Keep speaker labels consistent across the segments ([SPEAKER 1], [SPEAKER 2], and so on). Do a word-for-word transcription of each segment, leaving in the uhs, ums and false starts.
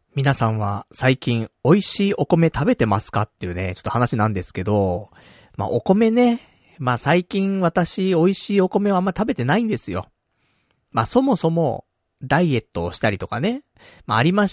[SPEAKER 1] 皆さんは最近美味しいお米食べてますかっていうね、ちょっと話なんですけど、まあお米ね、まあ最近私美味しいお米はあんま食べてないんですよ。まあそもそもダイエットをしたりとかね、まあありまして、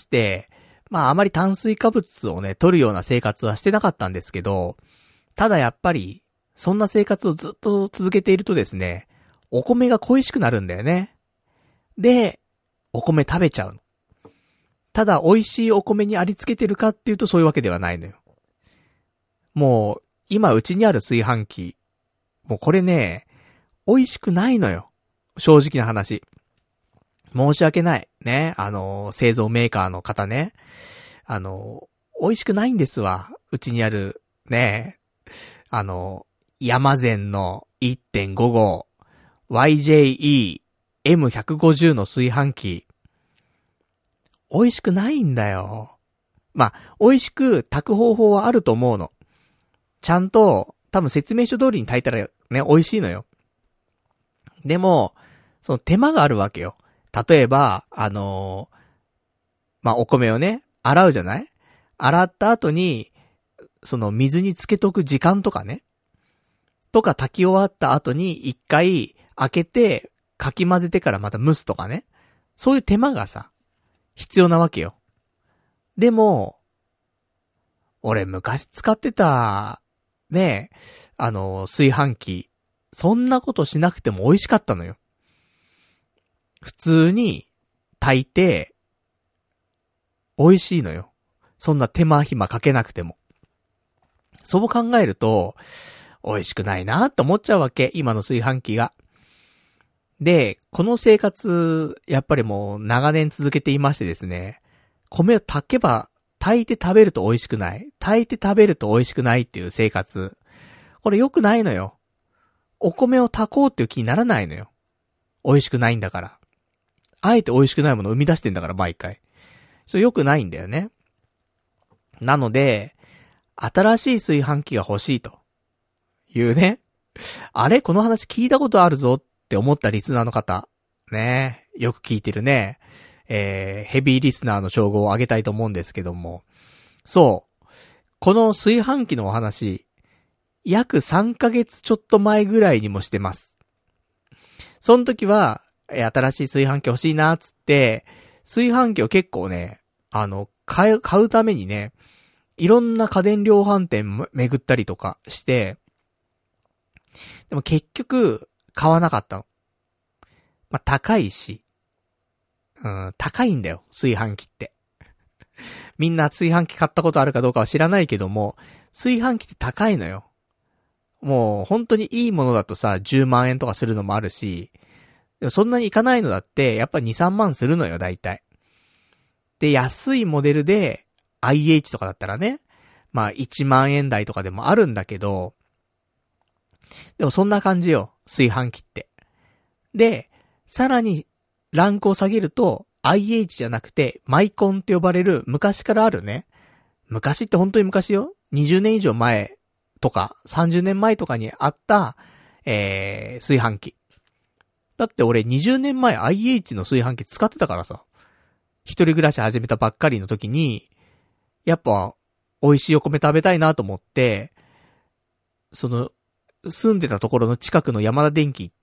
[SPEAKER 1] まああまり炭水化物をね、取るような生活はしてなかったんですけど、ただやっぱり、そんな生活をずっと続けているとですね、お米が恋しくなるんだよね。で、お米食べちゃうの。ただ美味しいお米にありつけてるかっていうとそういうわけではないのよ。もう、今うちにある炊飯器、もうこれね、美味しくないのよ。正直な話。申し訳ない。ね。あの、製造メーカーの方ね。あの、美味しくないんですわ。うちにある、ね。あの、山善の いってんご 号、ワイジェイイーエムひゃくごじゅう の炊飯器。美味しくないんだよ。まあ、美味しく炊く方法はあると思うの。ちゃんと、多分説明書通りに炊いたらね、美味しいのよ。でも、その手間があるわけよ。例えば、あのー、まあ、お米をね、洗うじゃない?洗った後に、その水につけとく時間とかね。とか炊き終わった後に一回開けて、かき混ぜてからまた蒸すとかね。そういう手間がさ、必要なわけよ。でも、俺昔使ってた、ねえ、あの、炊飯器、そんなことしなくても美味しかったのよ。普通に炊いて、美味しいのよ。そんな手間暇かけなくても。そう考えると、美味しくないなって思っちゃうわけ、今の炊飯器が。で、この生活、やっぱりもう長年続けていましてですね、米を炊けば、炊いて食べると美味しくない。炊いて食べると美味しくないっていう生活。これ良くないのよ。お米を炊こうっていう気にならないのよ。美味しくないんだから。あえて美味しくないものを生み出してんだから毎回。それ良くないんだよね。なので、新しい炊飯器が欲しいというね。あれこの話聞いたことあるぞって思ったリスナーの方。ね。よく聞いてるね。えー、ヘビーリスナーの称号をあげたいと思うんですけども。そう。この炊飯器のお話、約さんかげつちょっと前ぐらいにもしてます。その時は、えー、新しい炊飯器欲しいなーっつって、炊飯器を結構ね、あの、買う、買うためにね、いろんな家電量販店巡ったりとかして、でも結局、買わなかったの。まあ、高いし、うん、高いんだよ、炊飯器って。みんな炊飯器買ったことあるかどうかは知らないけども、炊飯器って高いのよ。もう本当にいいものだとさ、じゅうまんえんとかするのもあるし、でもそんなにいかないのだって、やっぱに、さんまんするのよ、大体。で、安いモデルで、アイエイチ とかだったらね、まあいちまんえん台とかでもあるんだけど、でもそんな感じよ、炊飯器って。で、さらにランクを下げると アイエイチ じゃなくてマイコンって呼ばれる昔からあるね。昔って本当に昔よ。にじゅうねん以上前とかさんじゅうねんまえとかにあった、えー、炊飯器。だって俺にじゅうねんまえ アイエイチ の炊飯器使ってたからさ。一人暮らし始めたばっかりの時に、やっぱ美味しいお米食べたいなと思って、その、住んでたところの近くの山田電機行って、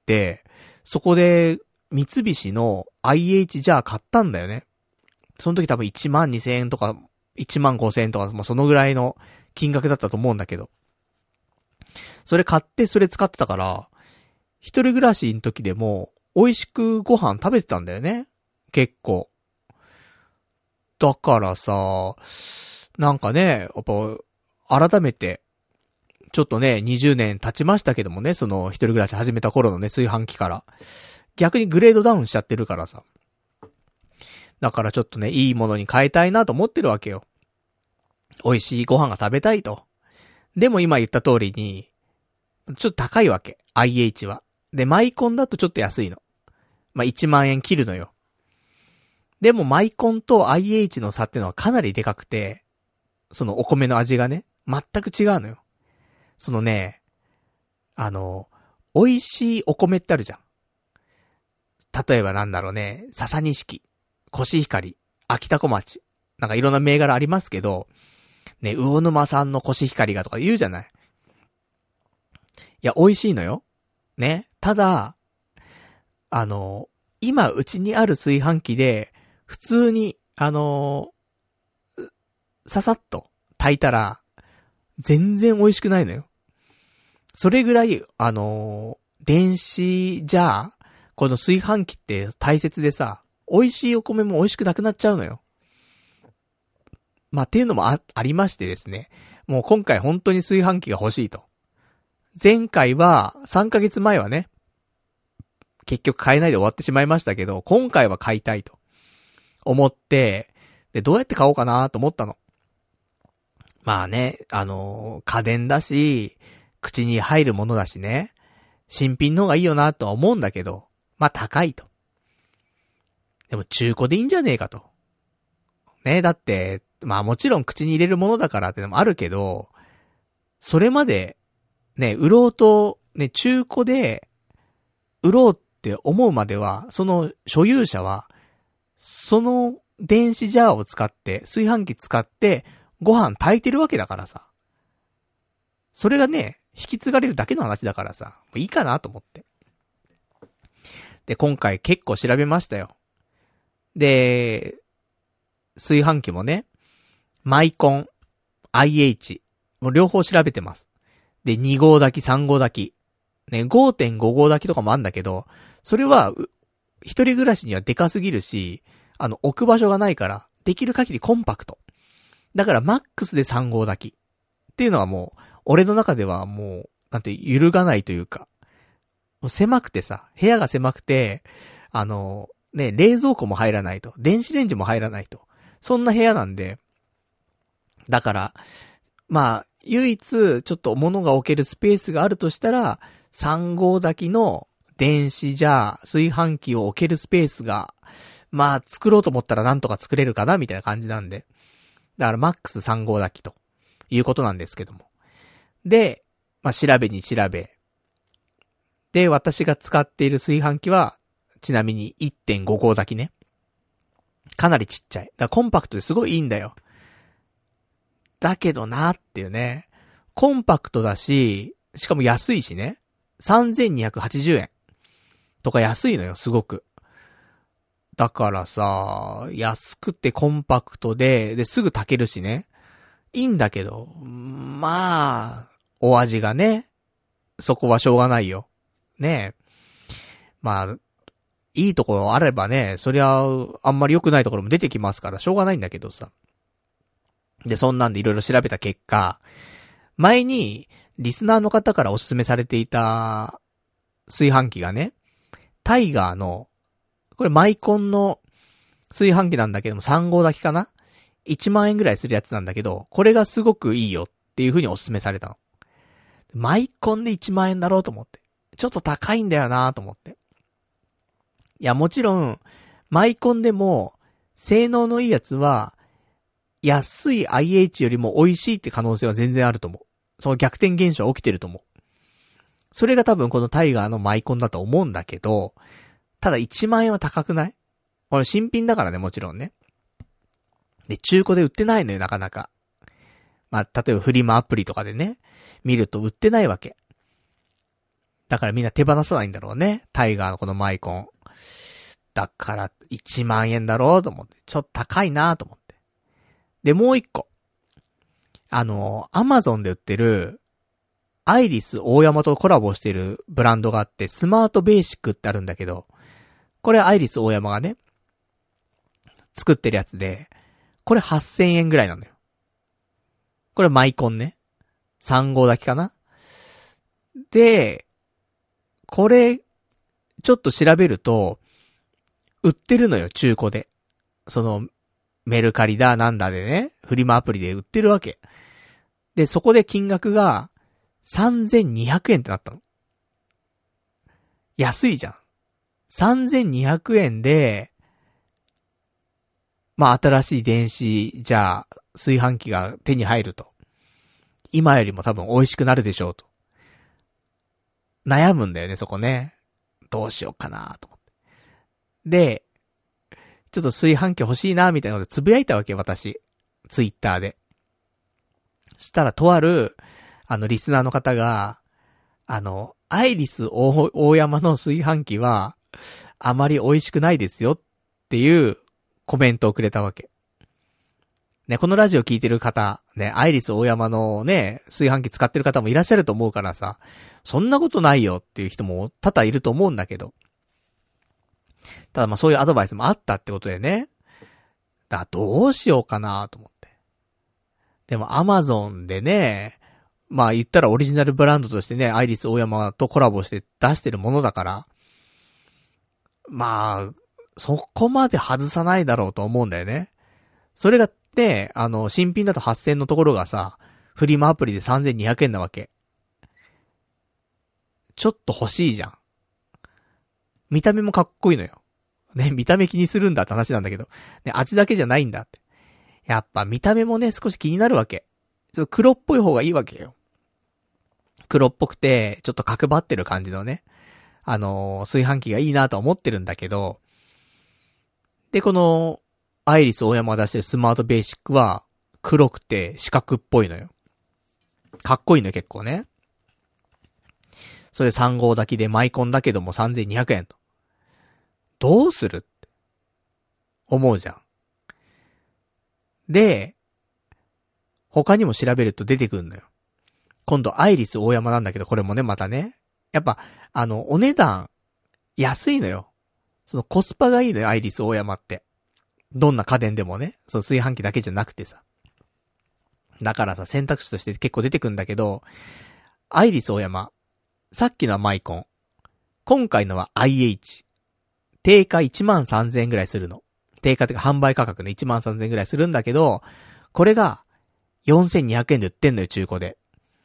[SPEAKER 1] そこで三菱の アイエイチ ジャー買ったんだよね。その時多分いちまんにせんえんとかいちまんごせんえんとか、まあ、そのぐらいの金額だったと思うんだけど。それ買ってそれ使ってたから、一人暮らしの時でも美味しくご飯食べてたんだよね。結構。だからさ、なんかね、やっぱ改めて、ちょっとね、にじゅうねん経ちましたけどもね、その一人暮らし始めた頃のね、炊飯器から。逆にグレードダウンしちゃってるからさ。だからちょっとね、いいものに変えたいなと思ってるわけよ。美味しいご飯が食べたいと。でも今言った通りに、ちょっと高いわけ。アイエイチ は。で、マイコンだとちょっと安いの。まあ、いちまんえん切るのよ。でもマイコンと アイエイチ の差ってのはかなりでかくて、そのお米の味がね、全く違うのよ。そのね、あの、美味しいお米ってあるじゃん。例えばなんだろうね、笹錦、コシヒカリ、秋田小町、 なんかいろんな銘柄ありますけど、ね、魚沼さんのコシヒカリがとか言うじゃない。いや、美味しいのよ。ね。ただ、あの、今うちにある炊飯器で、普通に、あの、ささっと炊いたら、全然美味しくないのよ。それぐらい、あの、電子じゃあ、この炊飯器って大切でさ、美味しいお米も美味しくなくなっちゃうのよ。まあ、っていうのも あ, ありましてですね。もう今回本当に炊飯器が欲しいと。前回は、さんかげつまえはね、結局買えないで終わってしまいましたけど、今回は買いたいと思って、で、どうやって買おうかなと思ったの。まあね、あのー、家電だし、口に入るものだしね、新品の方がいいよなとは思うんだけど、まあ高いと。でも中古でいいんじゃねえかと。ね、だって、まあもちろん口に入れるものだからってのもあるけど、それまで、ね、売ろうと、ね、中古で、売ろうって思うまでは、その所有者は、その電子ジャーを使って、炊飯器使って、ご飯炊いてるわけだからさ。それがね、引き継がれるだけの話だからさ、もういいかなと思って。で、今回結構調べましたよ。で、炊飯器もね、マイコン、アイエイチ、もう両方調べてます。で、に号炊き、さん号炊き。ね、ごてんご 号炊きとかもあんだけど、それは、一人暮らしにはでかすぎるし、あの、置く場所がないから、できる限りコンパクト。だからマックスでさん号炊き。っていうのはもう、俺の中ではもう、なんて揺るがないというか、もう狭くてさ、部屋が狭くて、あの、ね、冷蔵庫も入らないと、電子レンジも入らないと。そんな部屋なんで、だから、まあ、唯一、ちょっと物が置けるスペースがあるとしたら、さん号炊きの電子ジャー、炊飯器を置けるスペースが、まあ、作ろうと思ったらなんとか作れるかな、みたいな感じなんで。だからマックスさん号炊きということなんですけども。で、まあ、調べに調べ。で、私が使っている炊飯器は、ちなみに いってんご 号炊きね。かなりちっちゃい。だからコンパクトですごいいいんだよ。だけどなっていうね。コンパクトだし、しかも安いしね。さんぜんにひゃくはちじゅうえん。とか安いのよ、すごく。だからさ、安くてコンパクトで、で、すぐ炊けるしね。いいんだけど、まあ、お味がね、そこはしょうがないよ。ねえ。まあ、いいところあればね、そりゃ、あんまり良くないところも出てきますから、しょうがないんだけどさ。で、そんなんでいろいろ調べた結果、前に、リスナーの方からおすすめされていた、炊飯器がね、タイガーの、これマイコンの炊飯器なんだけどもさん号炊きかな ?いちまんえんぐらいするやつなんだけど、これがすごくいいよっていう風におすすめされたの。マイコンでいちまんえんだろうと思って。ちょっと高いんだよなと思って。いやもちろん、マイコンでも、性能のいいやつは、安い アイエイチ よりも美味しいって可能性は全然あると思う。その逆転現象は起きてると思う。それが多分このタイガーのマイコンだと思うんだけど、ただいちまんえんは高くない？これ新品だからね、もちろんね。で、中古で売ってないのよ、なかなか。まあ、例えばフリマアプリとかでね、見ると売ってないわけ。だからみんな手放さないんだろうね。タイガーのこのマイコン。だからいちまんえんだろうと思って。ちょっと高いなと思って。で、もう一個。あの、アマゾンで売ってる、アイリス大山とコラボしてるブランドがあって、スマートベーシックってあるんだけど、これアイリス大山がね、作ってるやつで、これはっせんえんぐらいなのよ。これマイコンね。さん号炊きかな。で、これ、ちょっと調べると、売ってるのよ、中古で。その、メルカリだ、なんだでね、フリマアプリで売ってるわけ。で、そこで金額が、さんぜんにひゃくえんってなったの。安いじゃん。さんぜんにひゃくえんで、まあ新しい電子、じゃあ、炊飯器が手に入ると。今よりも多分美味しくなるでしょうと。悩むんだよね、そこね。どうしようかなと思って。で、 ちょっと炊飯器欲しいな、みたいなのでつぶやいたわけ、私。ツイッターで。したら、とある、あの、リスナーの方が、あの、アイリス大、大山の炊飯器は、あまり美味しくないですよっていうコメントをくれたわけ。ね、このラジオ聞いてる方、ね、アイリス大山のね、炊飯器使ってる方もいらっしゃると思うからさ、そんなことないよっていう人も多々いると思うんだけど。ただまあそういうアドバイスもあったってことでね。だからどうしようかなと思って。でもアマゾンでね、まあ言ったらオリジナルブランドとしてね、アイリス大山とコラボして出してるものだから、まあ、そこまで外さないだろうと思うんだよね。それがね、あの、新品だとはっせんのところがさ、フリマアプリでさんぜんにひゃくえんなわけ。ちょっと欲しいじゃん。見た目もかっこいいのよ。ね、見た目気にするんだって話なんだけど。ね、味だけじゃないんだって。やっぱ見た目もね、少し気になるわけ。ちょっと黒っぽい方がいいわけよ。黒っぽくて、ちょっと角張ってる感じのね。あのー、炊飯器がいいなと思ってるんだけど。で、この、アイリス大山が出してるスマートベーシックは、黒くて四角っぽいのよ。かっこいいのよ、結構ね。それさん号炊きでマイコンだけどもさんぜんにひゃくえんと。どうするって思うじゃん。で、他にも調べると出てくるのよ。今度アイリス大山なんだけど、これもね、またね。やっぱ、あの、お値段、安いのよ。そのコスパがいいのよ、アイリス大山って。どんな家電でもね、その炊飯器だけじゃなくてさ。だからさ、選択肢として結構出てくるんだけど、アイリス大山、さっきのはマイコン。今回のは アイエイチ。定価いちまんさんぜんえんぐらいするの。定価ってか販売価格ね、いちまんさんぜんえんぐらいするんだけど、これがよんせんにひゃくえんで売ってんのよ、中古で。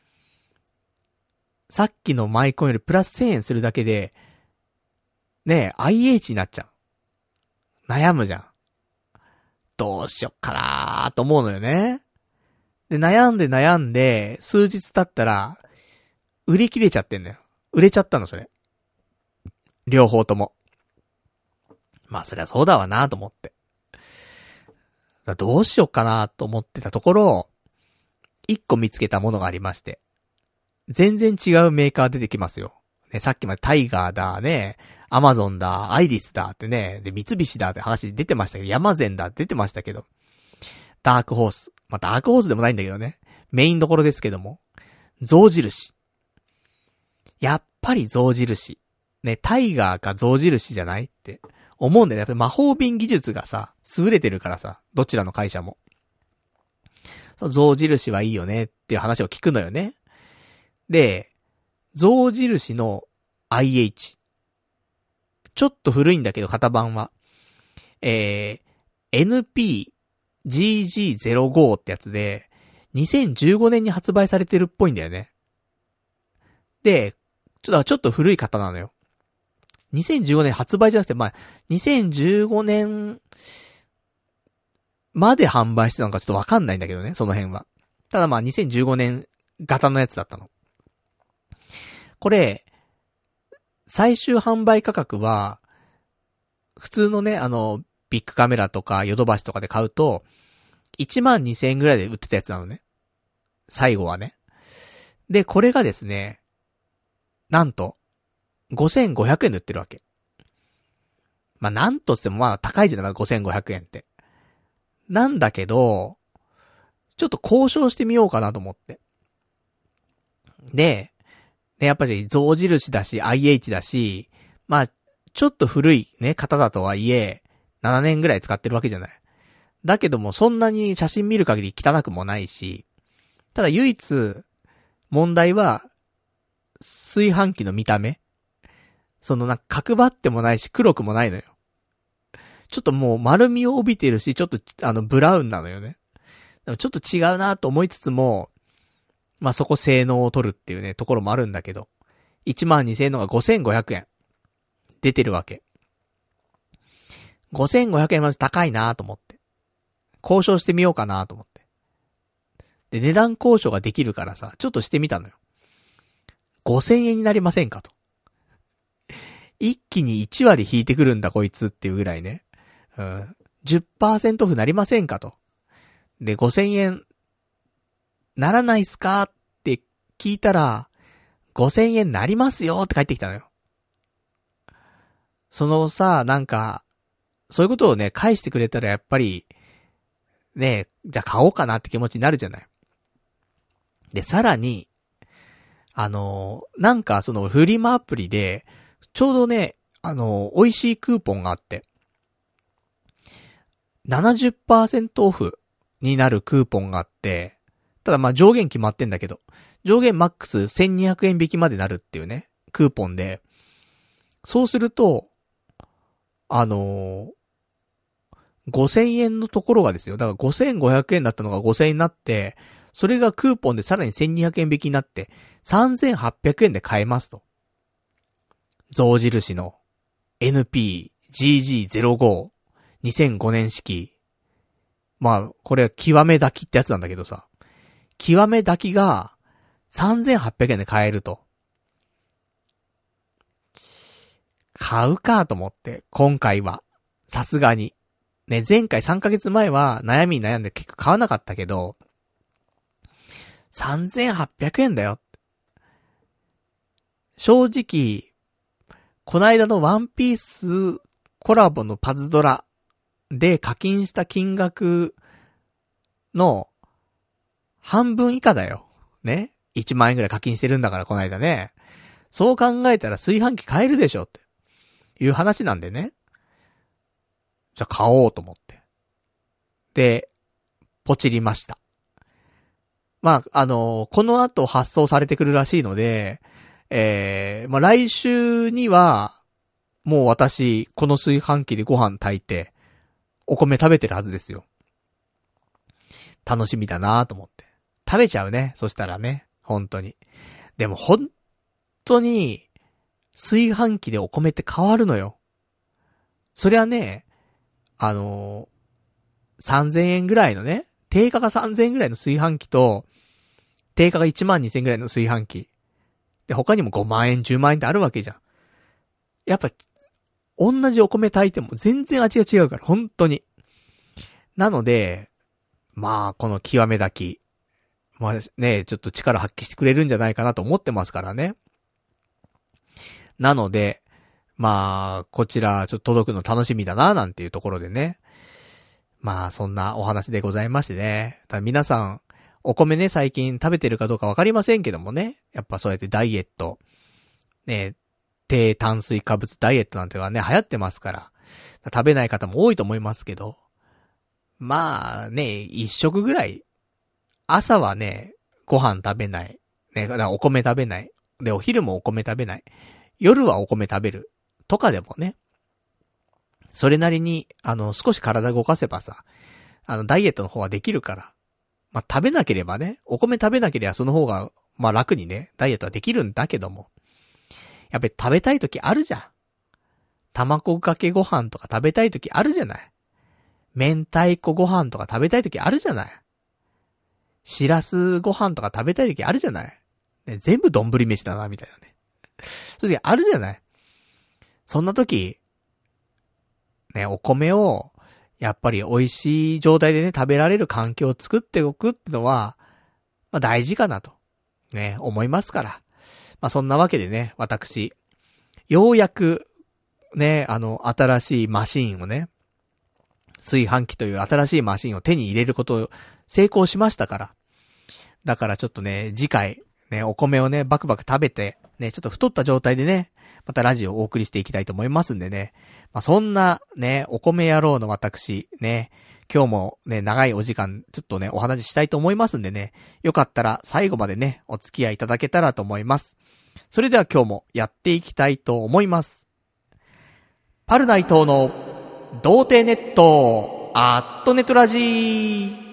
[SPEAKER 1] さっきのマイコンよりプラスせんえんするだけで、ねえ、アイエイチ になっちゃう。悩むじゃん。どうしよっかなーと思うのよね。で、悩んで悩んで、数日経ったら、売り切れちゃってんのよ。売れちゃったの、それ。両方とも。まあ、そりゃそうだわなと思って。だどうしよっかなと思ってたところ、一個見つけたものがありまして。全然違うメーカー出てきますよ。ね、さっきまでタイガーだね、アマゾンだ、アイリスだってね、で、三菱だって話出てましたけど、ヤマゼンだって出てましたけど、ダークホース。まあ、ダークホースでもないんだけどね。メインどころですけども。象印。やっぱり象印。ね、タイガーか象印じゃないって思うんだよね。やっぱり魔法瓶技術がさ、優れてるからさ、どちらの会社も。その象印はいいよねっていう話を聞くのよね。で、象印の アイエイチ。ちょっと古いんだけど、型番は。えー、エヌピージージーゼロご ってやつで、にせんじゅうごねんに発売されてるっぽいんだよね。で、ちょっと、ちょっと古い型なのよ。にせんじゅうごねん発売じゃなくて、まあ、にせんじゅうごねんまで販売してたのかちょっとわかんないんだけどね、その辺は。ただまあ、にせんじゅうごねん型のやつだったの。これ、最終販売価格は、普通のね、あの、ビッグカメラとかヨドバシとかで買うと、いちまんにせんえんぐらいで売ってたやつなのね。最後はね。で、これがですね、なんと、ごせんごひゃくえんで売ってるわけ。まあ、なんとしてもまあ高いじゃない、ごせんごひゃくえんって。なんだけど、ちょっと交渉してみようかなと思って。で、ね、やっぱり象印だし、アイエイチ だし、まあ、ちょっと古いね、型だとはいえ、ななねんぐらい使ってるわけじゃない。だけども、そんなに写真見る限り汚くもないし、ただ唯一、問題は、炊飯器の見た目。そのなんか角張ってもないし、黒くもないのよ。ちょっともう丸みを帯びてるし、ちょっとあのブラウンなのよね。でもちょっと違うなと思いつつも、まあそこ性能を取るっていうね、ところもあるんだけど、いちまんにせんえんのがごせんごひゃくえん。出てるわけ。ごせんごひゃくえんまず高いなと思って。交渉してみようかなと思って。で、値段交渉ができるからさ、ちょっとしてみたのよ。ごせんえんになりませんかと。一気にいちわり引いてくるんだこいつっていうぐらいね。うん。 じゅっパーセント オフなりませんかと。で、ごせんえんならないっすかって聞いたら、ごせんえんなりますよって返ってきたのよ。そのさ、なんか、そういうことをね、返してくれたらやっぱり、ね、じゃあ買おうかなって気持ちになるじゃない。で、さらに、あのー、なんかそのフリマアプリで、ちょうどね、あのー、美味しいクーポンがあって、ななじゅっパーセント オフになるクーポンがあって、ただまあ上限決まってんだけど、上限マックスせんにひゃくえん引きまでなるっていうね、クーポンで、そうすると、あのー、ごせんえんのところがですよ。だからごせんごひゃくえんだったのがごせんえんになって、それがクーポンでさらにせんにひゃくえん引きになって、さんぜんはっぴゃくえんで買えますと。象印の エヌピージージーゼロご にせんごねん式。まあ、これは極め炊きってやつなんだけどさ。極め炊きがさんぜんはっぴゃくえんで買えると。買うかと思って、今回は。さすがに。ね、前回さんかげつまえは悩みに悩んで結局買わなかったけど、さんぜんはっぴゃくえんだよ。正直、こないだのワンピースコラボのパズドラで課金した金額の半分以下だよ。ね。いちまんえんくらい課金してるんだからこないだね。そう考えたら炊飯器買えるでしょっていう話なんでね。じゃあ買おうと思って。で、ポチりました。まあ、あのー、この後発送されてくるらしいので、えー、まあ来週には、もう私、この炊飯器でご飯炊いて、お米食べてるはずですよ。楽しみだなと思って。食べちゃうね。そしたらね。本当に。でも本当に、炊飯器でお米って変わるのよ。そりゃね、あのー、さんぜんえんぐらいのね、定価がさんぜんえんぐらいの炊飯器と、定価がいちまんにせんえんぐらいの炊飯器。で、他にもごまんえん、じゅうまんえんってあるわけじゃん。やっぱ、同じお米炊いても全然味が違うから、本当に。なので、まあ、この極め炊き。まあね、ちょっと力発揮してくれるんじゃないかなと思ってますからね。なので、まあ、こちら、ちょっと届くの楽しみだな、なんていうところでね。まあ、そんなお話でございましてね。ただ皆さん、お米ね、最近食べてるかどうかわかりませんけどもね。やっぱそうやってダイエット、ね、低炭水化物ダイエットなんてのはね、流行ってますから。食べない方も多いと思いますけど。まあね、一食ぐらい、朝はね、ご飯食べない。ね、だからお米食べない。で、お昼もお米食べない。夜はお米食べる。とかでもね。それなりに、あの、少し体動かせばさ、あの、ダイエットの方はできるから。まあ、食べなければね、お米食べなければその方が、まあ楽にね、ダイエットはできるんだけども。やっぱり食べたい時あるじゃん。卵かけご飯とか食べたい時あるじゃない。明太子ご飯とか食べたい時あるじゃない。しらすご飯とか食べたい時あるじゃない。ね、全部丼飯だな、みたいなね。そういう時あるじゃない。そんな時、ね、お米を、やっぱり美味しい状態でね、食べられる環境を作っておくってのは、まあ大事かなと、ね、思いますから。まあそんなわけでね、私、ようやく、ね、あの、新しいマシーンをね、炊飯器という新しいマシーンを手に入れることを成功しましたから。だからちょっとね、次回、ね、お米をね、バクバク食べて、ね、ちょっと太った状態でね、またラジオをお送りしていきたいと思いますんでね。まあ、そんなね、お米野郎の私、ね、今日もね、長いお時間、ちょっとね、お話ししたいと思いますんでね、よかったら最後までね、お付き合いいただけたらと思います。それでは今日もやっていきたいと思います。パルナイトの童貞ネット、アットネトラジー。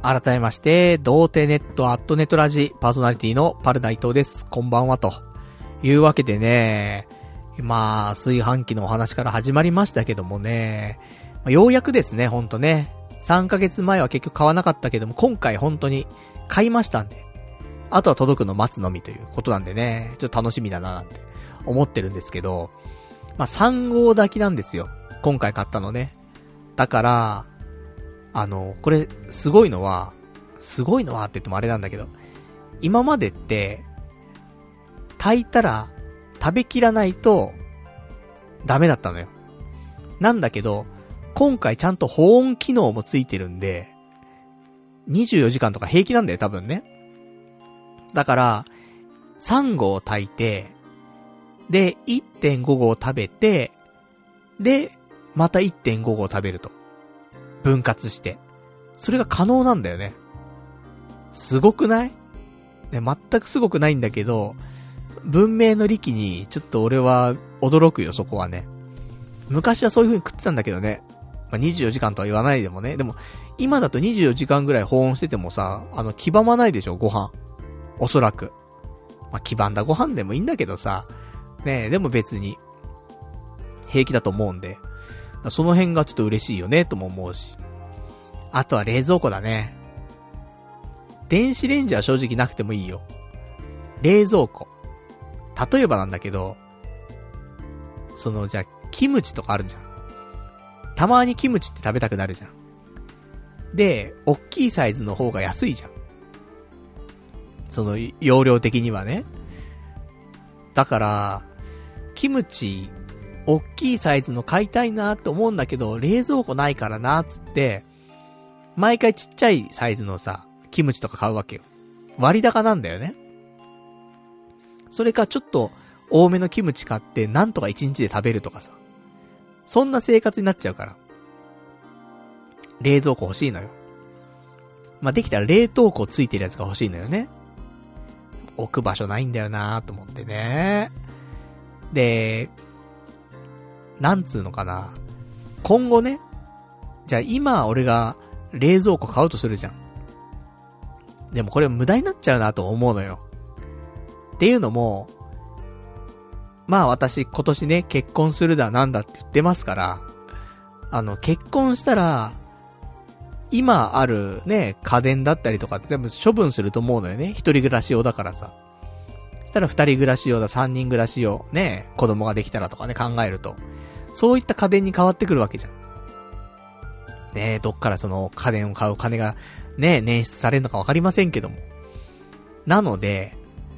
[SPEAKER 1] 改めまして、童貞ネットアットネットラジパーソナリティのパルナイトです。こんばんはというわけでね、まあ炊飯器のお話から始まりましたけどもね、ようやくですね、ほんとね、さんかげつまえは結局買わなかったけども、今回本当に買いましたんで、あとは届くの待つのみということなんでね、ちょっと楽しみだななんて思ってるんですけど、まあさん号炊きなんですよ、今回買ったのね。だからあのこれすごいのはすごいのはって言ってもあれなんだけど、今までって炊いたら食べきらないとダメだったのよ。なんだけど今回ちゃんと保温機能もついてるんでにじゅうよじかんとか平気なんだよ多分ね。だからさん号炊いてで いってんご 合食べてでまた いってんご 合食べると分割してそれが可能なんだよね。すごくない？ね、全くすごくないんだけど文明の利器にちょっと俺は驚くよ、そこはね。昔はそういう風に食ってたんだけどね。まあ、にじゅうよじかんとは言わないでもね。でも今だとにじゅうよじかんぐらい保温しててもさ、あの黄ばまないでしょ、ご飯。おそらく。まあ、黄ばんだご飯でもいいんだけどさ、ねえ、でも別に平気だと思うんで、その辺がちょっと嬉しいよねとも思うし。あとは冷蔵庫だね。電子レンジは正直なくてもいいよ。冷蔵庫。例えばなんだけど、そのじゃあキムチとかあるじゃん。たまにキムチって食べたくなるじゃん。で、おっきいサイズの方が安いじゃん。その容量的にはね。だからキムチおっきいサイズの買いたいなって思うんだけど、冷蔵庫ないからなっつって毎回ちっちゃいサイズのさキムチとか買うわけよ。割高なんだよね。それかちょっと多めのキムチ買ってなんとか一日で食べるとかさ、そんな生活になっちゃうから冷蔵庫欲しいのよ。まあ、できたら冷凍庫ついてるやつが欲しいのよね。置く場所ないんだよなーと思ってね。で、なんつうのかな、今後ね、じゃあ今俺が冷蔵庫買うとするじゃん。でもこれ無駄になっちゃうなと思うのよ。っていうのも、まあ私今年ね結婚するだなんだって言ってますから、あの結婚したら今あるね家電だったりとかって全部処分すると思うのよね。一人暮らし用だからさ。そしたら二人暮らし用だ、三人暮らし用ね、子供ができたらとかね考えると、そういった家電に変わってくるわけじゃん。ねえ、どっからその家電を買う金がね捻出されるのかわかりませんけども。なので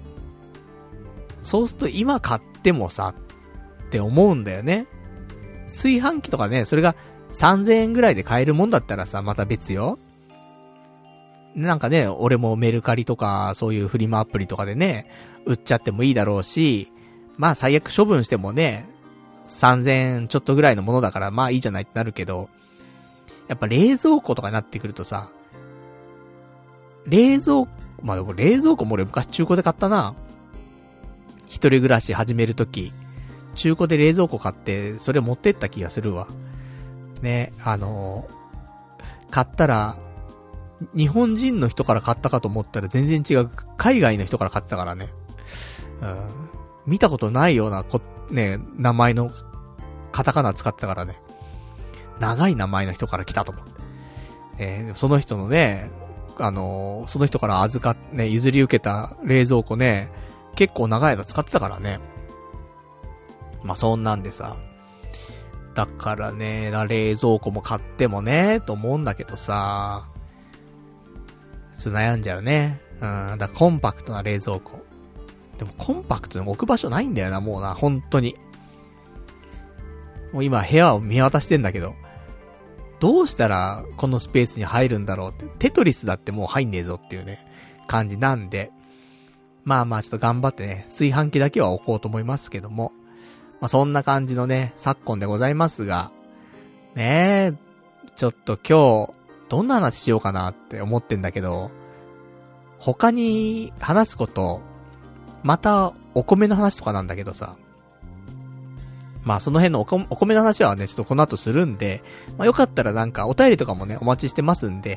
[SPEAKER 1] そうすると今買ってもさって思うんだよね。炊飯器とかね、それがさんぜんえんぐらいで買えるもんだったらさ、また別よ。なんかね、俺もメルカリとかそういうフリマアプリとかでね売っちゃってもいいだろうし、まあ最悪処分してもねさんぜんえんちょっとぐらいのものだからまあいいじゃないってなるけど、やっぱ冷蔵庫とかになってくるとさ、冷蔵まあでも冷蔵庫も俺昔中古で買ったな。一人暮らし始めるとき中古で冷蔵庫買ってそれ持ってった気がするわね。あのー、買ったら日本人の人から買ったかと思ったら全然違う海外の人から買ってたからね。うん、見たことないようなこね名前のカタカナ使ってたからね、長い名前の人から来たと思って、えー、その人のね、あのー、その人から預かっね譲り受けた冷蔵庫ね結構長い間使ってたからね。まあ、そんなんでさ。だからね、冷蔵庫も買ってもね、と思うんだけどさ。ちょっと悩んじゃうね。うん、だからコンパクトな冷蔵庫。でもコンパクトでも置く場所ないんだよな、もうな、本当に。もう今部屋を見渡してんだけど、どうしたらこのスペースに入るんだろうって。テトリスだってもう入んねえぞっていうね、感じなんで。まあまあちょっと頑張ってね、炊飯器だけは置こうと思いますけども。まあそんな感じのね、昨今でございますが、ねえ、ちょっと今日、どんな話しようかなって思ってんだけど、他に話すこと、またお米の話とかなんだけどさ、まあその辺のお米、お米の話はね、ちょっとこの後するんで、まあよかったらなんかお便りとかもね、お待ちしてますんで、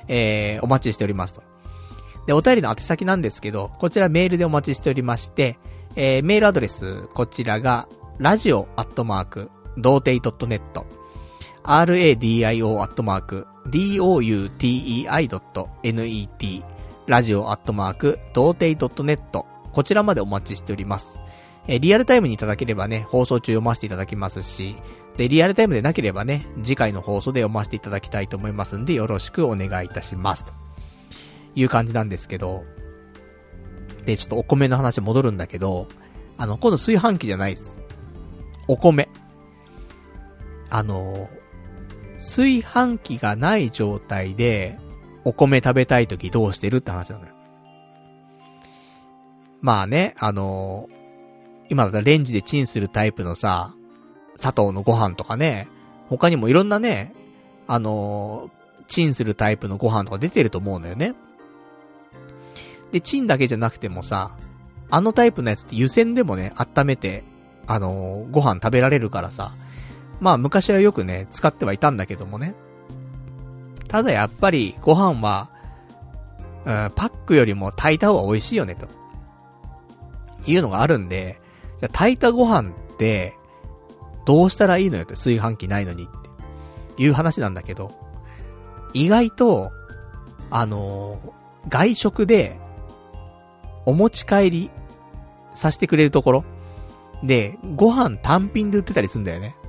[SPEAKER 1] えー、お待ちしておりますと。で、お便りの宛先なんですけど、こちらメールでお待ちしておりまして、えー、メールアドレス、こちらが、ラジオアットマーク、ドーテイドットネット、ラディオアットマーク、ドーテイドットネット、ラジオアットマーク、ドーテイドットネット、こちらまでお待ちしております。えー、リアルタイムにいただければね、放送中読ませていただきますし、で、リアルタイムでなければね、次回の放送で読ませていただきたいと思いますんで、よろしくお願いいたします。という感じなんですけど、で、ちょっとお米の話戻るんだけど、あの、今度炊飯器じゃないです。お米。あの、炊飯器がない状態で、お米食べたいときどうしてるって話なのよ。まあね、あの、今だったらレンジでチンするタイプのさ、砂糖のご飯とかね、他にもいろんなね、あの、チンするタイプのご飯とか出てると思うのよね。で、チンだけじゃなくてもさ、あのタイプのやつって湯煎でもね、温めて、あのー、ご飯食べられるからさ、まあ昔はよくね、使ってはいたんだけどもね。ただやっぱりご飯は、うん、パックよりも炊いた方が美味しいよね、というのがあるんで、じゃあ炊いたご飯って、どうしたらいいのよって、炊飯器ないのにっていう話なんだけど、意外と、あのー、外食で、お持ち帰りさせてくれるところで、ご飯単品で売ってたりするんだよね。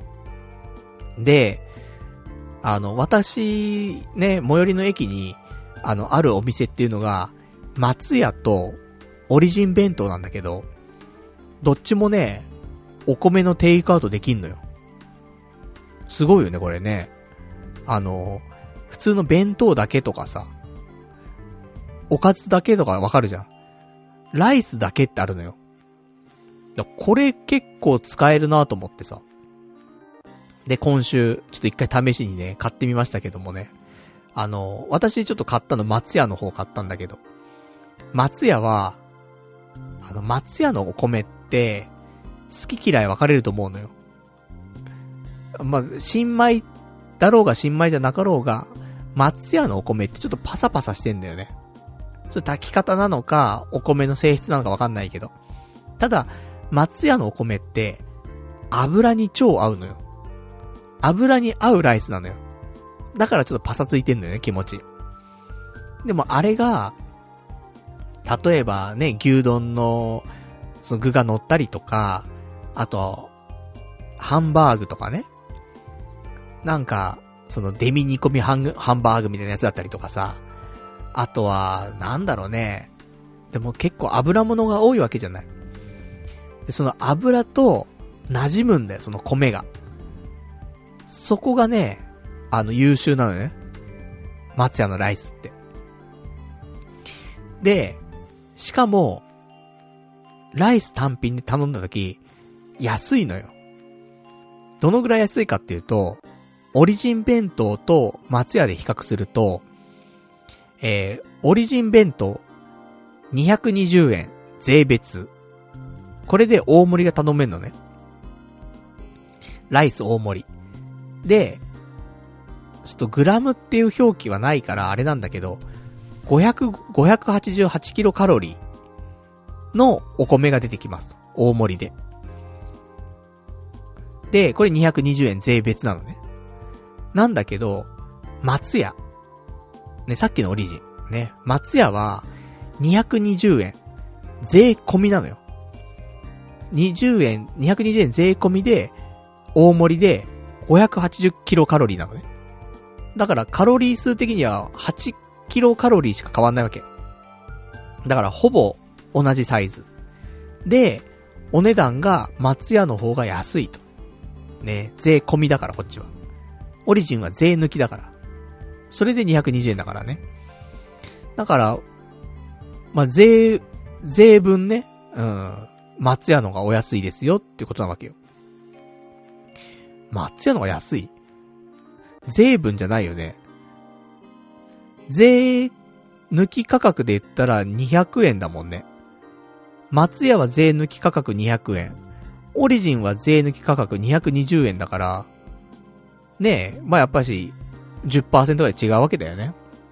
[SPEAKER 1] で、あの、私、ね、最寄りの駅に、あの、あるお店っていうのが、松屋とオリジン弁当なんだけど、どっちもね、お米のテイクアウトできんのよ。すごいよね、これね。あの、普通の弁当だけとかさ、おかずだけとかわかるじゃん。ライスだけってあるのよ。これ結構使えるなと思ってさ。で、今週、ちょっと一回試しにね、買ってみましたけどもね。あの、私ちょっと買ったの松屋の方買ったんだけど、松屋は、あの、松屋のお米って、好き嫌い分かれると思うのよ。まあ、新米だろうが新米じゃなかろうが、松屋のお米ってちょっとパサパサしてんだよね。それ炊き方なのか、お米の性質なのか分かんないけど。ただ、松屋のお米って、油に超合うのよ。油に合うライスなのよ。だからちょっとパサついてんのよね、気持ち。でもあれが、例えばね、牛丼の、その具が乗ったりとか、あと、ハンバーグとかね。なんか、そのデミ煮込みハン、ハンバーグみたいなやつだったりとかさ。あとは、なんだろうね。でも結構油物が多いわけじゃない。で、その油と馴染むんだよ、その米が。そこがね、あの優秀なのね。松屋のライスって。で、しかも、ライス単品で頼んだとき、安いのよ。どのぐらい安いかっていうと、オリジン弁当と松屋で比較すると、えー、オリジン弁当、にひゃくにじゅうえん、税別。これで大盛りが頼めんのね。ライス大盛り。で、ちょっとグラムっていう表記はないからあれなんだけど、ごひゃく、ごひゃくはちじゅうはちキロカロリーのお米が出てきます。大盛りで。で、これにひゃくにじゅうえん税別なのね。なんだけど、松屋。ね、さっきのオリジン。ね、松屋はにひゃくにじゅうえん。税込みなのよ。にじゅうえん、にひゃくにじゅうえん税込みで、大盛りでごひゃくはちじゅうキロカロリーなのね。だからカロリー数的にははちキロカロリーしか変わんないわけ。だからほぼ同じサイズ。で、お値段が松屋の方が安いと。ね、税込みだからこっちは。オリジンは税抜きだから。それでにひゃくにじゅうえんだからね。だから、まあ、税、税分ね、うん、松屋のがお安いですよっていうことなわけよ。松屋のが安い？税分じゃないよね。税抜き価格で言ったらにひゃくえんだもんね。松屋は税抜き価格にひゃくえん。オリジンは税抜き価格にひゃくにじゅうえんだから、ねえ、まあ、やっぱし じゅっパーセント ぐらい違うわけだよね。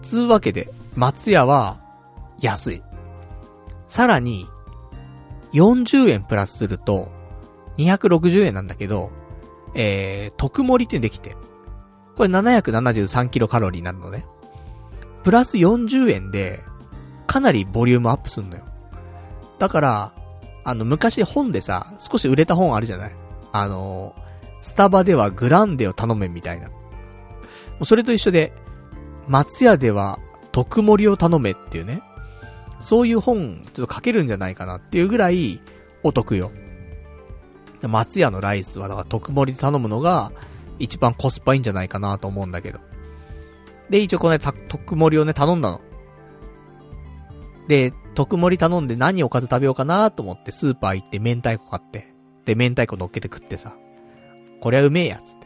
[SPEAKER 1] つうわけで、松屋は安い。さらに、よんじゅうえんプラスすると、にひゃくろくじゅうえんなんだけど、えー、特盛りってできて、これななひゃくななじゅうさんキロカロリーになるのね。プラスよんじゅうえんで、かなりボリュームアップするのよ。だから、あの、昔本でさ、少し売れた本あるじゃない？あの、スタバではグランデを頼めみたいな。それと一緒で、松屋では特盛りを頼めっていうね。そういう本、ちょっと書けるんじゃないかなっていうぐらいお得よ。松屋のライスはだから特盛りで頼むのが一番コスパいいんじゃないかなと思うんだけど。で、一応この間特盛りをね頼んだの。で、特盛り頼んで何おかず食べようかなと思ってスーパー行って明太子買って、で、明太子乗っけて食ってさ、これはうめえやつって。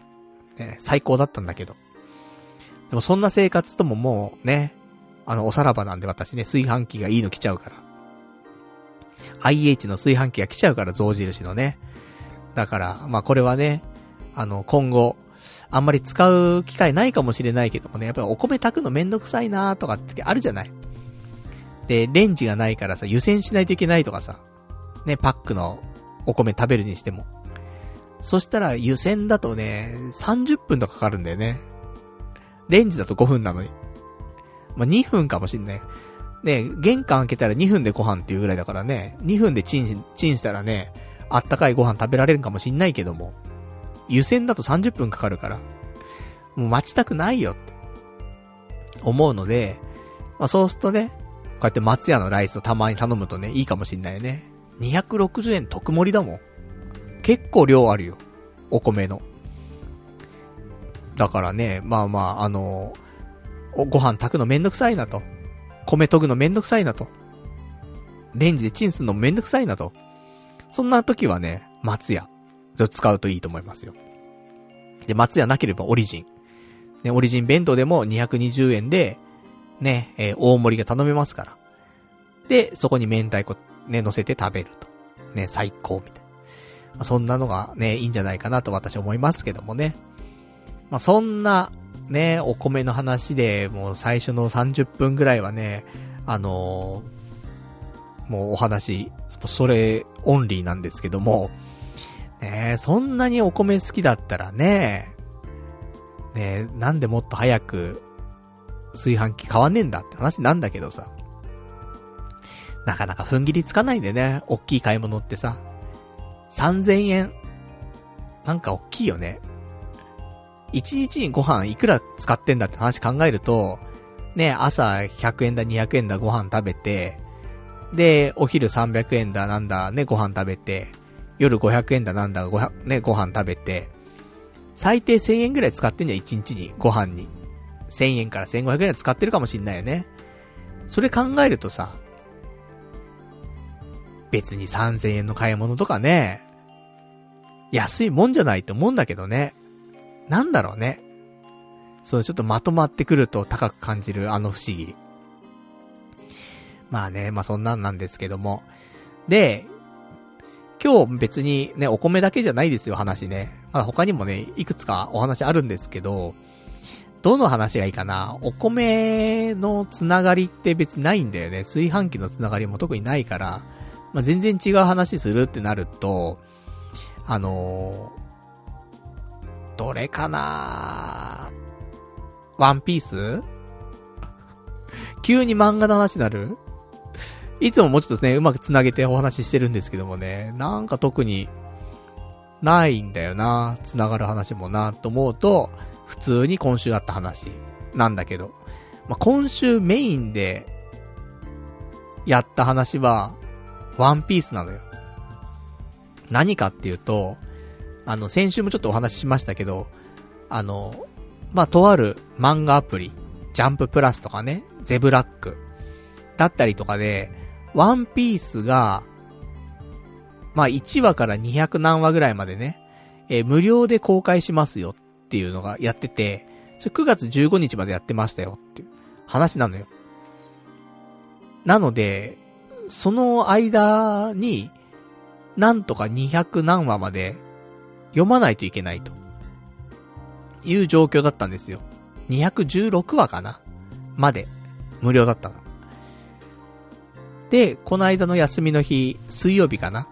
[SPEAKER 1] ね、最高だったんだけど。でもそんな生活とももうね、あの、おさらばなんで私ね、炊飯器がいいの来ちゃうから。アイエイチ の炊飯器が来ちゃうから、象印のね。だから、まあこれはね、あの、今後、あんまり使う機会ないかもしれないけどもね、やっぱりお米炊くのめんどくさいなーとかってあるじゃない。で、レンジがないからさ、湯煎しないといけないとかさ、ね、パックのお米食べるにしても。そしたら湯煎だとね、さんじゅっぷんとかかかるんだよね。レンジだとごふんなのに。まあ、にふんかもしんない。ね、玄関開けたらにふんでご飯っていうぐらいだからね、にふんでチン、チンしたらね、あったかいご飯食べられるかもしんないけども、湯煎だとさんじゅっぷんかかるから、もう待ちたくないよって、思うので、まあそうするとね、こうやって松屋のライスをたまに頼むとね、いいかもしんないよね。にひゃくろくじゅうえん特盛りだもん。結構量あるよ。お米の。だからね、まあまあ、あのー、ご飯炊くのめんどくさいなと。米研ぐのめんどくさいなと。レンジでチンするのめんどくさいなと。そんな時はね、松屋。使うといいと思いますよ。で、松屋なければオリジン。ね、オリジン弁当でもにひゃくにじゅうえんで、ね、えー、大盛りが頼めますから。で、そこに明太子ね、乗せて食べると。ね、最高みたいな。まあ、そんなのがね、いいんじゃないかなと私は思いますけどもね。まあ、そんな、ね、お米の話で、もう最初のさんじゅっぷんぐらいはね、あのー、もうお話、それオンリーなんですけども、ね、そんなにお米好きだったらね、ね、なんでもっと早く炊飯器買わねえんだって話なんだけどさ、なかなか踏ん切りつかないんでね、おっきい買い物ってさ、さんぜんえん、なんかおっきいよね。一日にご飯いくら使ってんだって話考えると、ね、朝ひゃくえんだにひゃくえんだご飯食べて、で、お昼さんびゃくえんだなんだね、ご飯食べて、夜ごひゃくえんだなんだごひゃくね、ご飯食べて、最低せんえんぐらい使ってんじゃん、一日に、ご飯に。せんえんからせんごひゃくえん使ってるかもしんないよね。それ考えるとさ、別にさんぜんえんの買い物とかね、安いもんじゃないと思うんだけどね。なんだろうね。そう、ちょっとまとまってくると高く感じるあの不思議。まあね、まあそんなんなんですけども。で、今日別にね、お米だけじゃないですよ、話ね。まあ他にもね、いくつかお話あるんですけど、どの話がいいかな。お米のつながりって別にないんだよね。炊飯器のつながりも特にないから、まあ全然違う話するってなると、あのー、どれかなワンピース急に漫画の話になるいつももうちょっとね、うまく繋げてお話ししてるんですけどもね、なんか特にないんだよな、繋がる話もな、と思うと、普通に今週あった話なんだけど、まあ、今週メインでやった話は、ワンピースなのよ。何かっていうと、あの、先週もちょっとお話ししましたけど、あの、まあ、とある漫画アプリ、ジャンププラスとかね、ゼブラックだったりとかで、ワンピースが、まあ、いちわからにひゃくなんわぐらいまでね、えー、無料で公開しますよっていうのがやってて、それくがつじゅうごにちまでやってましたよっていう話なのよ。なので、その間に、なんとかにひゃくなんわまで読まないといけないという状況だったんですよ。にひゃくじゅうろくわかなまで無料だったの。で、この間の休みの日、水曜日かな。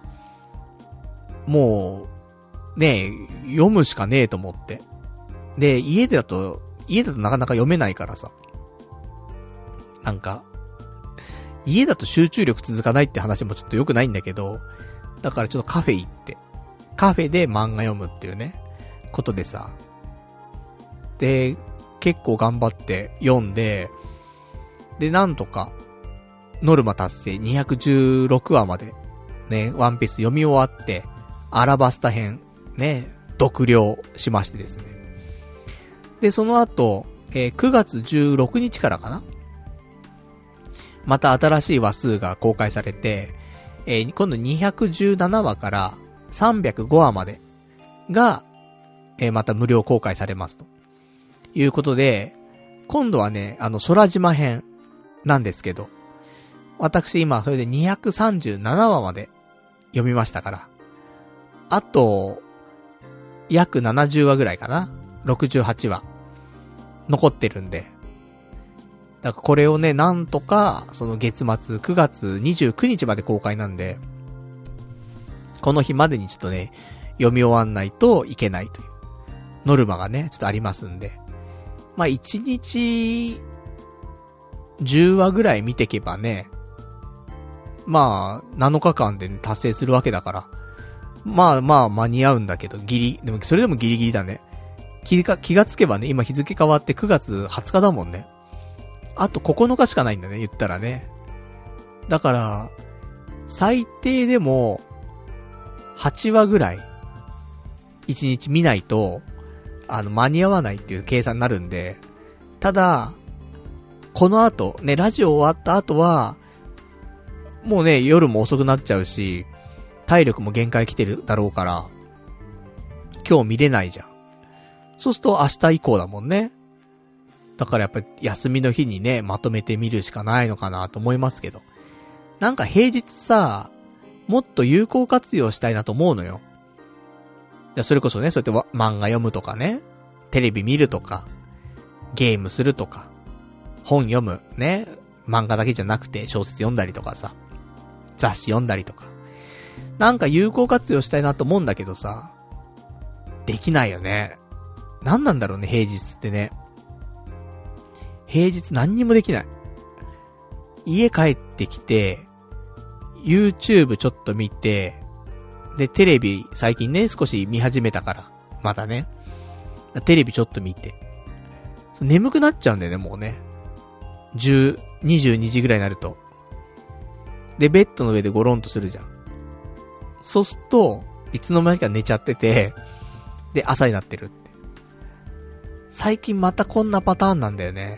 [SPEAKER 1] もう、ねえ、読むしかねえと思って。で、家だと、家だとなかなか読めないからさ。なんか、家だと集中力続かないって話もちょっと良くないんだけど、だからちょっとカフェ行って、カフェで漫画読むっていうね、ことでさ。で、結構頑張って読んで、で、なんとか、ノルマ達成にひゃくじゅうろくわまで、ね、ワンピース読み終わって、アラバスタ編、ね、読了しましてですね。で、その後、えー、くがつじゅうろくにちからかな、また新しい話数が公開されて、えー、今度にひゃくじゅうななわからさんびゃくごわまでが、えー、また無料公開されますということで、今度はね、あの空島編なんですけど、私今それでにひゃくさんじゅうななわまで読みましたから、あと約ななじゅうわぐらいかな、ろくじゅうはちわ残ってるんで、だからこれをね、なんとか、その月末くがつにじゅうくにちまで公開なんで、この日までにちょっとね、読み終わんないといけないというノルマがね、ちょっとありますんで。まあ、いちにちじゅうわぐらい見てけばね、まあ、なのかかんで、ね、達成するわけだから、まあまあ間に合うんだけど、ギリ、でもそれでもギリギリだね。気が、気がつけばね、今日付変わってくがつはつかだもんね。あとここのかしかないんだね、言ったらね。だから、最低でも、はちわぐらい、いちにち見ないと、あの、間に合わないっていう計算になるんで、ただ、この後、ね、ラジオ終わった後は、もうね、夜も遅くなっちゃうし、体力も限界来てるだろうから、今日見れないじゃん。そうすると明日以降だもんね。だからやっぱり休みの日にね、まとめて見るしかないのかなと思いますけど。なんか平日さ、もっと有効活用したいなと思うのよ。じゃそれこそね、そうやって漫画読むとかね、テレビ見るとか、ゲームするとか、本読む、ね、漫画だけじゃなくて小説読んだりとかさ、雑誌読んだりとか。なんか有効活用したいなと思うんだけどさ、できないよね。なんなんだろうね、平日ってね。平日何にもできない。家帰ってきて、YouTube ちょっと見て、で、テレビ最近ね、少し見始めたから、まだね。テレビちょっと見て。眠くなっちゃうんだよね、もうね。じゅう、にじゅうにじぐらいになると。で、ベッドの上でゴロンとするじゃん。そうすると、いつの間にか寝ちゃってて、で、朝になってるって。最近またこんなパターンなんだよね。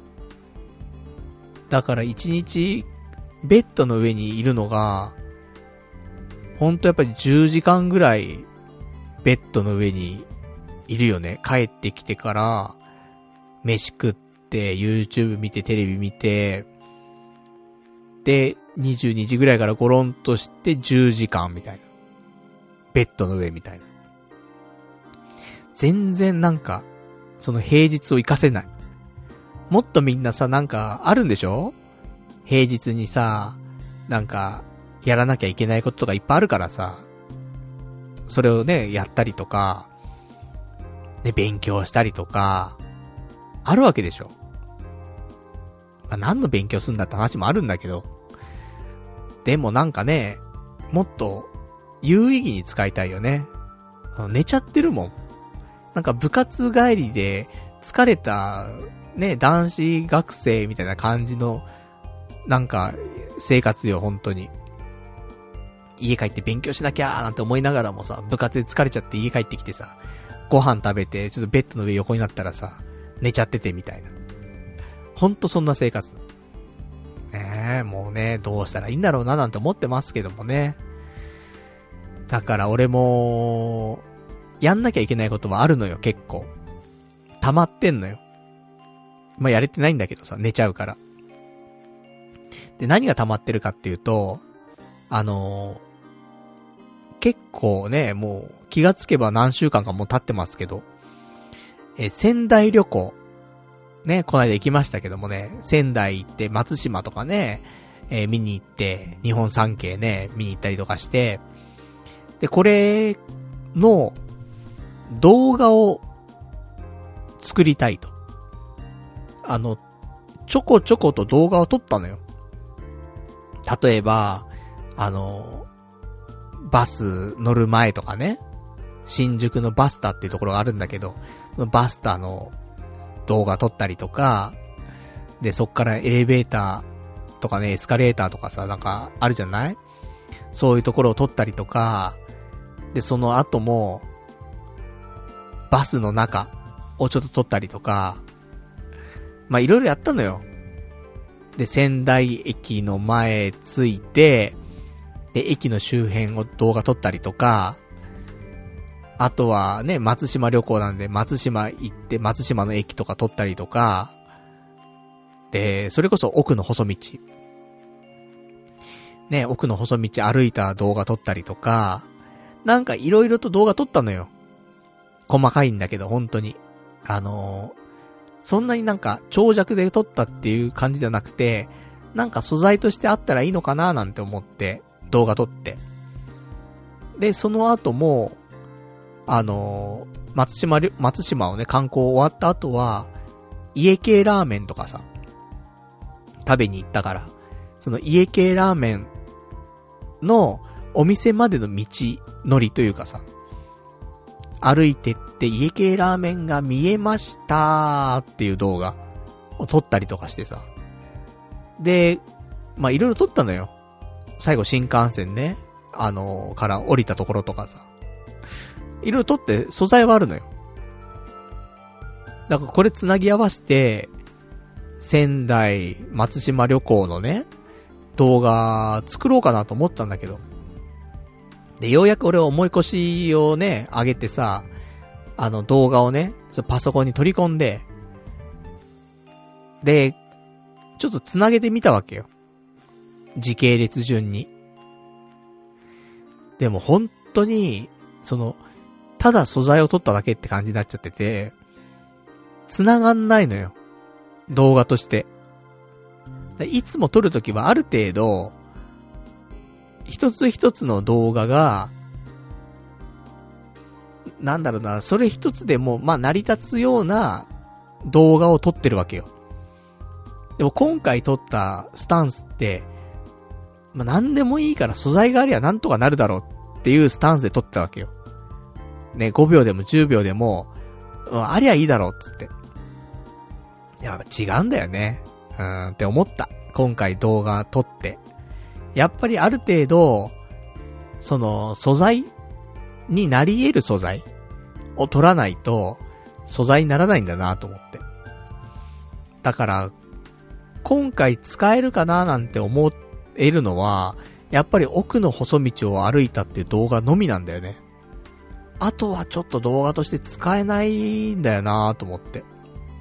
[SPEAKER 1] だから一日、ベッドの上にいるのが、ほんとやっぱりじゅうじかんぐらい、ベッドの上にいるよね。帰ってきてから、飯食って、YouTube 見て、テレビ見て、で、にじゅうにじぐらいからゴロンとしてじゅうじかんみたいな。ベッドの上みたいな。全然なんか、その平日を活かせない。もっとみんなさ、なんかあるんでしょ？平日にさ、なんか、やらなきゃいけないこととかいっぱいあるからさ、それをね、やったりとか、ね、勉強したりとか、あるわけでしょ。まあ、何の勉強すんだって話もあるんだけど、でもなんかね、もっと有意義に使いたいよね。寝ちゃってるもん。なんか部活帰りで疲れたね、男子学生みたいな感じのなんか生活よ、本当に。家帰って勉強しなきゃーなんて思いながらもさ、部活で疲れちゃって家帰ってきてさ、ご飯食べてちょっとベッドの上横になったらさ、寝ちゃっててみたいな。ほんとそんな生活。ねえ、もうね、どうしたらいいんだろうななんて思ってますけどもね。だから俺も、やんなきゃいけないことはあるのよ、結構。溜まってんのよ。まあ、やれてないんだけどさ、寝ちゃうから。で、何が溜まってるかっていうと、あのー、結構ね、もう気がつけば何週間かもう経ってますけど、え、仙台旅行ね、この間行きましたけどもね、仙台行って松島とかね、えー、見に行って、日本三景ね、見に行ったりとかして、で、これの動画を作りたいと。あの、ちょこちょこと動画を撮ったのよ。例えば、あの、バス乗る前とかね、新宿のバスタっていうところがあるんだけど、そのバスタの動画撮ったりとか、で、そっからエレベーターとかね、エスカレーターとかさ、なんかあるじゃない？そういうところを撮ったりとか、で、その後も、バスの中をちょっと撮ったりとか、まあ、いろいろやったのよ。で、仙台駅の前着いて、で、駅の周辺を動画撮ったりとか、あとはね、松島旅行なんで、松島行って、松島の駅とか撮ったりとか、で、それこそ奥の細道。ね、奥の細道歩いた動画撮ったりとか、なんかいろいろと動画撮ったのよ。細かいんだけど、本当に。あのー、そんなになんか長尺で撮ったっていう感じじゃなくて、なんか素材としてあったらいいのかななんて思って動画撮って。で、その後も、あのー、松島、松島をね、観光終わった後は、家系ラーメンとかさ、食べに行ったから、その家系ラーメンのお店までの道のりというかさ、歩いてって家系ラーメンが見えましたっていう動画を撮ったりとかしてさ。で、まあ、いろいろ撮ったのよ。最後新幹線ね、あのー、から降りたところとかさ。いろいろ撮って素材はあるのよ。だからこれつなぎ合わせて、仙台松島旅行のね、動画作ろうかなと思ったんだけど。で、ようやく俺は思い越しをね、上げてさ、あの動画をね、パソコンに取り込んで、で、ちょっとつなげてみたわけよ。時系列順に。でも本当に、その、ただ素材を撮っただけって感じになっちゃってて、繋がんないのよ。動画として。いつも撮るときはある程度、一つ一つの動画が、なんだろうな、それ一つでも、まあ、成り立つような動画を撮ってるわけよ。でも今回撮ったスタンスって、まあ、なんでもいいから素材がありゃなんとかなるだろうっていうスタンスで撮ったわけよ。ね、ごびょうでもじゅうびょうでも、うん、ありゃいいだろうっつって。やっぱ違うんだよね。うーんって思った。今回動画撮って。やっぱりある程度、その素材になり得る素材を撮らないと素材にならないんだなと思って。だから、今回使えるかななんて思えるのは、やっぱり奥の細道を歩いたっていう動画のみなんだよね。あとはちょっと動画として使えないんだよなと思って。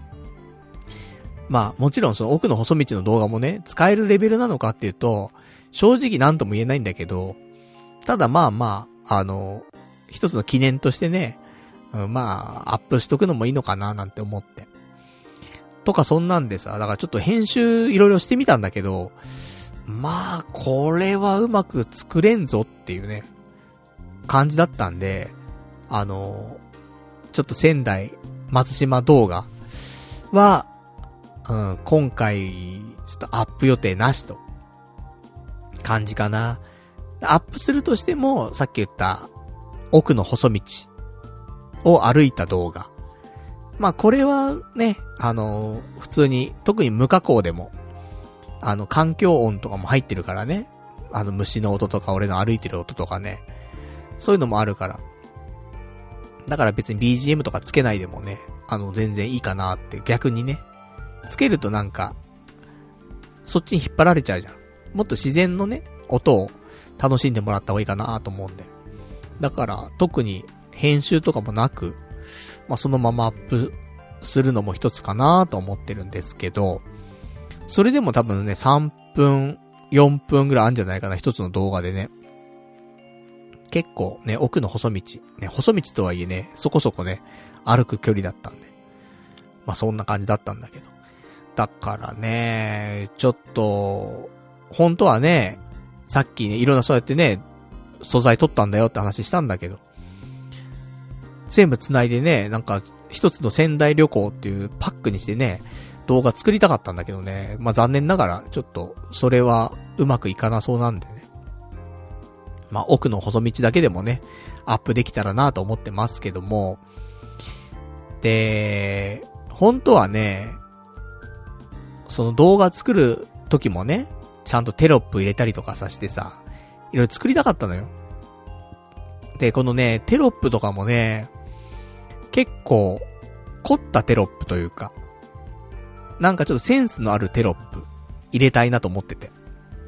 [SPEAKER 1] まあもちろんその奥の細道の動画もね、使えるレベルなのかっていうと、正直なんとも言えないんだけど、ただまあまあ、あの、一つの記念としてね、うん、まあ、アップしとくのもいいのかななんて思って。とかそんなんでさ、だからちょっと編集いろいろしてみたんだけど、まあ、これはうまく作れんぞっていうね、感じだったんで、あの、ちょっと仙台松島動画は、うん、今回、ちょっとアップ予定なしと。感じかな。アップするとしても、さっき言った、奥の細道を歩いた動画。まあこれはね、あの、普通に、特に無加工でも、あの、環境音とかも入ってるからね。あの、虫の音とか、俺の歩いてる音とかね。そういうのもあるから。だから別に ビージーエム とかつけないでもね、あの、全然いいかなって、逆にね。つけるとなんか、そっちに引っ張られちゃうじゃん。もっと自然のね、音を楽しんでもらった方がいいかなと思うんで。だから、特に編集とかもなく、まあ、そのままアップするのも一つかなと思ってるんですけど、それでも多分ね、さんぷん、よんぷんぐらいあるんじゃないかな、一つの動画でね。結構ね、奥の細道。ね、細道とはいえね、そこそこね、歩く距離だったんで。 まあそんな感じだったんだけど。だからね、ちょっと、本当はね、さっきね、いろんなそうやってね、素材取ったんだよって話したんだけど、全部繋いでね、なんか、一つの仙台旅行っていうパックにしてね、動画作りたかったんだけどね、まあ残念ながら、ちょっと、それはうまくいかなそうなんでね。まあ奥の細道だけでもね、アップできたらなと思ってますけども、で、本当はね、その動画作る時もね、ちゃんとテロップ入れたりとかさしてさ、いろいろ作りたかったのよ。で、このね、テロップとかもね、結構、凝ったテロップというか、なんかちょっとセンスのあるテロップ入れたいなと思ってて。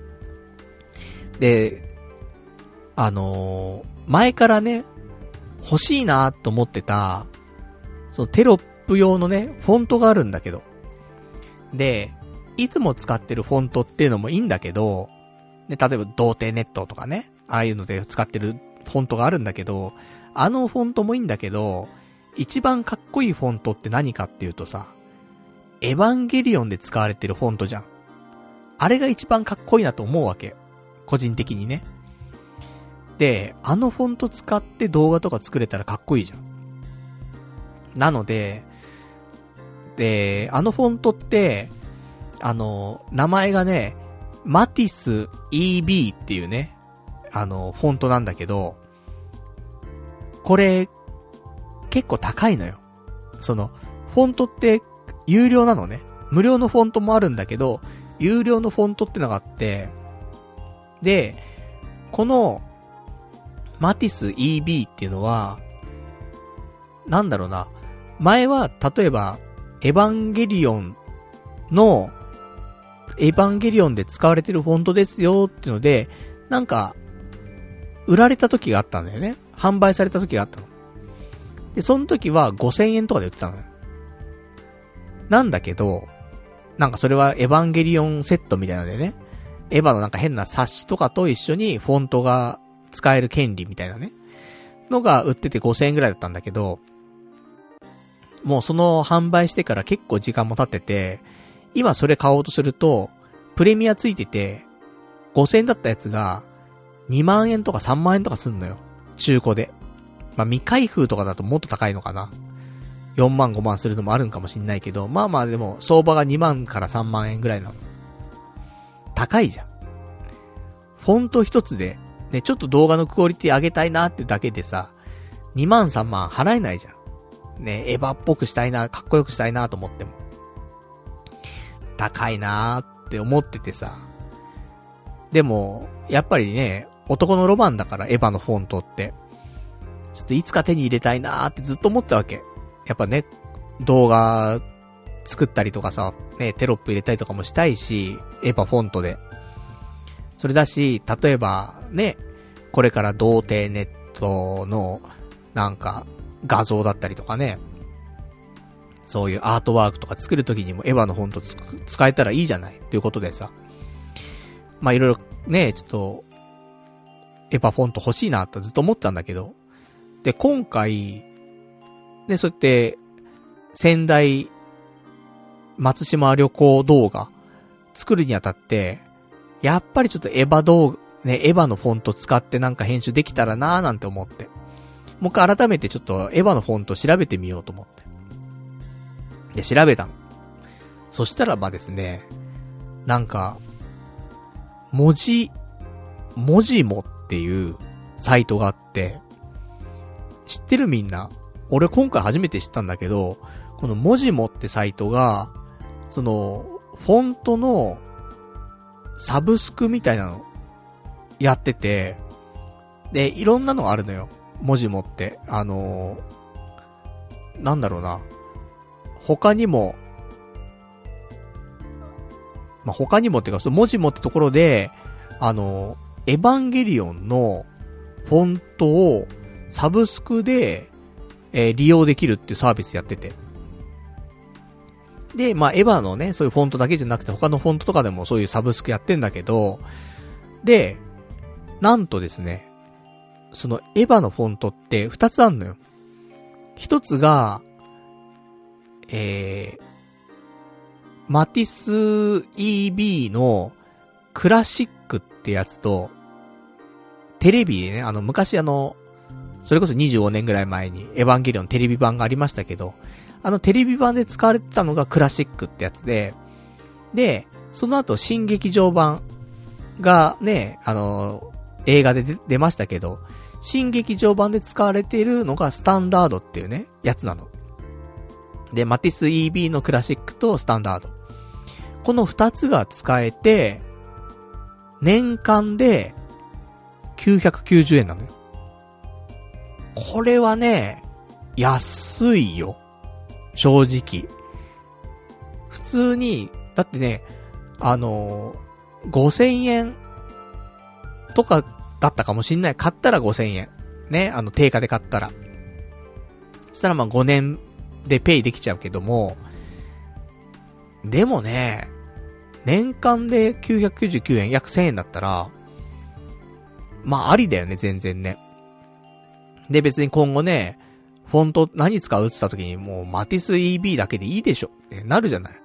[SPEAKER 1] で、あのー、前からね、欲しいなと思ってた、そのテロップ用のね、フォントがあるんだけど。で、いつも使ってるフォントっていうのもいいんだけど、ね、例えば童貞ネットとかね、ああいうので使ってるフォントがあるんだけど、あのフォントもいいんだけど、一番かっこいいフォントって何かっていうとさ、エヴァンゲリオンで使われてるフォントじゃん。あれが一番かっこいいなと思うわけ。個人的にね。で、あのフォント使って動画とか作れたらかっこいいじゃん。なので、で、あのフォントって、あの、名前がね、マティス イービー っていうね、あの、フォントなんだけど、これ、結構高いのよ。その、フォントって有料なのね。無料のフォントもあるんだけど、有料のフォントってのがあって、で、この、マティス イービー っていうのは、なんだろうな、前は、例えば、エヴァンゲリオンの、エヴァンゲリオンで使われてるフォントですよっていうので、なんか、売られた時があったんだよね。販売された時があったの。で、その時はごせんえんとかで売ってたのよ。なんだけど、なんかそれはエヴァンゲリオンセットみたいなのでね、エヴァのなんか変な冊子とかと一緒にフォントが使える権利みたいなね、のが売っててごせんえんぐらいだったんだけど、もうその販売してから結構時間も経ってて、今それ買おうとすると、プレミアついてて、ごせんえんだったやつが、にまんえんとかさんまんえんとかすんのよ。中古で。まあ、未開封とかだともっと高いのかな。よんまんごまんするのもあるんかもしんないけど、まあまあでも、相場がにまんからさんまんえんぐらいなの。高いじゃん。フォント一つで、ね、ちょっと動画のクオリティ上げたいなってだけでさ、にまんさんまん払えないじゃん。ね、エヴァっぽくしたいな、かっこよくしたいなと思っても。高いなーって思っててさ。でも、やっぱりね、男のロマンだからエヴァのフォントって。ちょっといつか手に入れたいなーってずっと思ったわけ。やっぱね、動画作ったりとかさ、ね、テロップ入れたりとかもしたいし、エヴァフォントで。それだし、例えばね、これから童貞ネットのなんか画像だったりとかね、そういうアートワークとか作るときにもエヴァのフォントつく使えたらいいじゃないということでさ。まあいろいろね、ちょっとエヴァフォント欲しいなとずっと思ってたんだけど、で今回ね、そうやって仙台松島旅行動画作るにあたって、やっぱりちょっとエヴァ動画ね、エヴァのフォント使ってなんか編集できたらなーなんて思って、もう一回改めてちょっとエヴァのフォント調べてみようと思って。で、調べたの。そしたらばですね、なんか、文字、文字もっていうサイトがあって、知ってるみんな？俺今回初めて知ったんだけど、この文字もってサイトが、その、フォントのサブスクみたいなのやってて、で、いろんなのがあるのよ。文字もって。あのー、なんだろうな。他にも、まあ、他にもっていうか、その文字もってところで、あの、エヴァンゲリオンのフォントをサブスクで、えー、利用できるっていうサービスやってて。で、まあ、エヴァのね、そういうフォントだけじゃなくて他のフォントとかでもそういうサブスクやってんだけど、で、なんとですね、そのエヴァのフォントって二つあんのよ。一つが、 えー、マティス イービー のクラシックってやつと、テレビでね、あの、昔あの、それこそにじゅうごねんぐらい前にエヴァンゲリオンテレビ版がありましたけど、あのテレビ版で使われてたのがクラシックってやつで、で、その後新劇場版がね、あの、映画で出ましたけど、新劇場版で使われているのがスタンダードっていうね、やつなの。で、マティス イービー のクラシックとスタンダード。この二つが使えて、年間できゅうひゃくきゅうじゅうえんなのよ。これはね、安いよ。正直。普通に、だってね、あのー、ごせんえんとかだったかもしんない。買ったらごせんえん。ね、あの、定価で買ったら。そしたらまあごねんでペイできちゃうけども、でもね、年間できゅうひゃくきゅうじゅうきゅうえん、約せんえんだったら、まあありだよね、全然ね。で、別に今後ね、フォント何使うって言った時にもうマティス イービー だけでいいでしょってなるじゃない。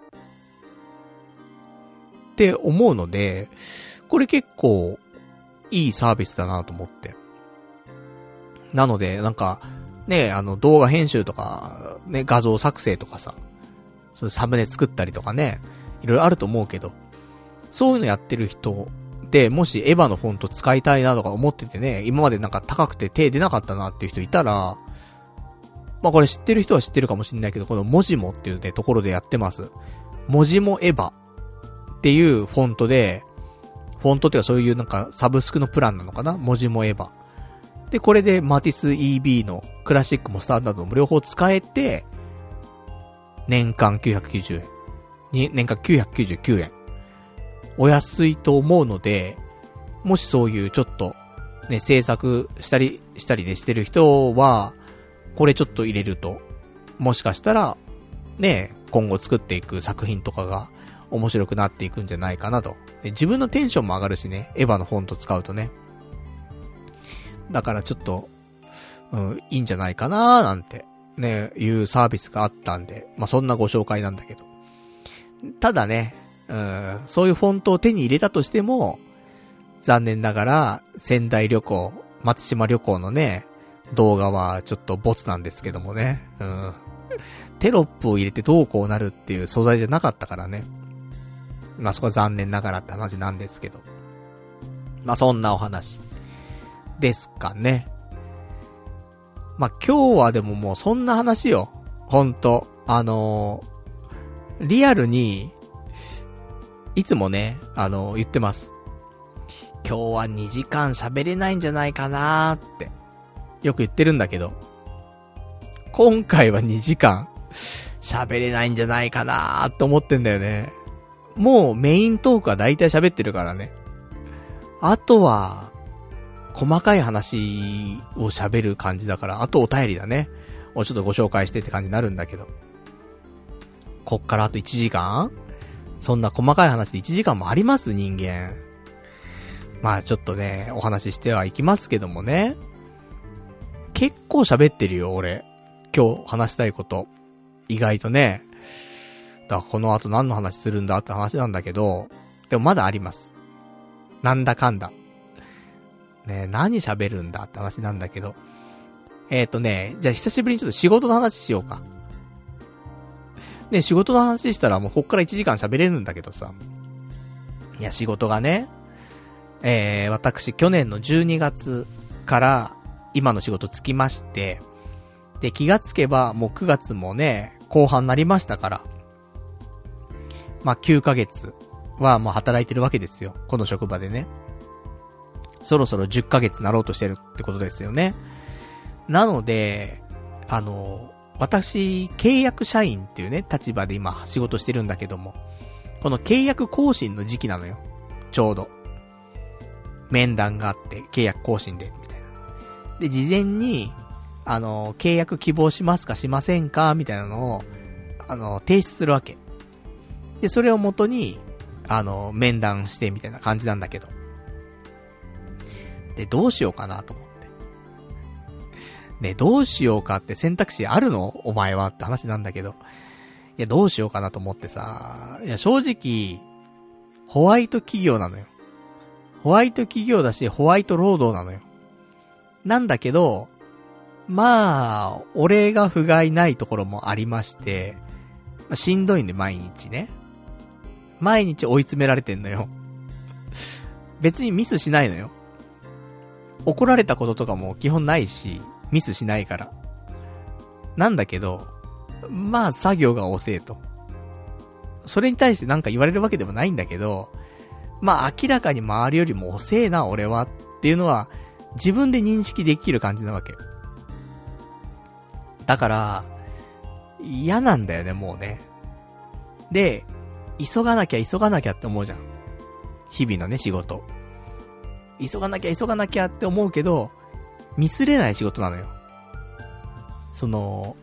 [SPEAKER 1] って思うので、これ結構いいサービスだなと思って。なので、なんか、ね、あの動画編集とか、ね、画像作成とかさ、そのサムネ作ったりとかね、いろいろあると思うけど、そういうのやってる人で、もしエヴァのフォント使いたいなとか思っててね、今までなんか高くて手出なかったなっていう人いたら、まあこれ知ってる人は知ってるかもしれないけど、この文字もっていうね、ところでやってます。文字もエヴァっていうフォントで、フォントっていうかそういうなんかサブスクのプランなのかな、文字もエヴァ。で、これでマティス イービー のクラシックもスタンダードも両方使えて、年間きゅうひゃくきゅうじゅうえん。に、年間きゅうひゃくきゅうじゅうきゅうえん。お安いと思うので、もしそういうちょっと、ね、制作したり、したりね、してる人は、これちょっと入れると、もしかしたら、ね、今後作っていく作品とかが面白くなっていくんじゃないかなと。自分のテンションも上がるしね、エヴァのフォント使うとね。だからちょっと、うん、いいんじゃないかなーなんて、ね、いうサービスがあったんで、まあ、そんなご紹介なんだけど。ただね、うん、そういうフォントを手に入れたとしても、残念ながら、仙台旅行、松島旅行のね、動画はちょっとボツなんですけどもね。うん。テロップを入れてどうこうなるっていう素材じゃなかったからね。まあそこは残念ながらって話なんですけど。まあそんなお話。ですかね。まあ今日はでももうそんな話よ。ほんと。あのー、リアルに、いつもね、あのー、言ってます。今日はにじかん喋れないんじゃないかなーって。よく言ってるんだけど、今回はにじかん喋れないんじゃないかなーって思ってんだよね。もうメイントークは大体喋ってるからね。あとは細かい話を喋る感じだから、あとお便りだねをちょっとご紹介してって感じになるんだけど、こっからあといちじかん、そんな細かい話でいちじかんもあります、人間。まあちょっとね、お話ししてはいきますけどもね。結構喋ってるよ、俺。今日話したいこと。意外とね。だからこの後何の話するんだって話なんだけど、でもまだあります。なんだかんだ。ね、何喋るんだって話なんだけど。えっとね、じゃあ久しぶりにちょっと仕事の話しようか。ね、仕事の話したらもうこっからいちじかん喋れるんだけどさ。いや、仕事がね、えー、私去年のじゅうにがつから今の仕事つきまして、で、気がつけばもうくがつもね、後半になりましたから、まあ、きゅうかげつはもう働いてるわけですよ。この職場でね。そろそろじゅっかげつなろうとしてるってことですよね。なので、あの、私、契約社員っていうね、立場で今仕事してるんだけども、この契約更新の時期なのよ。ちょうど。面談があって、契約更新で、みたいな。で、事前に、あの、契約希望しますかしませんかみたいなのを、あの、提出するわけ。で、それを元に、あの、面談してみたいな感じなんだけど。で、どうしようかなと思って。ね、どうしようかって選択肢あるのお前はって話なんだけど。 いや、どうしようかなと思ってさ、いや、正直、ホワイト企業なのよ。ホワイト企業だし、ホワイト労働なのよ。なんだけど、まあ、俺が不甲斐ないところもありまして、まあ、しんどいんで毎日ね。毎日追い詰められてんのよ。別にミスしないのよ。怒られたこととかも基本ないし、ミスしないから。なんだけど、まあ作業が遅えと。それに対してなんか言われるわけでもないんだけど、まあ明らかに周りよりも遅えな俺はっていうのは自分で認識できる感じなわけ。だから、嫌なんだよね、もうね。で、急がなきゃ急がなきゃって思うじゃん。日々のね、仕事。急がなきゃ急がなきゃって思うけど、ミスれない仕事なのよ。その、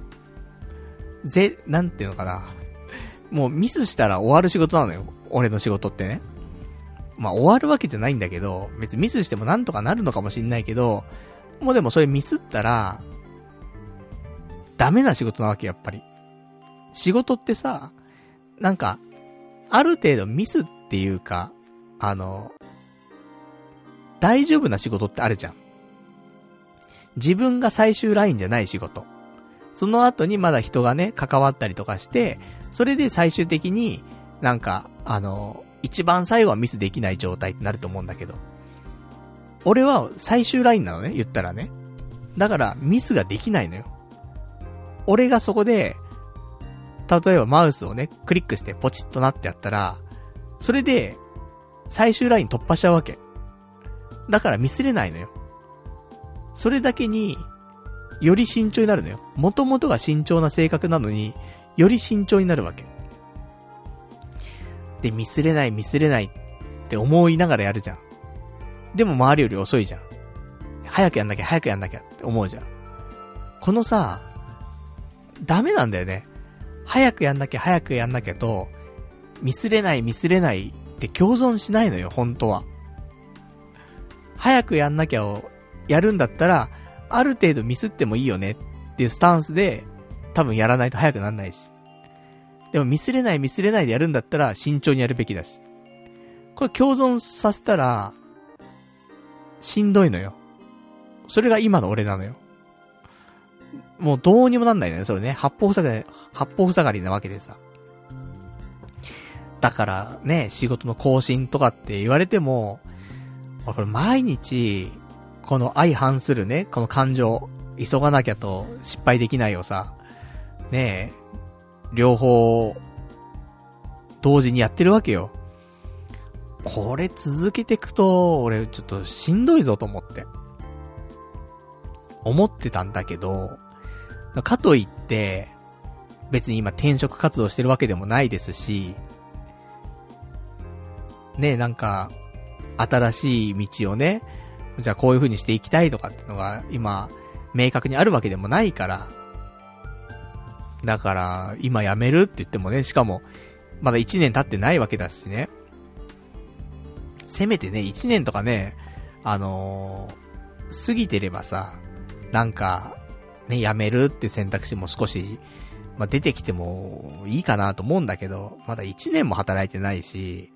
[SPEAKER 1] ぜ、なんていうのかな。もうミスしたら終わる仕事なのよ。俺の仕事ってね。まあ終わるわけじゃないんだけど、別にミスしてもなんとかなるのかもしんないけど、もうでもそれミスったら、ダメな仕事なわけやっぱり。仕事ってさ、なんか、ある程度ミスっていうか、あの、大丈夫な仕事ってあるじゃん。自分が最終ラインじゃない仕事。その後にまだ人がね、関わったりとかして、それで最終的になんか、あの、一番最後はミスできない状態ってなると思うんだけど。俺は最終ラインなのね、言ったらね。だからミスができないのよ。俺がそこで、例えばマウスをね、クリックしてポチッとなってやったら、それで最終ライン突破しちゃうわけ。だからミスれないのよ。それだけに、より慎重になるのよ。もともとが慎重な性格なのに、より慎重になるわけ。で、ミスれないミスれないって思いながらやるじゃん。でも周りより遅いじゃん。早くやんなきゃ早くやんなきゃって思うじゃん。このさ、ダメなんだよね。早くやんなきゃ早くやんなきゃと、ミスれないミスれないって共存しないのよ、本当は。早くやんなきゃをやるんだったら、ある程度ミスってもいいよねっていうスタンスで、多分やらないと早くなんないし。でもミスれないミスれないでやるんだったら慎重にやるべきだし。これ共存させたら、しんどいのよ。それが今の俺なのよ。もうどうにもなんないのよ、それね。八方塞がり、八方塞がりなわけでさ。だからね、仕事の更新とかって言われても、これ毎日、この相反するね、この感情、急がなきゃと失敗できないをさ、ねえ、両方、同時にやってるわけよ。これ続けてくと、俺ちょっとしんどいぞと思って。思ってたんだけど、かといって、別に今転職活動してるわけでもないですし、ねえ、なんか、新しい道をね、じゃあこういう風にしていきたいとかってのが今明確にあるわけでもないから。だから今辞めるって言ってもね、しかもまだいちねん経ってないわけだしね。せめてね、いちねんとかね、あのー、過ぎてればさ、なんかね、辞めるって選択肢も少し、まあ、出てきてもいいかなと思うんだけど、まだいちねんも働いてないし、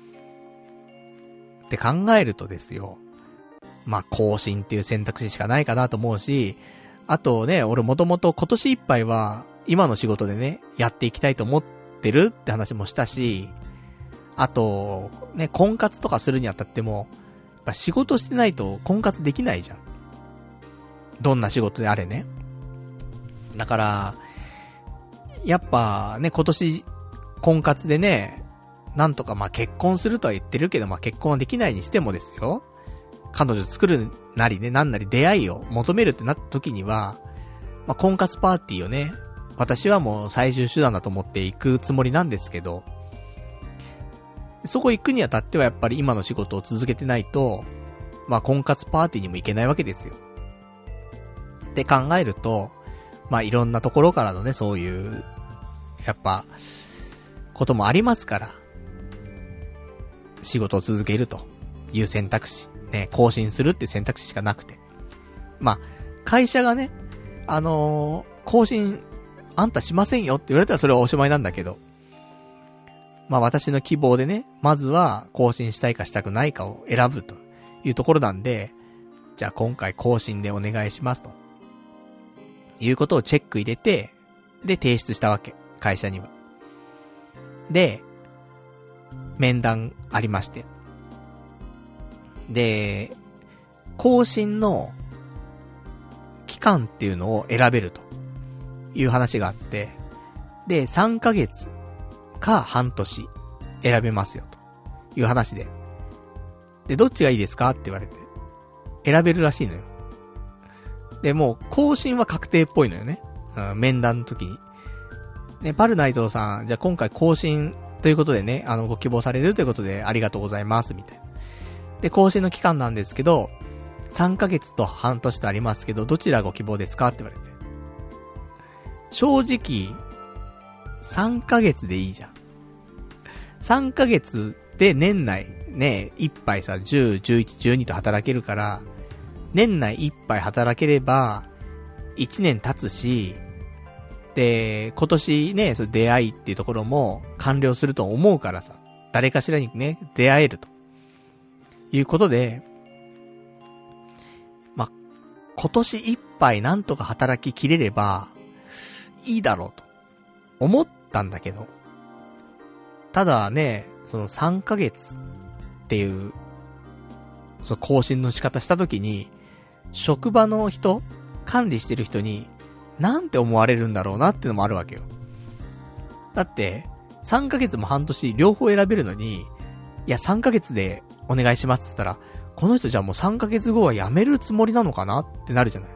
[SPEAKER 1] って考えるとですよ。まあ、更新っていう選択肢しかないかなと思うし、あとね、俺もともと今年いっぱいは、今の仕事でね、やっていきたいと思ってるって話もしたし、あと、ね、婚活とかするにあたっても、やっぱ仕事してないと婚活できないじゃん。どんな仕事であれね。だから、やっぱね、今年、婚活でね、なんとかまあ結婚するとは言ってるけど、まあ結婚はできないにしてもですよ。彼女作るなりね、なんなり出会いを求めるってなった時には、まあ婚活パーティーをね、私はもう最終手段だと思っていくつもりなんですけど、そこ行くにあたってはやっぱり今の仕事を続けてないと、まあ婚活パーティーにも行けないわけですよ。って考えると、まあいろんなところからのね、そういう、やっぱ、こともありますから、仕事を続けるという選択肢、ね、更新するっていう選択肢しかなくて。まあ、会社がね、あのー、更新あんたしませんよって言われたらそれはおしまいなんだけど。まあ私の希望でね、まずは更新したいかしたくないかを選ぶというところなんで、じゃあ今回更新でお願いしますと。いうことをチェック入れて、で提出したわけ。会社には。で、面談ありまして。で、更新の期間っていうのを選べるという話があって、で、さんかげつか半年選べますよという話で。で、どっちがいいですかって言われて。選べるらしいのよ。で、もう更新は確定っぽいのよね。うん、面談の時に。ね、パル内藤さん、じゃあ今回更新ということでね、あの、ご希望されるということでありがとうございます、みたいな。で、更新の期間なんですけど、さんかげつと半年とありますけど、どちらご希望ですかって言われて。正直、さんかげつでいいじゃん。さんかげつで年内、ね、いっぱいさ、じゅう、じゅういち、じゅうにと働けるから、年内いっぱい働ければ、いちねん経つし、で、今年ね、その出会いっていうところも完了すると思うからさ、誰かしらにね、出会えると。いうことで、ま、今年いっぱいなんとか働ききれれば、いいだろうと、思ったんだけど、ただね、そのさんかげつっていう、その更新の仕方したときに、職場の人、管理してる人に、なんて思われるんだろうなっていうのもあるわけよ。だって、さんかげつも半年両方選べるのに、いやさんかげつでお願いしますって言ったら、この人じゃあもうさんかげつごは辞めるつもりなのかなってなるじゃない。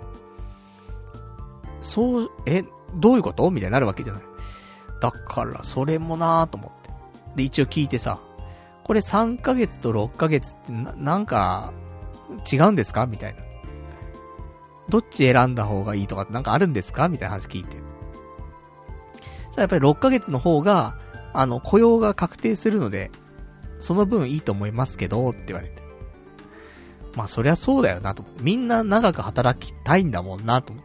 [SPEAKER 1] そう、え、どういうことみたいになるわけじゃない。だからそれもなぁと思って。で、一応聞いてさ、これさんかげつとろっかげつってな、なんか、違うんですかみたいな。どっち選んだ方がいいとかってなんかあるんですかみたいな話聞いて。さあやっぱりろっかげつの方が、あの、雇用が確定するので、その分いいと思いますけど、って言われて。まあそりゃそうだよなと思って。みんな長く働きたいんだもんなと思って。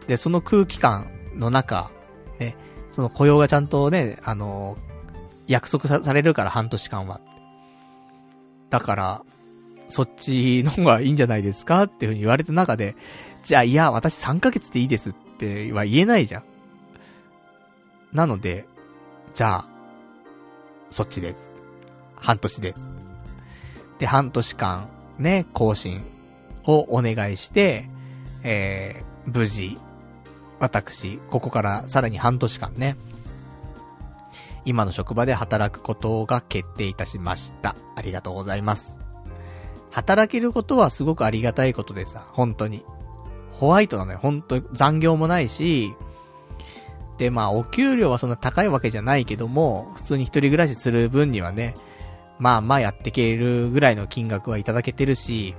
[SPEAKER 1] で、その空気感の中、ね、その雇用がちゃんとね、あのー、約束さ、されるから半年間は。だから、そっちの方がいいんじゃないですかっていう風に言われた中で、じゃあいや、私さんかげつでいいですっては言えないじゃん。なので、じゃあ、そっちです。半年です。で、半年間、ね、更新をお願いして、えー、無事、私、ここからさらに半年間ね、今の職場で働くことが決定いたしました。ありがとうございます。働けることはすごくありがたいことでさ、本当に。ホワイトなのよ、本当に残業もないし、で、まあ、お給料はそんな高いわけじゃないけども、普通に一人暮らしする分にはね、まあまあやってけるぐらいの金額はいただけてるし、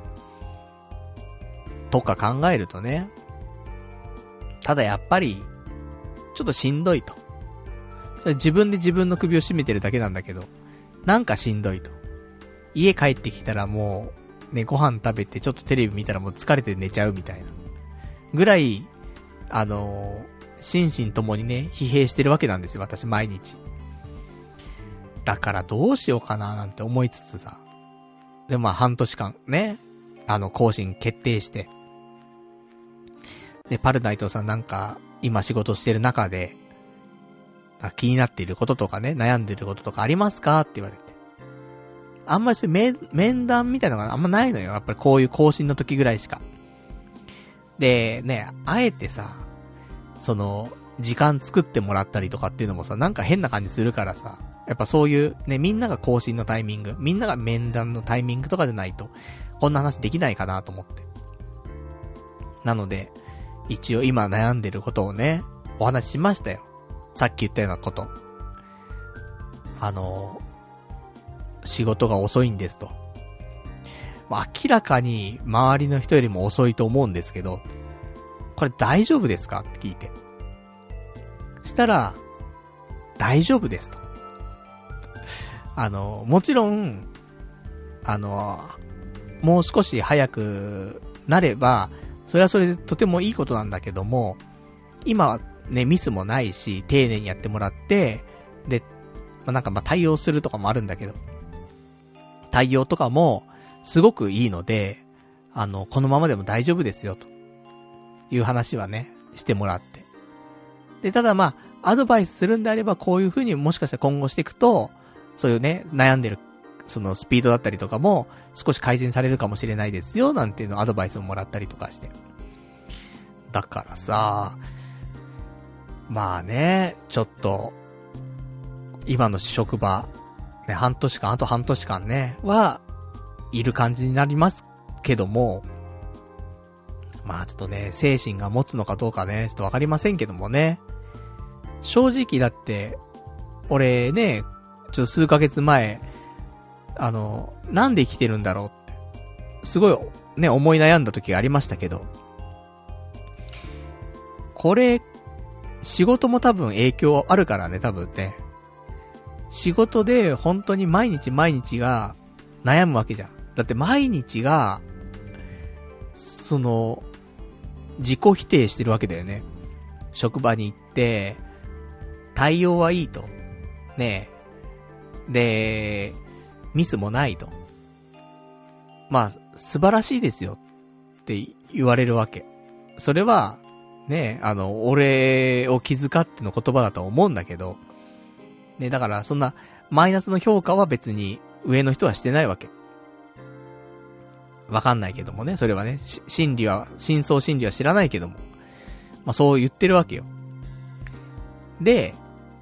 [SPEAKER 1] とか考えるとね、ただやっぱり、ちょっとしんどいと。それ自分で自分の首を絞めてるだけなんだけど、なんかしんどいと。家帰ってきたらもう、ね、ご飯食べてちょっとテレビ見たらもう疲れて寝ちゃうみたいな。ぐらい、あのー、心身ともにね、疲弊してるわけなんですよ、私毎日。だからどうしようかななんて思いつつさ。で、まあ半年間ね、あの、更新決定して。で、パルナイトさんなんか、今仕事してる中で、気になっていることとかね、悩んでいることとかありますかって言われて。あんまりそういう面、面談みたいなのがあんまないのよ。やっぱりこういう更新の時ぐらいしか。で、ね、あえてさ、その、時間作ってもらったりとかっていうのもさ、なんか変な感じするからさ、やっぱそういう、ね、みんなが更新のタイミング、みんなが面談のタイミングとかじゃないと、こんな話できないかなと思って。なので、一応今悩んでることをね、お話ししましたよ。さっき言ったようなこと。あの、仕事が遅いんですと。まあ、明らかに周りの人よりも遅いと思うんですけど、これ大丈夫ですかって聞いて。したら、大丈夫ですと。あの、もちろん、あの、もう少し早くなれば、それはそれでとてもいいことなんだけども、今はね、ミスもないし、丁寧にやってもらって、で、まあ、なんかま、対応するとかもあるんだけど、対応とかも、すごくいいので、あの、このままでも大丈夫ですよ、という話はね、してもらって。で、ただまあ、アドバイスするんであれば、こういう風にもしかしたら今後していくと、そういうね、悩んでる、そのスピードだったりとかも、少し改善されるかもしれないですよ、なんていうのアドバイスをもらったりとかして。だからさ、まあね、ちょっと、今の職場、ね、半年間、あと半年間ね、は、いる感じになりますけども、まあちょっとね、精神が持つのかどうかね、ちょっとわかりませんけどもね。正直だって、俺ね、ちょっと数ヶ月前、あの、なんで生きてるんだろうって、すごいね、思い悩んだ時がありましたけど、これ、仕事も多分影響あるからね、多分ね。仕事で本当に毎日毎日が悩むわけじゃん。だって毎日が、その、自己否定してるわけだよね。職場に行って、対応はいいと。ねえ。で、ミスもないと。まあ、素晴らしいですよって言われるわけ。それは、ねえ、あの、俺を気遣っての言葉だと思うんだけど、ね、だからそんなマイナスの評価は別に上の人はしてないわけ。わかんないけどもね、それはね、真理は、真相真理は知らないけども。まあそう言ってるわけよ。で、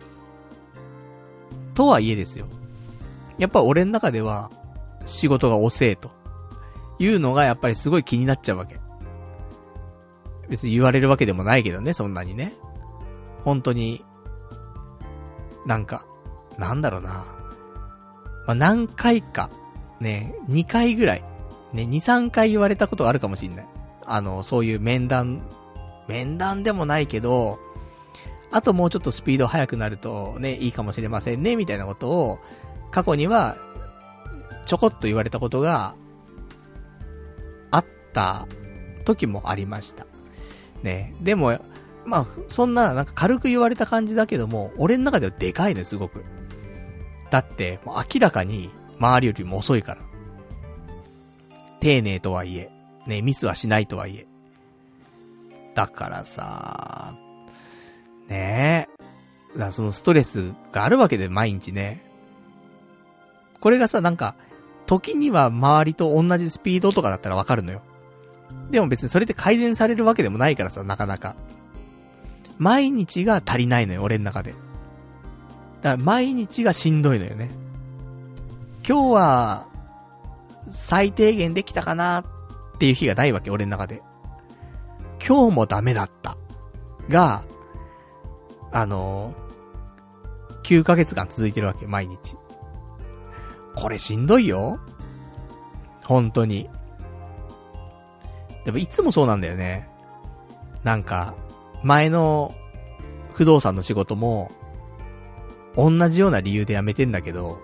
[SPEAKER 1] とはいえですよ。やっぱ俺の中では、仕事が遅えと。いうのがやっぱりすごい気になっちゃうわけ。別に言われるわけでもないけどね、そんなにね。本当に、なんか、なんだろうな。まあ、何回か、ね、にかいぐらい、ね、に、さんかい言われたことがあるかもしんない。あの、そういう面談、面談でもないけど、あともうちょっとスピード速くなるとね、いいかもしれませんね、みたいなことを、過去には、ちょこっと言われたことが、あった時もありました。ね、でも、まあ、そんな、なんか軽く言われた感じだけども、俺の中ではでかいね、すごく。だって、もう明らかに、周りよりも遅いから。丁寧とはいえ、ね、ミスはしないとはいえ。だからさ、ねえ。だからそのストレスがあるわけで、毎日ね。これがさ、なんか、時には周りと同じスピードとかだったらわかるのよ。でも別にそれって改善されるわけでもないからさ、なかなか。毎日が足りないのよ、俺の中で。だから毎日がしんどいのよね。今日は、最低限できたかなっていう日がないわけ、俺の中で。今日もダメだった。が、あのー、きゅうかげつかん続いてるわけ、毎日。これしんどいよ。本当に。でもいつもそうなんだよね。なんか、前の不動産の仕事も、同じような理由で辞めてんだけど、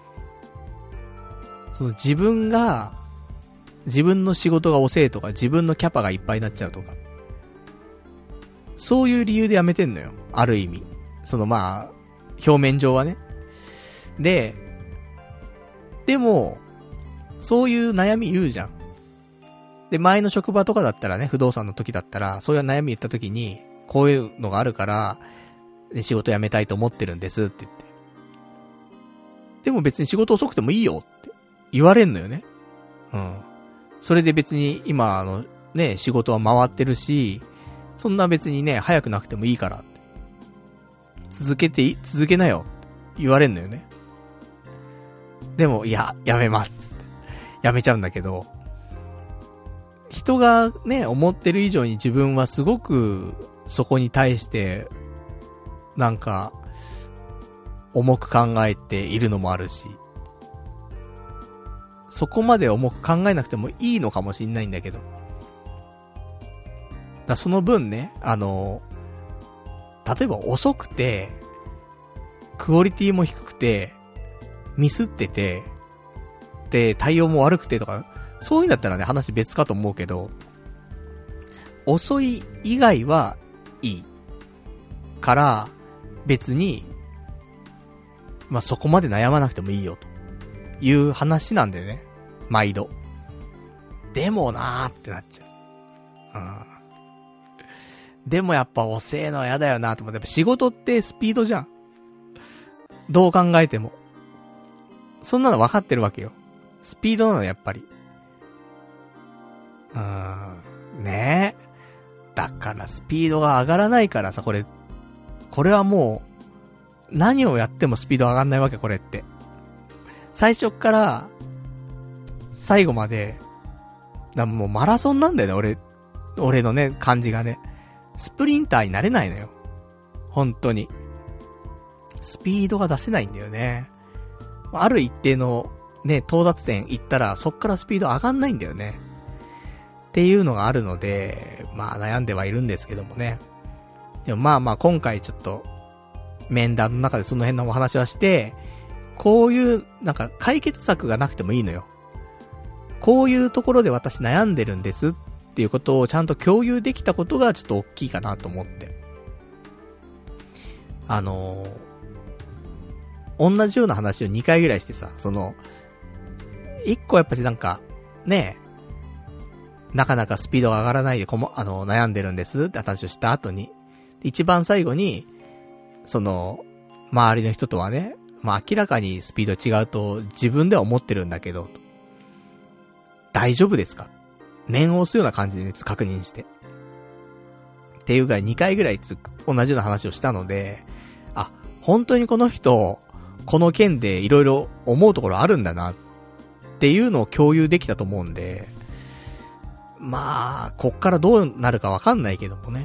[SPEAKER 1] その自分が、自分の仕事が遅いとか、自分のキャパがいっぱいになっちゃうとか、そういう理由で辞めてんのよ。ある意味。そのまあ、表面上はね。で、でも、そういう悩み言うじゃん。で、前の職場とかだったらね、不動産の時だったら、そういう悩み言った時に、こういうのがあるから、で仕事辞めたいと思ってるんですって言って。でも別に仕事遅くてもいいよって言われんのよね。うん。それで別に今あのね、仕事は回ってるし、そんな別にね、早くなくてもいいからって。続けてい、続けなよって言われんのよね。でも、いや、やめますって。やめちゃうんだけど、人がね、思ってる以上に自分はすごくそこに対して、なんか、重く考えているのもあるし、そこまで重く考えなくてもいいのかもしんないんだけど。だその分ね、あの、例えば遅くて、クオリティも低くて、ミスってて、で、対応も悪くてとか、そういうんだったらね、話別かと思うけど、遅い以外はいい。 から別に、まあ、そこまで悩まなくてもいいよという話なんだよね。毎度。でもなーってなっちゃう。うん。でもやっぱ遅えのは嫌だよなと思って、やっぱ仕事ってスピードじゃん。どう考えても。そんなの分かってるわけよ。スピードなのやっぱり。うーん。ねえ。だからスピードが上がらないからさ、これ、これはもう、何をやってもスピード上がんないわけ、これって。最初から、最後まで、だもうマラソンなんだよね、俺、俺のね、感じがね。スプリンターになれないのよ。本当に。スピードが出せないんだよね。ある一定の、ね、到達点行ったら、そっからスピード上がんないんだよね。っていうのがあるので、まあ悩んではいるんですけどもね。でもまあまあ今回ちょっと、面談の中でその辺のお話はして、こういう、なんか解決策がなくてもいいのよ。こういうところで私悩んでるんですっていうことをちゃんと共有できたことがちょっと大きいかなと思って。あのー、同じような話をにかいぐらいしてさ、その、いっこやっぱしなんか、ねえ、なかなかスピードが上がらないでこも、あの、悩んでるんですって話をした後に、一番最後に、その、周りの人とはね、まあ明らかにスピード違うと自分では思ってるんだけど、大丈夫ですか？念を押すような感じでね、確認して。っていうぐらいにかいぐらいつ同じような話をしたので、あ、本当にこの人、この件でいろいろ思うところあるんだなっていうのを共有できたと思うんで、まあ、こっからどうなるかわかんないけどもね。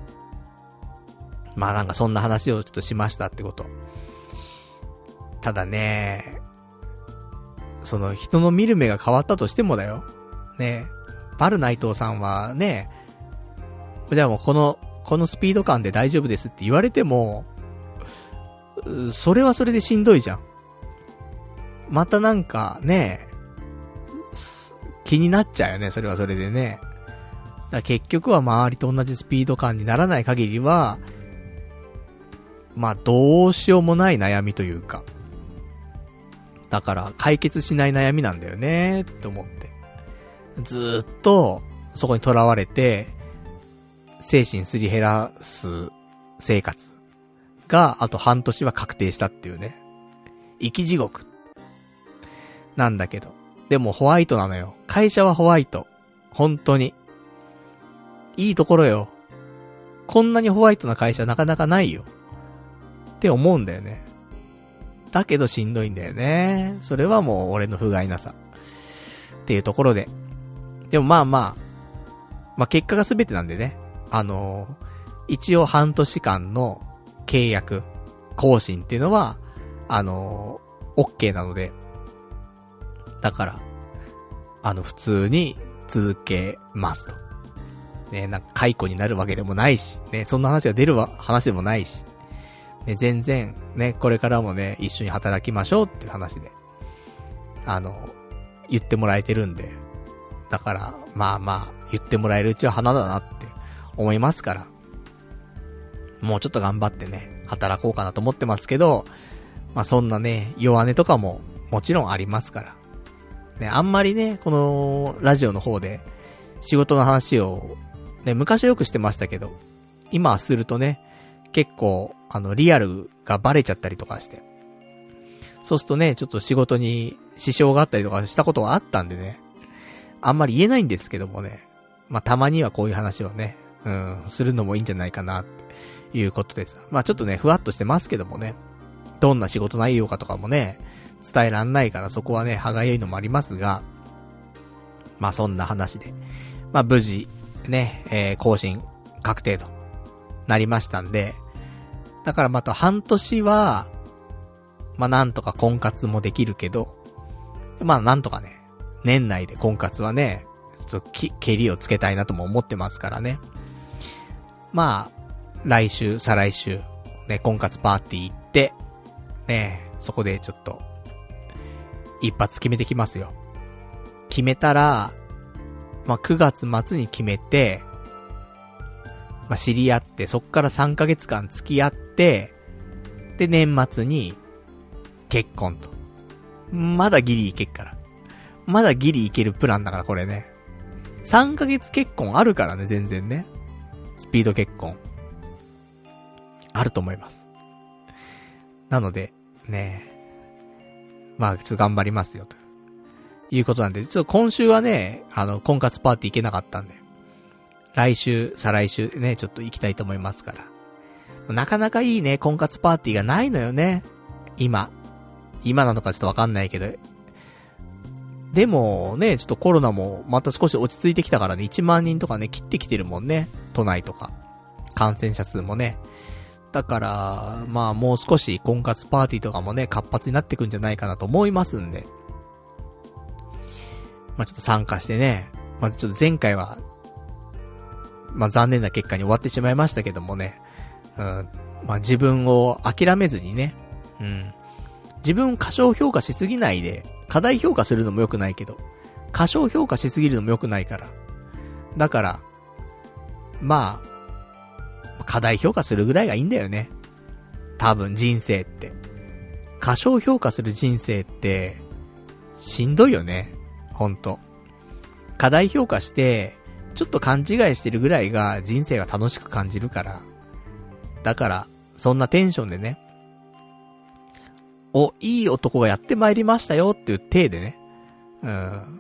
[SPEAKER 1] まあなんかそんな話をちょっとしましたってこと。ただね、その人の見る目が変わったとしてもだよ。ね、バル内藤さんはね、じゃあもうこの、このスピード感で大丈夫ですって言われても、それはそれでしんどいじゃん。またなんかね、気になっちゃうよね、それはそれでね。だから結局は周りと同じスピード感にならない限りは、まあどうしようもない悩みというか。だから解決しない悩みなんだよねって思って。ずーっとそこに囚われて、精神すり減らす生活があと半年は確定したっていうね。生き地獄。なんだけど。でもホワイトなのよ。会社はホワイト。本当に。いいところよ。こんなにホワイトな会社なかなかないよ。って思うんだよね。だけどしんどいんだよね。それはもう俺の不甲斐なさ。っていうところで。でもまあまあ、まあ結果が全てなんでね。あのー、一応半年間の契約、更新っていうのは、あのー、OK なので。だから、あの普通に続けますと。ね、なんか解雇になるわけでもないし、ね、そんな話が出るわ話でもないし。ね、全然、ね、これからもね、一緒に働きましょうっていう話で、あの、言ってもらえてるんで、だから、まあまあ、言ってもらえるうちは花だなって思いますから、もうちょっと頑張ってね、働こうかなと思ってますけど、まあそんなね、弱音とかももちろんありますから、ね、あんまりね、このラジオの方で仕事の話を、ね、昔はよくしてましたけど、今はするとね、結構、あの、リアルがバレちゃったりとかして。そうするとね、ちょっと仕事に支障があったりとかしたことがあったんでね。あんまり言えないんですけどもね。まあ、たまにはこういう話をね、うん、するのもいいんじゃないかな、っていうことです。まあ、ちょっとね、ふわっとしてますけどもね。どんな仕事内容かとかもね、伝えらんないからそこはね、歯がゆいのもありますが。まあ、そんな話で。まあ、無事、ね、えー、更新確定となりましたんで、だからまた半年は、まあなんとか婚活もできるけど、まあなんとかね、年内で婚活はね、ちょっとき、蹴りをつけたいなとも思ってますからね。まあ、来週、再来週、ね、婚活パーティー行って、ね、そこでちょっと、一発決めてきますよ。決めたら、まあくがつ末に決めて、 まあ、知り合って、そっからさんかげつかん付き合って、で、年末に、結婚と。まだギリいけっから。まだギリいけるプランだから、これね。さんかげつ結婚あるからね、全然ね。スピード結婚。あると思います。なので、ね。まあ、ちょっと頑張りますよ、ということなんで、ちょっと今週はね、あの、婚活パーティー行けなかったんで、来週、再来週ね、ちょっと行きたいと思いますから。なかなかいいね、婚活パーティーがないのよね。今。今なのかちょっとわかんないけど。でもね、ちょっとコロナもまた少し落ち着いてきたからね、いちまんにんとかね、切ってきてるもんね。都内とか。感染者数もね。だから、まあもう少し婚活パーティーとかもね、活発になってくんじゃないかなと思いますんで。まあちょっと参加してね。まあちょっと前回は、まあ残念な結果に終わってしまいましたけどもね。うん。まあ自分を諦めずにね。うん。自分を過小評価しすぎないで、過大評価するのも良くないけど、過小評価しすぎるのも良くないから。だから、まあ、過大評価するぐらいがいいんだよね。多分人生って。過小評価する人生って、しんどいよね。ほんと。過大評価して、ちょっと勘違いしてるぐらいが人生が楽しく感じるから。だから、そんなテンションでね。お、いい男がやってまいりましたよっていう体でね。うん。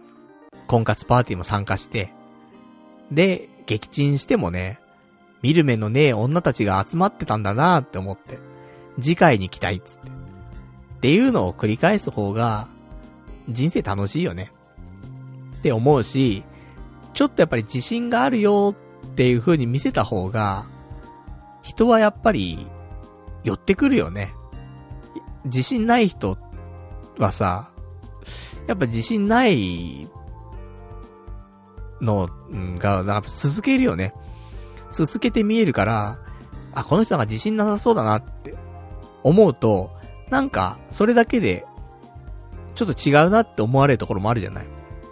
[SPEAKER 1] 婚活パーティーも参加して。で、撃沈してもね、見る目のねえ女たちが集まってたんだなーって思って。次回に期待っつって。っていうのを繰り返す方が、人生楽しいよね。って思うし、ちょっとやっぱり自信があるよっていう風に見せた方が、人はやっぱり、寄ってくるよね。自信ない人はさ、やっぱ自信ないのが、なんか続けるよね。続けて見えるから、あ、この人なんか自信なさそうだなって思うと、なんかそれだけでちょっと違うなって思われるところもあるじゃない。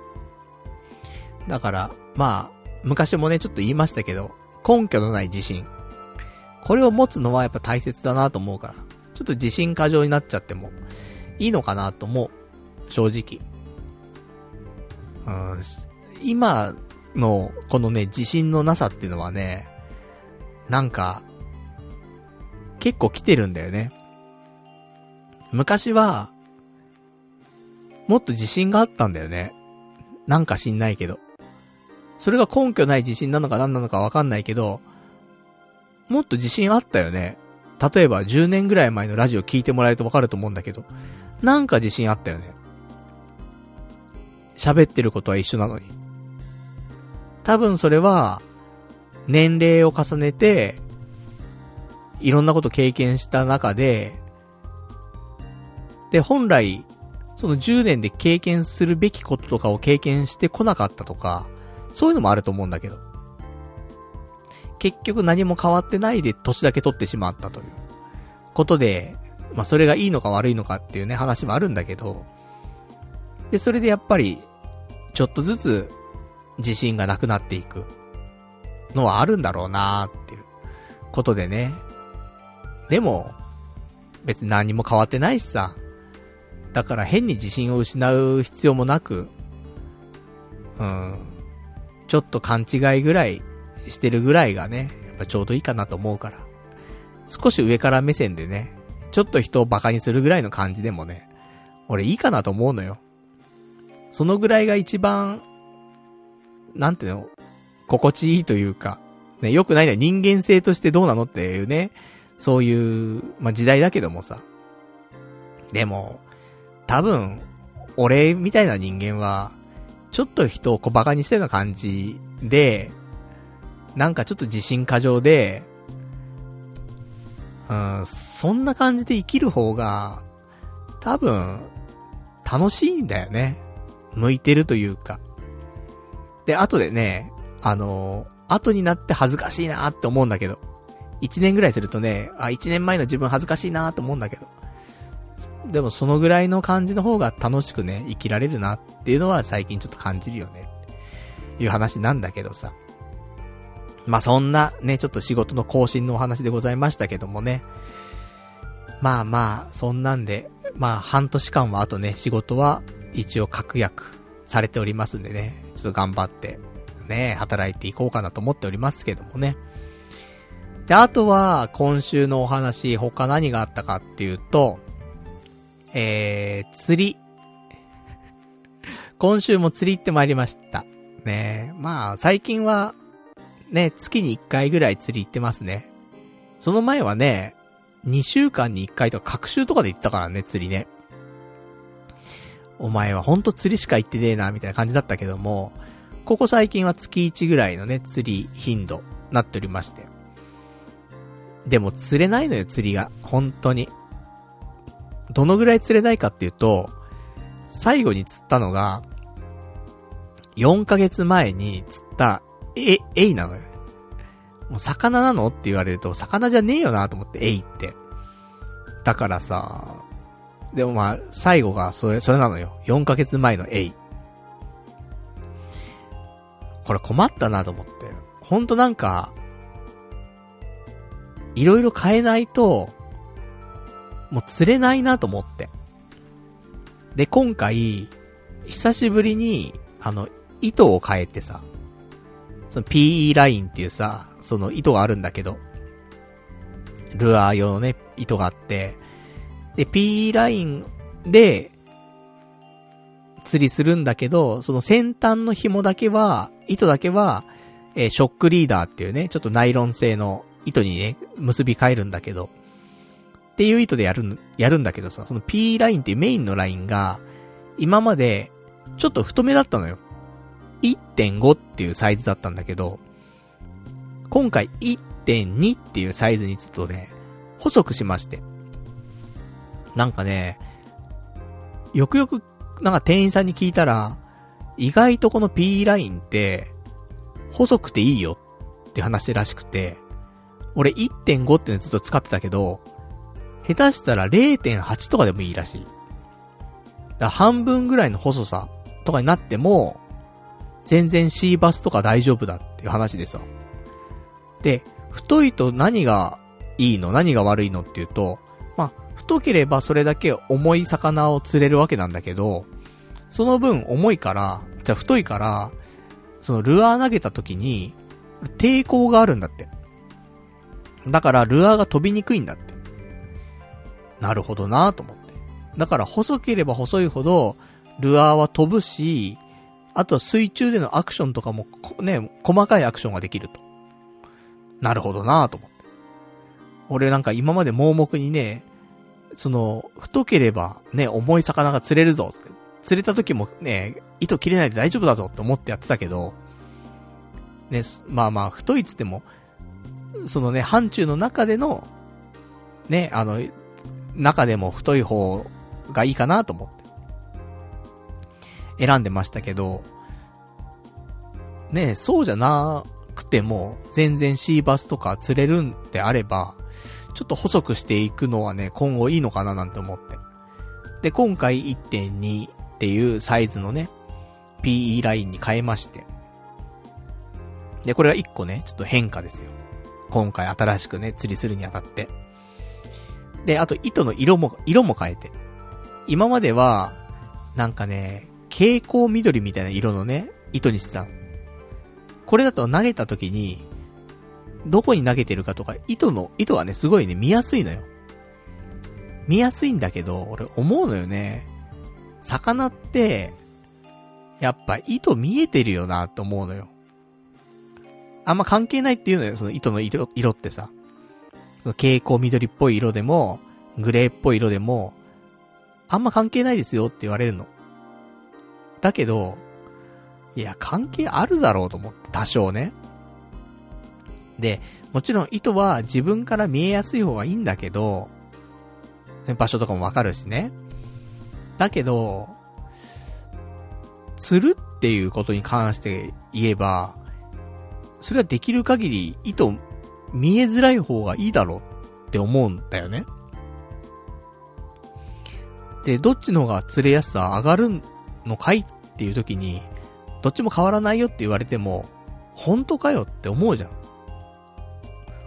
[SPEAKER 1] だからまあ昔もねちょっと言いましたけど、根拠のない自信、これを持つのはやっぱ大切だなと思うから、ちょっと自信過剰になっちゃってもいいのかなと思う、正直。うん、今のこのね自信のなさっていうのはね、なんか結構来てるんだよね。昔はもっと自信があったんだよね。なんか知んないけど、それが根拠ない自信なのか何なのかわかんないけど、もっと自信あったよね。例えばじゅうねんぐらい前のラジオ聞いてもらえるとわかると思うんだけど、なんか自信あったよね。喋ってることは一緒なのに。多分それは年齢を重ねていろんなこと経験した中で、で本来そのじゅうねんで経験するべきこととかを経験してこなかったとか、そういうのもあると思うんだけど、結局何も変わってないで年だけ取ってしまったということで、まあそれがいいのか悪いのかっていうね話もあるんだけど、でそれでやっぱりちょっとずつ自信がなくなっていくのはあるんだろうなーっていうことでね。でも別に何も変わってないしさ、だから変に自信を失う必要もなく、うん、ちょっと勘違いぐらいしてるぐらいがね、やっぱちょうどいいかなと思うから、少し上から目線でね、ちょっと人をバカにするぐらいの感じでもね、俺いいかなと思うのよ。そのぐらいが一番、なんていうの、心地いいというか、ね、良くないね、人間性としてどうなのっていうね、そういう、まあ、時代だけどもさ。でも、多分、俺みたいな人間は、ちょっと人を小馬鹿にしてるような感じで、なんかちょっと自信過剰で、うん、そんな感じで生きる方が、多分、楽しいんだよね。向いてるというか。で、後でね、あの、後になって恥ずかしいなーって思うんだけど、一年ぐらいするとね、あ、一年前の自分恥ずかしいなーって思うんだけど、でもそのぐらいの感じの方が楽しくね、生きられるなっていうのは最近ちょっと感じるよね。っていう話なんだけどさ。 まあそんなね、ちょっと仕事の更新のお話でございましたけどもね。まあまあ、そんなんで、まあ半年間はあとね、仕事は一応確約されておりますんでね、ちょっと頑張ってね、働いていこうかなと思っておりますけどもね。で、あとは今週のお話、他何があったかっていうと、えー、釣り。今週も釣り行ってまいりました。ね、まあ最近はね、月にいっかいぐらい釣り行ってますね。その前はね、にしゅうかんにいっかいとか隔週とかで行ったからね、釣りね。お前はほんと釣りしか行ってねえな、みたいな感じだったけども、ここ最近は月いちぐらいのね、釣り頻度、なっておりまして。でも釣れないのよ、釣りが。本当に。どのぐらい釣れないかっていうと、最後に釣ったのが、よんかげつまえに釣った、え、エイなのよ。もう魚なのって言われると、魚じゃねえよなと思って、エイって。だからさ、でもまあ、最後がそれ、それなのよ。よんかげつまえのエイ。これ困ったなと思って。ほんとなんか、いろいろ変えないと、もう釣れないなと思って。で、今回、久しぶりに、あの、糸を変えてさ、その ピーイー ラインっていうさ、その糸があるんだけど、ルアー用のね、糸があって、で、ピーイー ラインで、釣りするんだけど、その先端の紐だけは、糸だけは、えー、ショックリーダーっていうね、ちょっとナイロン製の糸にね、結び替えるんだけど、っていう糸でやる、やるんだけどさ、その P ラインっていうメインのラインが、今まで、ちょっと太めだったのよ。いってんご っていうサイズだったんだけど、今回 いってんに っていうサイズにちょっとね、細くしまして。なんかね、よくよく、なんか店員さんに聞いたら、意外とこの P ラインって、細くていいよって話らしくて、俺 いってんご ってのずっと使ってたけど、下手したら れいてんはち とかでもいいらしい。だから半分ぐらいの細さとかになっても、全然 C バスとか大丈夫だっていう話でさ。で、太いと何がいいの何が悪いのっていうと、まあ、太ければそれだけ重い魚を釣れるわけなんだけど、その分重いから、じゃあ太いから、そのルアー投げた時に、抵抗があるんだって。だからルアーが飛びにくいんだって。なるほどなぁと思って。だから細ければ細いほど、ルアーは飛ぶし、あとは水中でのアクションとかもね、細かいアクションができると。なるほどなぁと思って。俺なんか今まで盲目にね、その、太ければね、重い魚が釣れるぞって。釣れた時もね、糸切れないで大丈夫だぞって思ってやってたけど、ね、まあまあ、太いっつっても、そのね、範疇の中での、ね、あの、中でも太い方がいいかなと思って、選んでましたけど、ね、そうじゃなくても、全然 C バスとか釣れるんであれば、ちょっと細くしていくのはね、今後いいのかななんて思って。で、今回 いってんに っていうサイズのね、ピーイー ラインに変えまして。で、これがいっこね、ちょっと変化ですよ。今回新しくね、釣りするにあたって。で、あと糸の色も、色も変えて。今までは、なんかね、蛍光緑みたいな色のね、糸にしてたの。これだと投げた時に、どこに投げてるかとか、糸の、糸がね、すごいね、見やすいのよ。見やすいんだけど、俺思うのよね。魚って、やっぱ糸見えてるよなって思うのよ。あんま関係ないっていうのよ、その糸の色、色ってさ。その蛍光緑っぽい色でも、グレーっぽい色でも、あんま関係ないですよって言われるの。だけど、いや、関係あるだろうと思って、多少ね。で、もちろん糸は自分から見えやすい方がいいんだけど、場所とかもわかるしね。だけど、釣るっていうことに関して言えば、それはできる限り糸見えづらい方がいいだろうって思うんだよね。で、どっちの方が釣れやすさ上がるのかいっていう時に、どっちも変わらないよって言われても、本当かよって思うじゃん。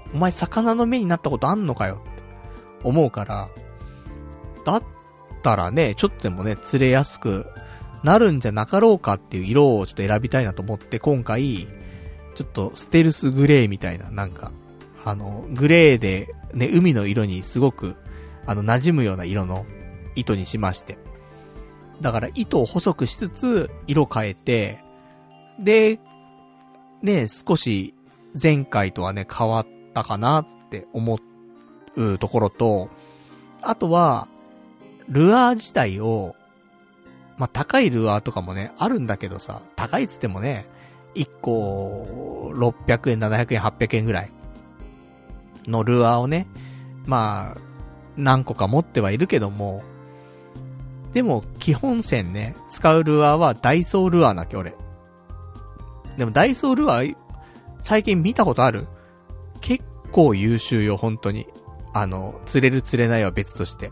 [SPEAKER 1] お前魚の目になったことあんのかよって思うから、だったらね、ちょっとでもね、釣れやすくなるんじゃなかろうかっていう色をちょっと選びたいなと思って、今回、ちょっとステルスグレーみたいな、なんか、あの、グレーで、ね、海の色にすごく、あの、馴染むような色の糸にしまして。だから糸を細くしつつ、色変えて、で、ね、少し前回とはね、変わったかなって思うところと、あとは、ルアー自体を、まあ、高いルアーとかもね、あるんだけどさ、高いっつってもね、いっこ、ろっぴゃくえん、ななひゃくえん、はっぴゃくえんぐらいのルアーをね、まあ、何個か持ってはいるけども、でも、基本線ね、使うルアーはダイソールアーなきゃ俺。でもダイソールアー、最近見たことある？結構優秀よ、本当に。あの、釣れる釣れないは別として。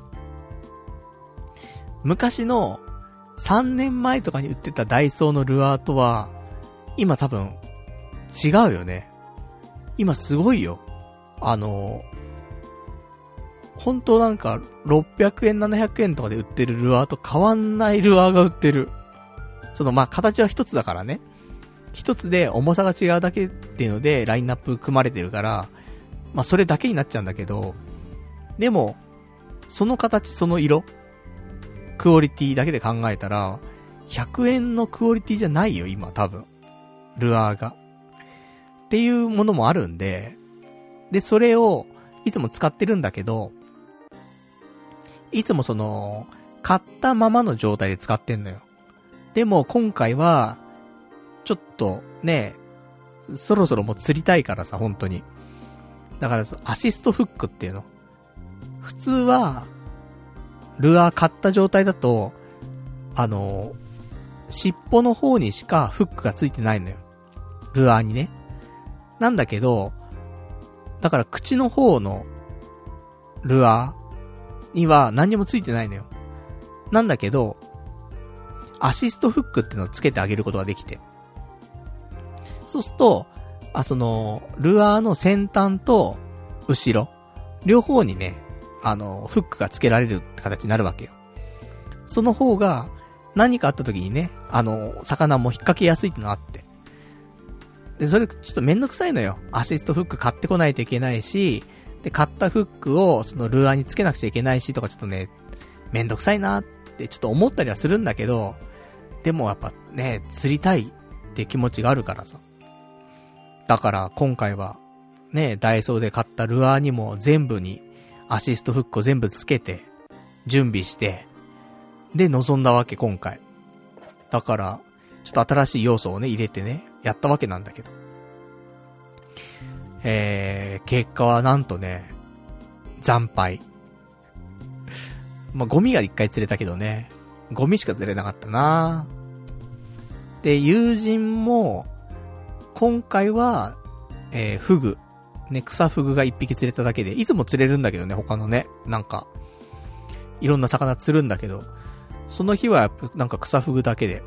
[SPEAKER 1] 昔のさんねんまえとかに売ってたダイソーのルアーとは、今多分、違うよね。今すごいよ。あの、本当なんか、ろっぴゃくえん、ななひゃくえんとかで売ってるルアーと変わんないルアーが売ってる。その、まあ、形は一つだからね。一つで重さが違うだけっていうので、ラインナップ組まれてるから、まあ、それだけになっちゃうんだけど、でも、その形、その色、クオリティだけで考えたら、ひゃくえんのクオリティじゃないよ、今、多分。ルアーが。っていうものもあるんで、で、それを、いつも使ってるんだけど、いつもその、買ったままの状態で使ってんのよ。でも、今回は、ちょっと、ね、そろそろもう釣りたいからさ、本当に。だから、アシストフックっていうの。普通は、ルアー買った状態だと、あの、尻尾の方にしかフックがついてないのよ。ルアーにね。なんだけど、だから口の方のルアーには何にもついてないのよ。なんだけど、アシストフックってのをつけてあげることができて。そうすると、あ、その、ルアーの先端と後ろ、両方にね、あの、フックがつけられるって形になるわけよ。その方が、何かあった時にね、あの、魚も引っ掛けやすいってのがあって。で、それちょっとめんどくさいのよ。アシストフック買ってこないといけないし、で、買ったフックをそのルアーにつけなくちゃいけないしとかちょっとね、めんどくさいなってちょっと思ったりはするんだけど、でもやっぱね、釣りたいって気持ちがあるからさ。だから今回は、ね、ダイソーで買ったルアーにも全部にアシストフックを全部つけて、準備して、で臨んだわけ今回。だから、ちょっと新しい要素をね、入れてね、やったわけなんだけど。えー、結果はなんとね、惨敗。まあ、ゴミが一回釣れたけどね、ゴミしか釣れなかったな。で、友人も、今回は、えー、フグ。ね、草フグが一匹釣れただけで、いつも釣れるんだけどね、他のね、なんか、いろんな魚釣るんだけど、その日はやっぱなんか草フグだけで。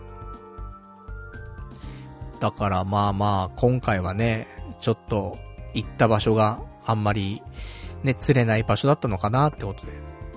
[SPEAKER 1] だからまあまあ、今回はね、ちょっと行った場所があんまりね、釣れない場所だったのかなってことで。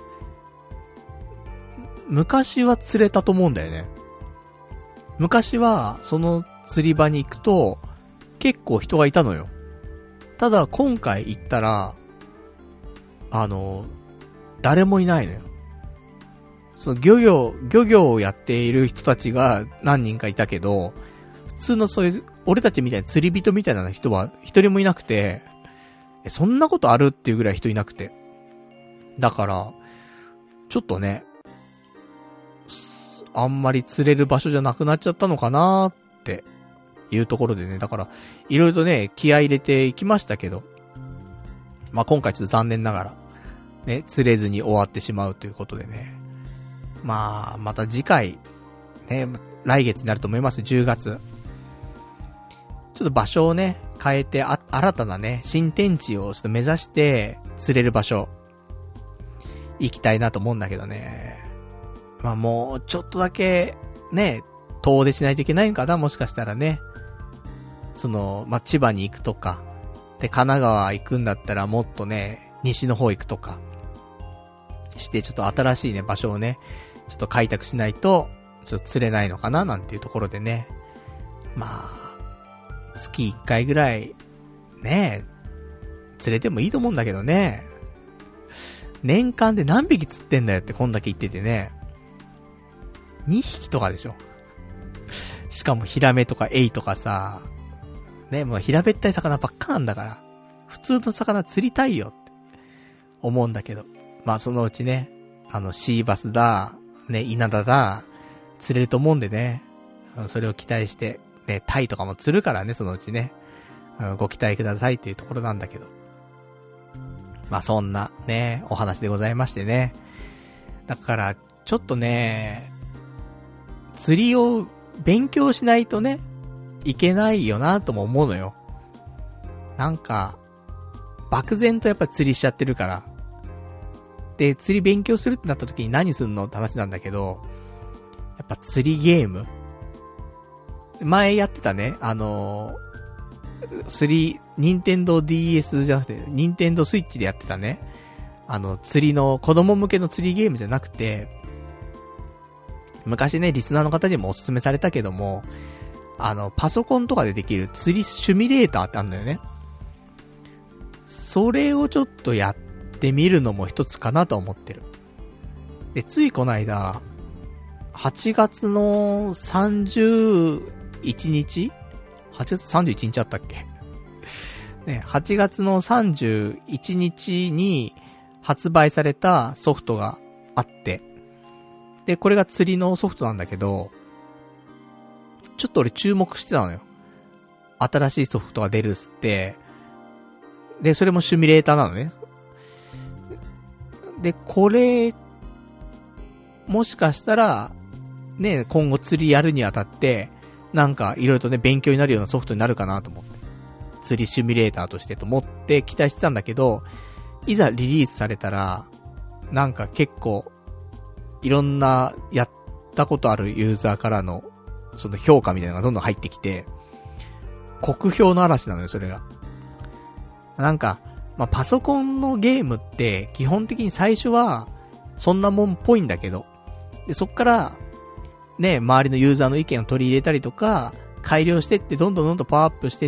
[SPEAKER 1] 昔は釣れたと思うんだよね。昔は、その釣り場に行くと、結構人がいたのよ。ただ今回行ったら、あの、誰もいないのよ。その漁業、漁業をやっている人たちが何人かいたけど、普通のそういう、俺たちみたいな釣り人みたいな人は一人もいなくて、え、そんなことあるっていうぐらい人いなくて。だから、ちょっとね、あんまり釣れる場所じゃなくなっちゃったのかなーっていうところでね、だから、いろいろとね、気合い入れていきましたけど、まあ、今回ちょっと残念ながら、ね、釣れずに終わってしまうということでね。まあ、また次回、ね、来月になると思います、じゅうがつ。ちょっと場所をね、変えて、あ、新たなね、新天地をちょっと目指して、釣れる場所、行きたいなと思うんだけどね。まあもう、ちょっとだけ、ね、遠出しないといけないのかな、もしかしたらね。その、まあ千葉に行くとか、っで、神奈川行くんだったらもっとね、西の方行くとか、して、ちょっと新しいね、場所をね、ちょっと開拓しないと、ちょっと釣れないのかな、なんていうところでね。まあ、月いっかいぐらい、ね、釣れてもいいと思うんだけどね。年間で何匹釣ってんだよってこんだけ言っててね。にひきとかでしょ。しかもヒラメとかエイとかさ、ね、もう平べったい魚ばっかなんだから、普通の魚釣りたいよって思うんだけど。まあそのうちね、あのシーバスだ、ね、イナダだ、釣れると思うんでね、それを期待して、ね、タイとかも釣るからね、そのうちね、ご期待くださいっていうところなんだけど。まあそんなね、お話でございましてね。だから、ちょっとね、釣りを勉強しないとね、いけないよなとも思うのよ。なんか、漠然とやっぱり釣りしちゃってるから。で、釣り勉強するってなった時に何すんのって話なんだけど、やっぱ釣りゲーム。前やってたね、あのー、釣り、ニンテンドー ディーエス じゃなくて、ニンテンドースイッチでやってたね、あの、釣りの、子供向けの釣りゲームじゃなくて、昔ね、リスナーの方にもおすすめされたけども、あの、パソコンとかでできる釣りシミュレーターってあるんだよね。それをちょっとやってみるのも一つかなと思ってる。で、ついこの間、はちがつのさんじゅういちにち ?はち 月さんじゅういちにちあったっけね、はちがつのさんじゅういちにちに発売されたソフトがあって、で、これが釣りのソフトなんだけど、ちょっと俺注目してたのよ。新しいソフトが出るっつって、で、それもシミュレーターなのね。で、これ、もしかしたら、ね、今後釣りやるにあたって、なんかいろいろとね、勉強になるようなソフトになるかなと思って。釣りシミュレーターとしてと思って期待してたんだけど、いざリリースされたら、なんか結構、いろんなやったことあるユーザーからの、その評価みたいなのがどんどん入ってきて、酷評の嵐なのよ、それが。なんか、まあ、パソコンのゲームって、基本的に最初は、そんなもんっぽいんだけど、で、そっから、ね、周りのユーザーの意見を取り入れたりとか、改良してって、どんどんどんどんパワーアップしてって、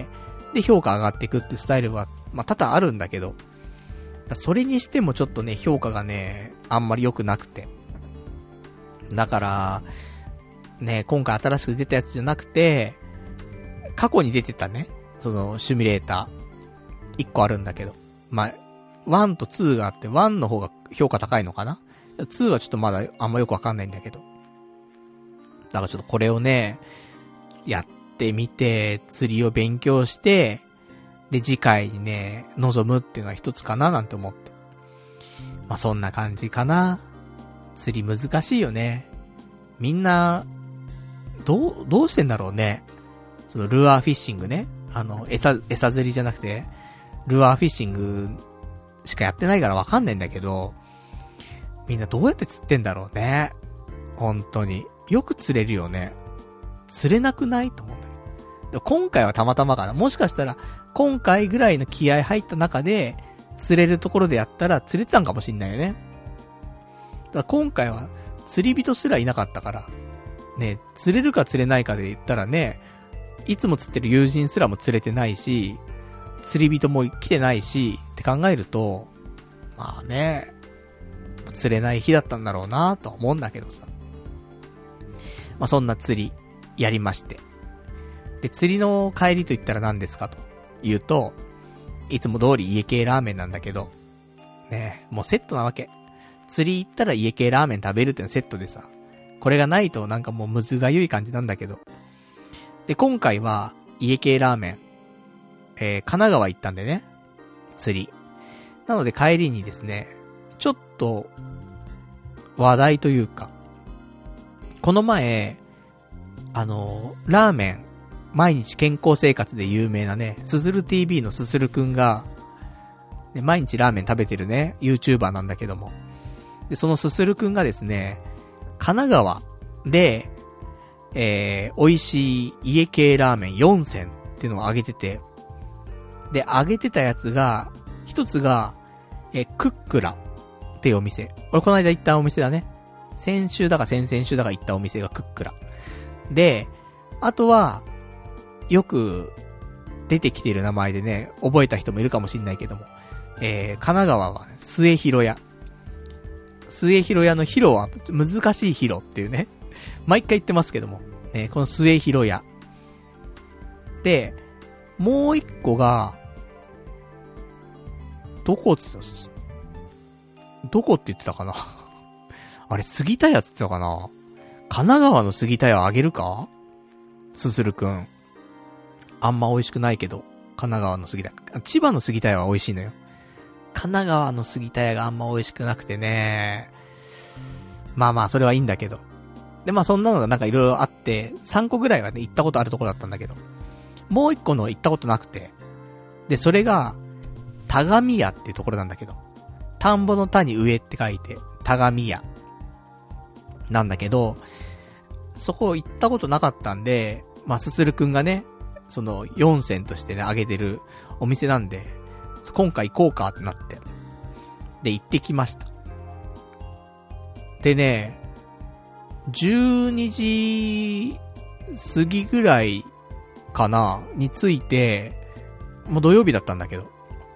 [SPEAKER 1] で、評価上がっていくってスタイルは、まあ、多々あるんだけど、それにしてもちょっとね、評価がね、あんまり良くなくて。だから、ね、今回新しく出たやつじゃなくて、過去に出てたね、その、シミュレーター、いっこあるんだけど、まあ、ワンとツーがあって、ワンの方が評価高いのかな？ツーはちょっとまだあんまよくわかんないんだけど。だからちょっとこれをね、やってみて、釣りを勉強して、で、次回にね、臨むっていうのは一つかななんて思って。まあ、そんな感じかな。釣り難しいよね。みんな、どう、どうしてんだろうね。そのルアーフィッシングね。あの、餌、餌釣りじゃなくて、ルアーフィッシングしかやってないからわかんないんだけど、みんなどうやって釣ってんだろうね。本当に。よく釣れるよね。釣れなくないと思うんだけど。今回はたまたまかな。もしかしたら、今回ぐらいの気合入った中で、釣れるところでやったら釣れてたんかもしんないよね。だから今回は、釣り人すらいなかったから、ね、釣れるか釣れないかで言ったらね、いつも釣ってる友人すらも釣れてないし、釣り人も来てないし、って考えると、まあね、釣れない日だったんだろうなと思うんだけどさ。まあそんな釣り、やりまして。で、釣りの帰りと言ったら何ですかと言うと、いつも通り家系ラーメンなんだけど、ね、もうセットなわけ。釣り行ったら家系ラーメン食べるってのセットでさ、これがないとなんかもうむずがゆい感じなんだけど。で、今回は家系ラーメン、えー、神奈川行ったんでね、釣り。なので帰りにですね、ちょっと話題というか、この前、あのー、ラーメン、毎日健康生活で有名なね、すずる ティービー のすするくんが、ね、毎日ラーメン食べてるね、YouTuber なんだけども。で、そのすするくんがですね、神奈川で、えー、美味しい家系ラーメンよんせんっていうのをあげてて、 で、揚げてたやつが、一つが、え、クックラっていうお店。俺この間行ったお店だね。先週だか先々週だか行ったお店がクックラ。で、あとは、よく出てきている名前でね、覚えた人もいるかもしんないけども、えー、神奈川は、ね、末広屋。末広屋の広は難しい広っていうね。毎回言ってますけども。ね、この末広屋。で、もう一個が、どこって言ってたどこって言ってたかなあれ、杉田屋って言ってたかな神奈川の杉田屋あげるかすするくん。あんま美味しくないけど、神奈川の杉田屋。千葉の杉田屋は美味しいのよ。神奈川の杉田屋があんま美味しくなくてね。まあまあ、それはいいんだけど。で、まあそんなのがなんかいろいろあって、さんこぐらいはね、行ったことあるところだったんだけど。もう一個の行ったことなくて。で、それが、田上屋っていうところなんだけど。田んぼの田に上って書いて、田上屋。なんだけど、そこ行ったことなかったんで、まあすするくんがね、そのよん銭としてね、あげてるお店なんで、今回行こうかってなって。で、行ってきました。でね、じゅうにじ過ぎぐらいかなに着いて、もう土曜日だったんだけど。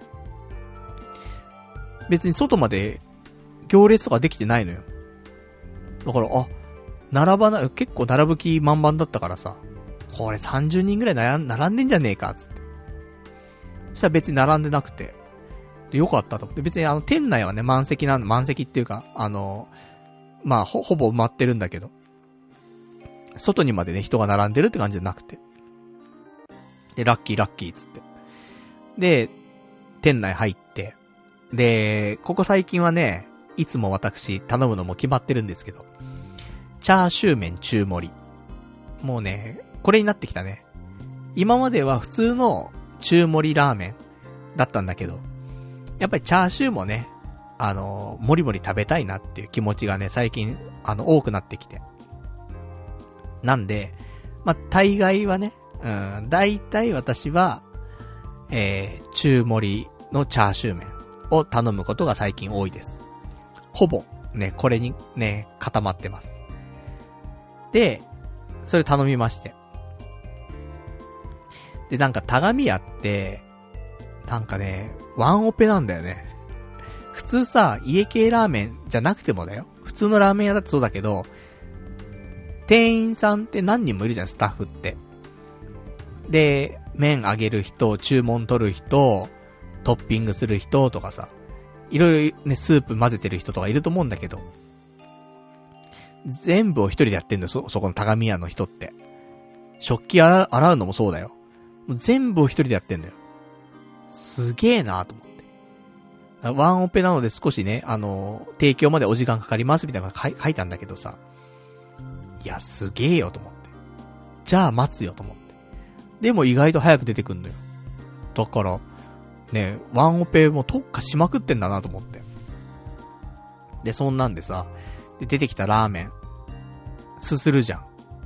[SPEAKER 1] 別に外まで行列とかできてないのよ。だから、あ、並ばない、結構並ぶ気満々だったからさ、これさんじゅうにんぐらい並んでんじゃねえか、つって。そしたら別に並んでなくて。で、よかったと思って。別にあの、店内はね、満席なん、満席っていうか、あの、まあ、ほ、ほぼ埋まってるんだけど。外にまでね、人が並んでるって感じじゃなくて。で、ラッキーラッキーつって。で、店内入って。で、ここ最近はね、いつも私頼むのも決まってるんですけど。チャーシュー麺中盛り。もうね、これになってきたね。今までは普通の中盛りラーメンだったんだけど、やっぱりチャーシューもね、あの、もりもり食べたいなっていう気持ちがね、最近、あの、多くなってきて。なんで、まあ、大概はね、うん、大体私は、えー、中盛りのチャーシュー麺を頼むことが最近多いです。ほぼ、ね、これにね、固まってます。で、それ頼みまして。で、なんか、田上屋って、なんかね、ワンオペなんだよね。普通さ、家系ラーメンじゃなくてもだよ。普通のラーメン屋だってそうだけど、店員さんって何人もいるじゃん、スタッフって。で、麺揚げる人、注文取る人、トッピングする人とかさ、いろいろね、スープ混ぜてる人とかいると思うんだけど、全部を一人でやってんだよ、そ、そこの田上屋の人って。食器洗、洗うのもそうだよ。もう全部を一人でやってんだよ。すげえなーと思って。ワンオペなので少しね、あのー、提供までお時間かかりますみたいなのが書いたんだけどさ。いや、すげえよと思って。じゃあ待つよと思って。でも意外と早く出てくんのよ。だから、ね、ワンオペも特化しまくってんだなと思って。で、そんなんでさ、で出てきたラーメン、すするじゃん。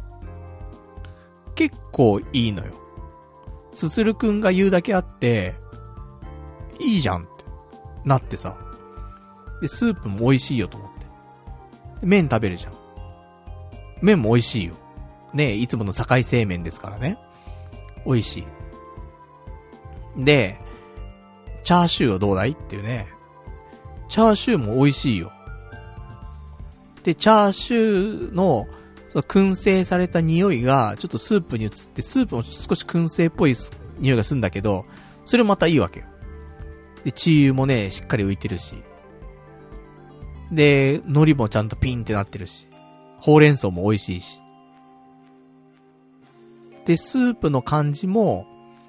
[SPEAKER 1] 結構いいのよ。すするくんが言うだけあって、いいじゃんってなってさ。で、スープも美味しいよと思って。麺食べるじゃん。麺も美味しいよ。ねえ、いつもの堺製麺ですからね。美味しい。で、チャーシューはどうだいっていうね。チャーシューも美味しいよ。で、チャーシューの、その燻製された匂いが、ちょっとスープに移って、スープも少し燻製っぽい匂いがするんだけど、それまたいいわけよ。で、チー油もね、しっかり浮いてるし。で、海苔もちゃんとピンってなってるし。ほうれん草も美味しいし。で、スープの感じも、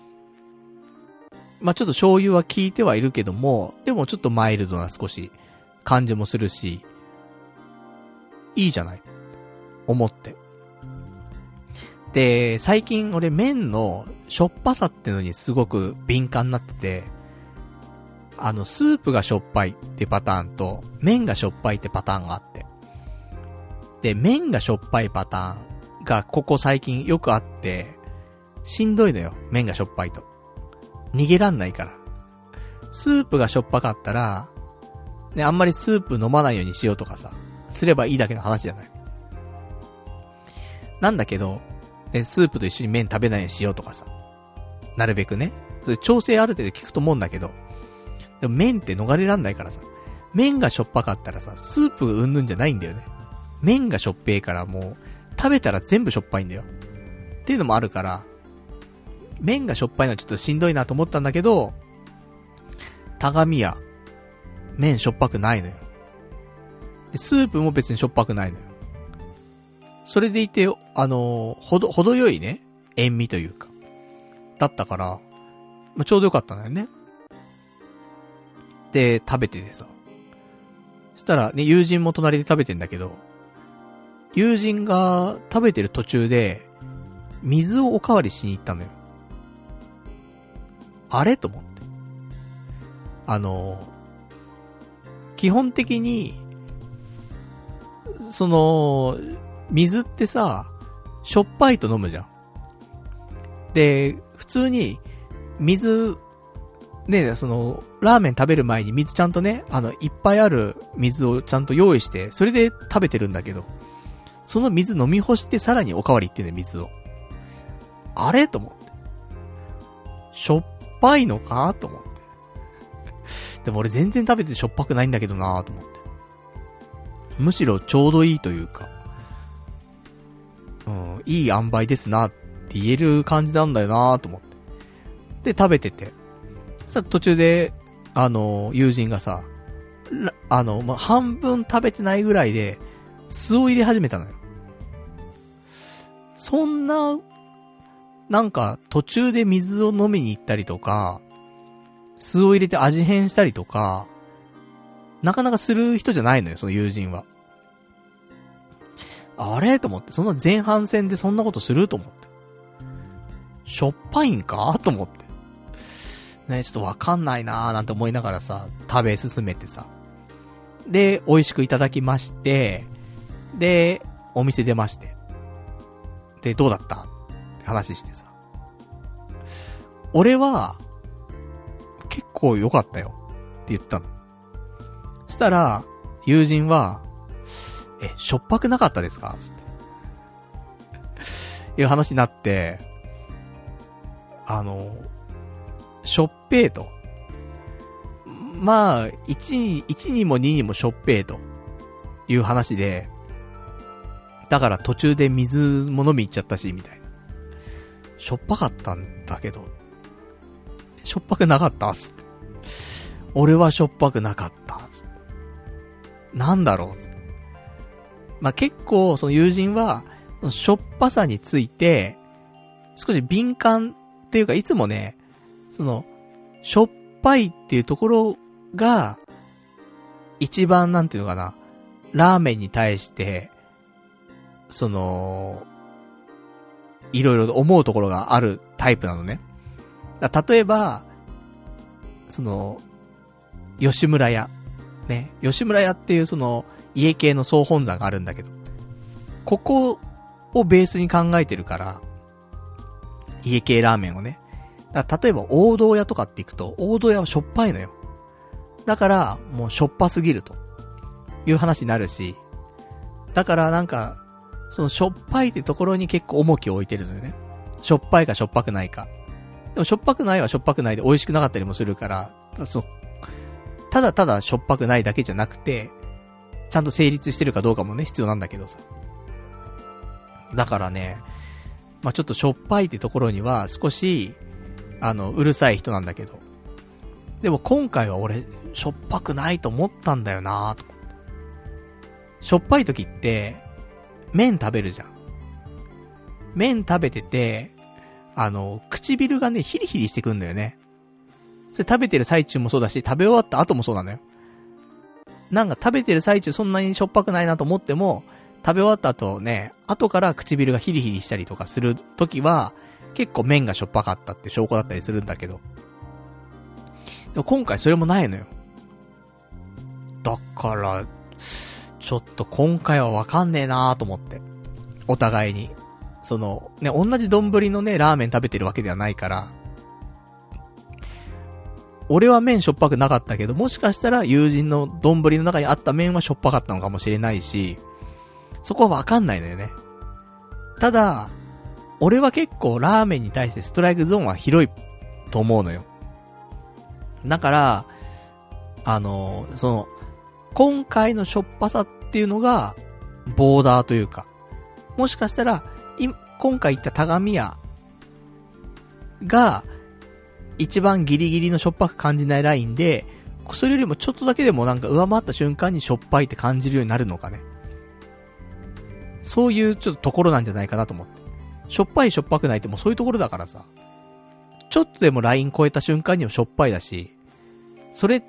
[SPEAKER 1] まあ、ちょっと醤油は効いてはいるけども、でもちょっとマイルドな少し感じもするし、いいじゃない思って。で、最近俺麺のしょっぱさってのにすごく敏感になってて、あの、スープがしょっぱいってパターンと、麺がしょっぱいってパターンがあって。で、麺がしょっぱいパターンがここ最近よくあって、しんどいのよ、麺がしょっぱいと。 逃げらんないから。スープがしょっぱかったら、ね、あんまりスープ飲まないようにしようとかさ、すればいいだけの話じゃない。なんだけど、ね、スープと一緒に麺食べないようにしようとかさ、なるべくね、それ調整ある程度効くと思うんだけど、でも麺って逃れらんないからさ、麺がしょっぱかったらさ、スープうんぬんじゃないんだよね。麺がしょっぺーからもう、食べたら全部しょっぱいんだよ。っていうのもあるから、麺がしょっぱいのはちょっとしんどいなと思ったんだけど、タガミ屋、麺しょっぱくないのよ。でスープも別にしょっぱくないのよ。それでいて、あのー、ほど、ほどよいね、塩味というか、だったから、まあ、ちょうどよかったんだよね。で、食べててさ。そしたらね、友人も隣で食べてんだけど、友人が食べてる途中で、水をおかわりしに行ったのよ。あれと思って。あの、基本的に、その、水ってさ、しょっぱいと飲むじゃん。で、普通に、水、ね、その、ラーメン食べる前に水ちゃんとね、あの、いっぱいある水をちゃんと用意して、それで食べてるんだけど、その水飲み干してさらにおかわりってね、水を。あれと思って。しょっぱいのかと思って。でも俺全然食べてしょっぱくないんだけどなと思って。むしろちょうどいいというか、うん、いい塩梅ですなって言える感じなんだよなと思って。で、食べてて。さ、途中で、あの、友人がさ、あの、まあ、半分食べてないぐらいで、酢を入れ始めたのよ。そんな、なんか、途中で水を飲みに行ったりとか、酢を入れて味変したりとか、なかなかする人じゃないのよ、その友人は。あれと思って、その前半戦でそんなことすると思って。しょっぱいんかと思って。ね、ちょっとわかんないなーなんて思いながらさ、食べ進めてさ。で、美味しくいただきまして、で、お店出まして。で、どうだったって話してさ。俺は、結構良かったよって言ったの。したら、友人は、え、しょっぱくなかったですかつって。いう話になって、あの、しょっぺーと。まあ、いちに、いちにもににもしょっぺーという話で、だから途中で水も飲み行っちゃったし、みたいな。しょっぱかったんだけど、しょっぱくなかったつって。俺はしょっぱくなかったつって。なんだろうつって。まあ、結構、その友人は、しょっぱさについて、少し敏感っていうか、いつもね、その、しょっぱいっていうところが、一番なんていうのかな、ラーメンに対して、その、いろいろ思うところがあるタイプなのね。だ例えば、その、吉村屋。ね。吉村屋っていうその、家系の総本山があるんだけど、ここをベースに考えてるから、家系ラーメンをね。だ例えば王道屋とかって行くと、王道屋はしょっぱいのよ。だから、もうしょっぱすぎるという話になるし、だからなんか、そのしょっぱいってところに結構重きを置いてるのよね。しょっぱいかしょっぱくないか。でもしょっぱくないはしょっぱくないで美味しくなかったりもするから、そただただしょっぱくないだけじゃなくて、ちゃんと成立してるかどうかもね、必要なんだけどさ。だからね、まあ、ちょっとしょっぱいってところには少し、あの、うるさい人なんだけど。でも今回は俺、しょっぱくないと思ったんだよなぁと思って。しょっぱい時って、麺食べるじゃん。麺食べてて、あの、唇がね、ヒリヒリしてくんだよね。それ食べてる最中もそうだし、食べ終わった後もそうなのよ。なんか食べてる最中そんなにしょっぱくないなと思っても、食べ終わった後ね、後から唇がヒリヒリしたりとかする時は、結構麺がしょっぱかったって証拠だったりするんだけど。でも今回それもないのよ。だから、ちょっと今回はわかんねえなーと思って。お互いに。その、ね、同じ丼のね、ラーメン食べてるわけではないから、 俺は麺しょっぱくなかったけど、もしかしたら友人の丼の中にあった麺はしょっぱかったのかもしれないし、そこはわかんないのよね。ただ、俺は結構ラーメンに対してストライクゾーンは広いと思うのよ。だから、あの、その、今回のしょっぱさっていうのが、ボーダーというか、もしかしたら、今回言った田上屋が、一番ギリギリのしょっぱく感じないラインで、それよりもちょっとだけでもなんか上回った瞬間にしょっぱいって感じるようになるのかね。そういうちょっとところなんじゃないかなと思って。しょっぱいしょっぱくないってもうそういうところだからさ。ちょっとでもライン超えた瞬間にはしょっぱいだし、それって、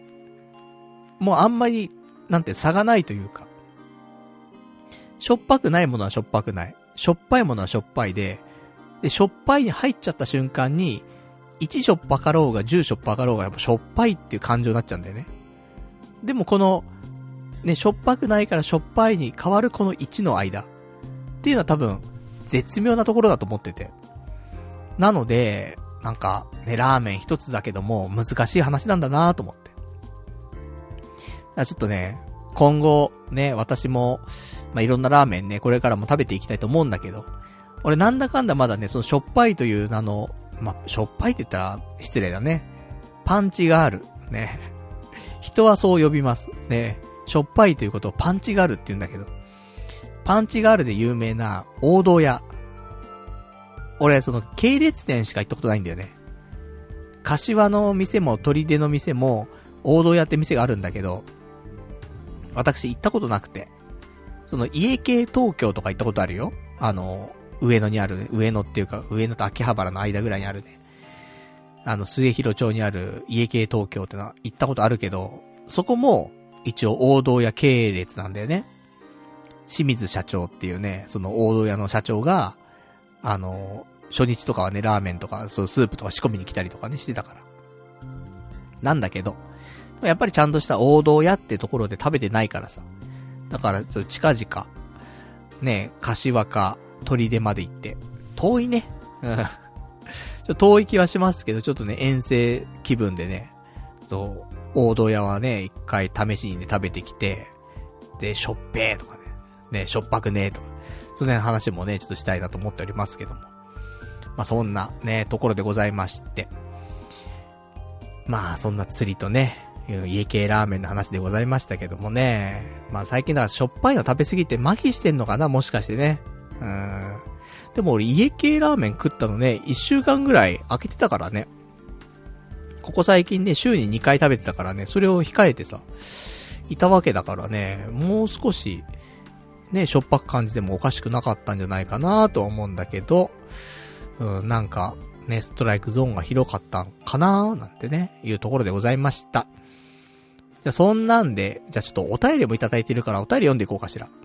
[SPEAKER 1] もうあんまり、なんて差がないというか。しょっぱくないものはしょっぱくない。しょっぱいものはしょっぱいで、で、しょっぱいに入っちゃった瞬間に、いちしょっぱかろうがじゅうしょっぱかろうがやっぱしょっぱいっていう感情になっちゃうんだよね。でもこの、ね、しょっぱくないからしょっぱいに変わるこのいちの間っていうのは多分絶妙なところだと思ってて。なので、なんかね、ラーメン一つだけども難しい話なんだなと思って。だからちょっとね、今後ね、私も、まあ、いろんなラーメンね、これからも食べていきたいと思うんだけど、俺なんだかんだまだね、そのしょっぱいという名の、まあ、しょっぱいって言ったら失礼だね。パンチがある。ね。人はそう呼びます。ね。しょっぱいということをパンチがあるって言うんだけど。パンチがあるで有名な王道屋。俺、その系列店しか行ったことないんだよね。柏の店も砦の店も王道屋って店があるんだけど、私行ったことなくて。その家系東京とか行ったことあるよ。あの、上野にある、ね、上野っていうか、上野と秋葉原の間ぐらいにあるね。あの、末広町にある家系東京ってのは行ったことあるけど、そこも一応王道屋系列なんだよね。清水社長っていうね、その王道屋の社長が、あの、初日とかはね、ラーメンとか、そうスープとか仕込みに来たりとかね、してたから。なんだけど、やっぱりちゃんとした王道屋っていうところで食べてないからさ。だから、ちょっと近々、ね、柏か、砦まで行って。遠いね。うん。ちょっと遠い気はしますけど、ちょっとね、遠征気分でね、ちょっと、王道屋はね、一回試しにね、食べてきて、で、しょっぺーとかね、ね、しょっぱくねーとか、その辺の話もね、ちょっとしたいなと思っておりますけども。まあ、そんなね、ところでございまして。まあ、そんな釣りとね、家系ラーメンの話でございましたけどもね。まあ、最近だからしょっぱいの食べ過ぎて麻痺してんのかな、もしかしてね。うーん。でも俺家系ラーメン食ったのね、一週間ぐらい空けてたからね。ここ最近ね、週ににかい食べてたからね、それを控えてさ、いたわけだからね、もう少し、ね、しょっぱく感じてもおかしくなかったんじゃないかなとは思うんだけど、うん、なんか、ね、ストライクゾーンが広かったんかななんてね、いうところでございました。じゃあそんなんで、じゃあちょっとお便りもいただいてるからお便り読んでいこうかしら。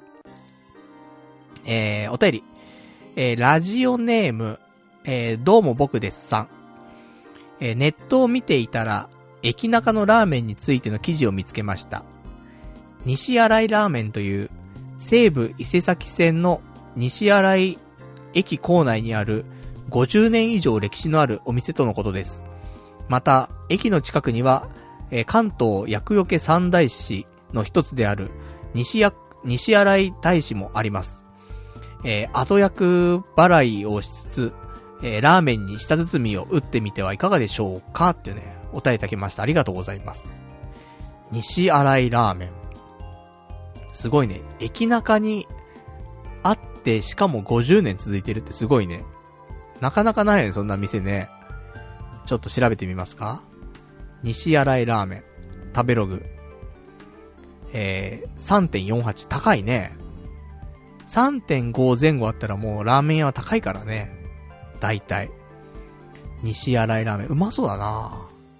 [SPEAKER 1] えー、お便り。えー、ラジオネーム、えー、どうも僕ですさん。えー、ネットを見ていたら、駅中のラーメンについての記事を見つけました。西新井ラーメンという、西武伊勢崎線の西新井駅構内にあるごじゅうねん以上歴史のあるお店とのことです。また、駅の近くには、えー、関東厄除け三大師の一つである西や、西新井大師もあります。えー、後役払いをしつつ、えー、ラーメンに舌包みを打ってみてはいかがでしょうかってね、お答えいただきました。ありがとうございます。西新井ラーメン。すごいね。駅中にあって、しかもごじゅうねん続いてるってすごいね。なかなかないよね、そんな店ね。ちょっと調べてみますか？西新井ラーメン。食べログ。えー、さんてんよんはち 高いね。さんてんご 前後あったらもうラーメン屋は高いからね。大体。西新井ラーメン。うまそうだな。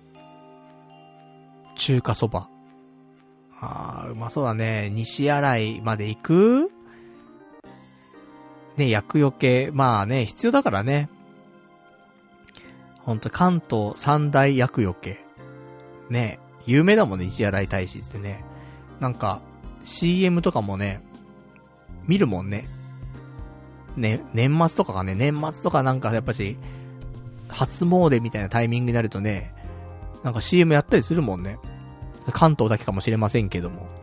[SPEAKER 1] 中華そば。あー、うまそうだね。西新井まで行く？ね、厄除け。まあね、必要だからね。ほんと、関東三大厄除け。ね、有名だもんね、西新井大師ってね。なんか、シーエム とかもね、見るもんね。ね、年末とかがね、年末とかなんかやっぱし、初詣みたいなタイミングになるとね、 なんか シーエム やったりするもんね。関東だけかもしれませんけども。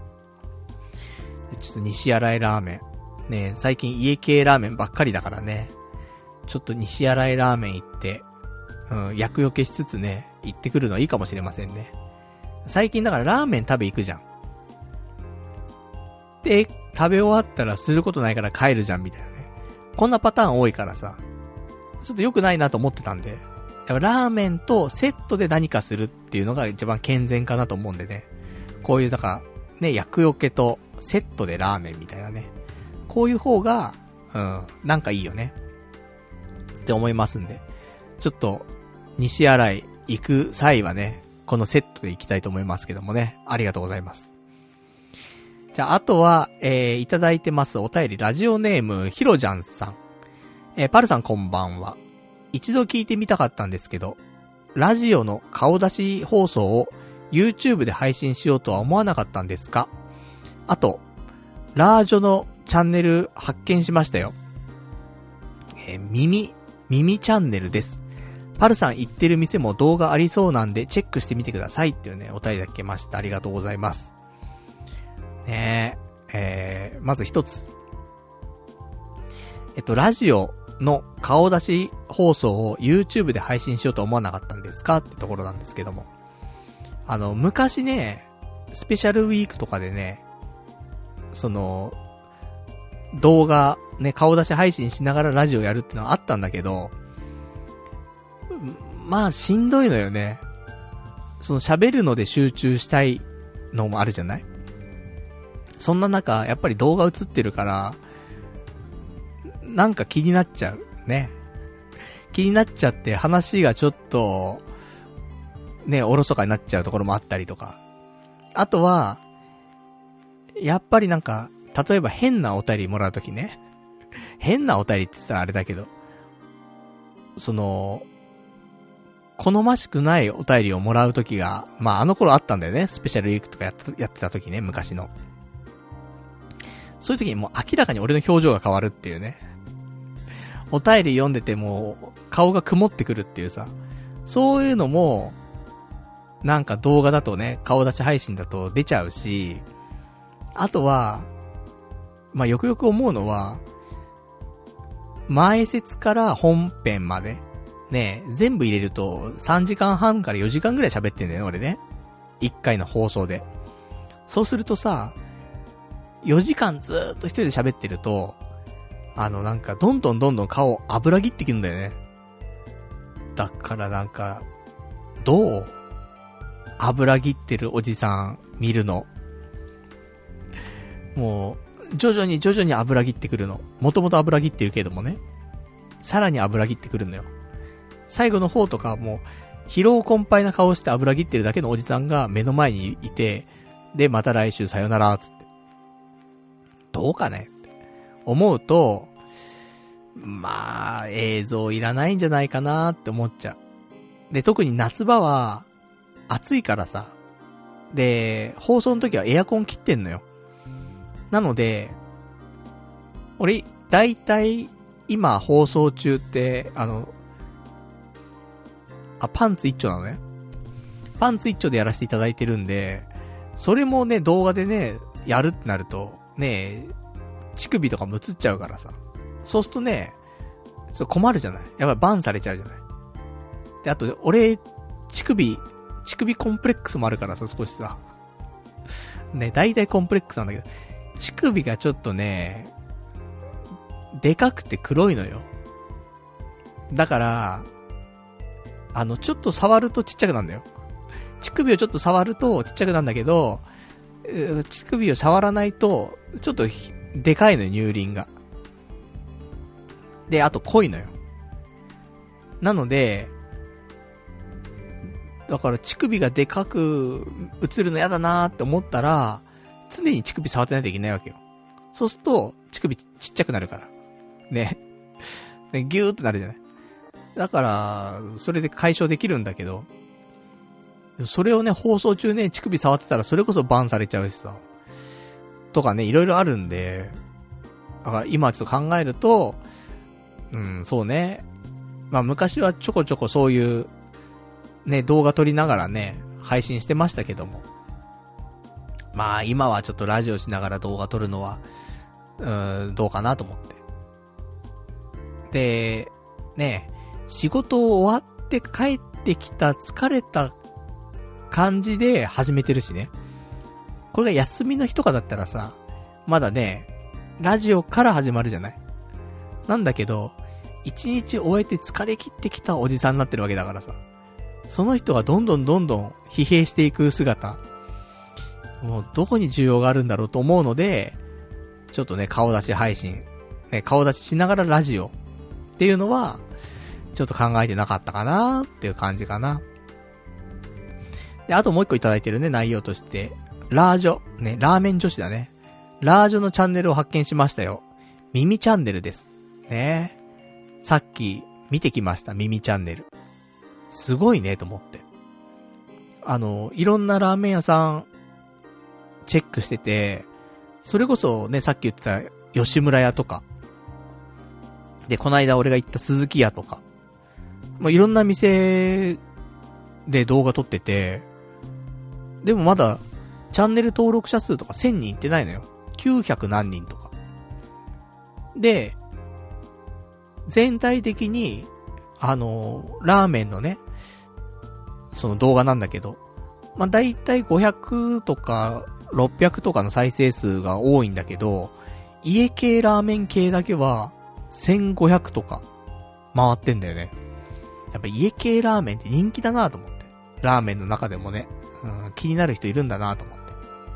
[SPEAKER 1] ちょっと西新井ラーメン。ね、最近家系ラーメンばっかりだからね。ちょっと西新井ラーメン行って、うん、厄除けしつつね、行ってくるのはいいかもしれませんね。最近だからラーメン食べ行くじゃん。で、食べ終わったらすることないから帰るじゃんみたいなね。こんなパターン多いからさ、ちょっと良くないなと思ってたんで、やっぱラーメンとセットで何かするっていうのが一番健全かなと思うんでね。こういうだから、ね、厄除けとセットでラーメンみたいなね。こういう方が、うん、なんかいいよね。って思いますんで。ちょっと、西新井行く際はね、このセットで行きたいと思いますけどもね。ありがとうございます。じゃあ、あとは、えー、いただいてますお便り、ラジオネーム、ひろじゃんさん。えー、パルさんこんばんは。一度聞いてみたかったんですけど、ラジオの顔出し放送を YouTube で配信しようとは思わなかったんですか？あと、ラージョのチャンネル発見しましたよ。えー、耳、耳チャンネルです。パルさん行ってる店も動画ありそうなんでチェックしてみてくださいっていうね、お便りいただきました。ありがとうございます。ねえ、えー、まず一つ。えっと、ラジオの顔出し放送を YouTube で配信しようと思わなかったんですかってところなんですけども。あの、昔ね、スペシャルウィークとかでね、その、動画、ね、顔出し配信しながらラジオやるってのはあったんだけど、まあ、しんどいのよね。その喋るので集中したいのもあるじゃない？そんな中、やっぱり動画映ってるから、なんか気になっちゃう。ね。気になっちゃって話がちょっと、ね、おろそかになっちゃうところもあったりとか。あとは、やっぱりなんか、例えば変なお便りもらうときね。変なお便りって言ったらあれだけど、その、好ましくないお便りをもらうときが、まああの頃あったんだよね。スペシャルウィークとかやってやってたときね、昔の。そういうときにもう明らかに俺の表情が変わるっていうね。お便り読んでても顔が曇ってくるっていうさ。そういうのも、なんか動画だとね、顔出し配信だと出ちゃうし、あとは、まあよくよく思うのは、前説から本編まで、ね、全部入れるとさんじかんはんからよじかんぐらい喋ってんだよね、俺ね。いっかいの放送で。そうするとさ、よじかんずーっと一人で喋ってると、あのなんかどんどんどんどん顔油切ってくるんだよね。だからなんか、どう？油切ってるおじさん見るの。もう、徐々に徐々に油切ってくるの。もともと油切ってるけどもね。さらに油切ってくるのよ。最後の方とかはもう、疲労困憊な顔して油切ってるだけのおじさんが目の前にいて、で、また来週さよなら、つって。どうかねって思うと、まあ、映像いらないんじゃないかなって思っちゃう。で、特に夏場は、暑いからさ。で、放送の時はエアコン切ってんのよ。なので、俺、だいたい、今放送中って、あの、あ、パンツ一丁なのね。パンツ一丁でやらせていただいてるんで、それもね、動画でね、やるってなると、ね、乳首とかも映っちゃうからさ。そうするとね、それ困るじゃない。やっぱりバンされちゃうじゃない。で、あと、俺、乳首、乳首コンプレックスもあるからさ、少しさ。ね、大体コンプレックスなんだけど、乳首がちょっとね、でかくて黒いのよ。だから、あの、ちょっと触るとちっちゃくなんだよ。乳首をちょっと触るとちっちゃくなんだけど、乳首を触らないと、ちょっとでかいのよ、乳輪が。で、あと濃いのよ。なので、だから乳首がでかく映るのやだなーって思ったら、常に乳首触ってないといけないわけよ。そうすると、乳首ちっちゃくなるから。ね。ギューってなるじゃない。だから、それで解消できるんだけど、それをね、放送中ね、乳首触ってたらそれこそバンされちゃうしさ。とかね、いろいろあるんで、だから今ちょっと考えると、うん、そうね。まあ昔はちょこちょこそういう、 ね、動画撮りながらね、配信してましたけども。まあ今はちょっとラジオしながら動画撮るのは、うーん、どうかなと思って。で、ね、仕事終わって帰ってきた疲れた感じで始めてるしね。これが休みの日とかだったらさ、まだね、ラジオから始まるじゃない。なんだけど、一日終えて疲れ切ってきたおじさんになってるわけだからさ。その人がどんどんどんどん疲弊していく姿。もうどこに需要があるんだろうと思うので、ちょっとね、顔出し配信。ね、顔出ししながらラジオ。っていうのは、ちょっと考えてなかったかなっていう感じかな。で、あともう一個いただいてるね、内容として。ラージョ。ね、ラーメン女子だね。ラージョのチャンネルを発見しましたよ。耳チャンネルです。ね。さっき見てきました、耳チャンネル。すごいね、と思って。あの、いろんなラーメン屋さん、チェックしてて、それこそね、さっき言ってた吉村屋とか。で、この間俺が行った鈴木屋とか。もういろんな店で動画撮ってて、でもまだ、チャンネル登録者数とかせんにんいってないのよ。きゅうひゃくなんにんとか。で、全体的に、あの、ラーメンのね、その動画なんだけど、まあ、だいたいごひゃくとかろっぴゃくとかの再生数が多いんだけど、家系ラーメン系だけはせんごひゃくとか回ってんだよね。やっぱ家系ラーメンって人気だなと思って。ラーメンの中でもね、うん、気になる人いるんだなと思って。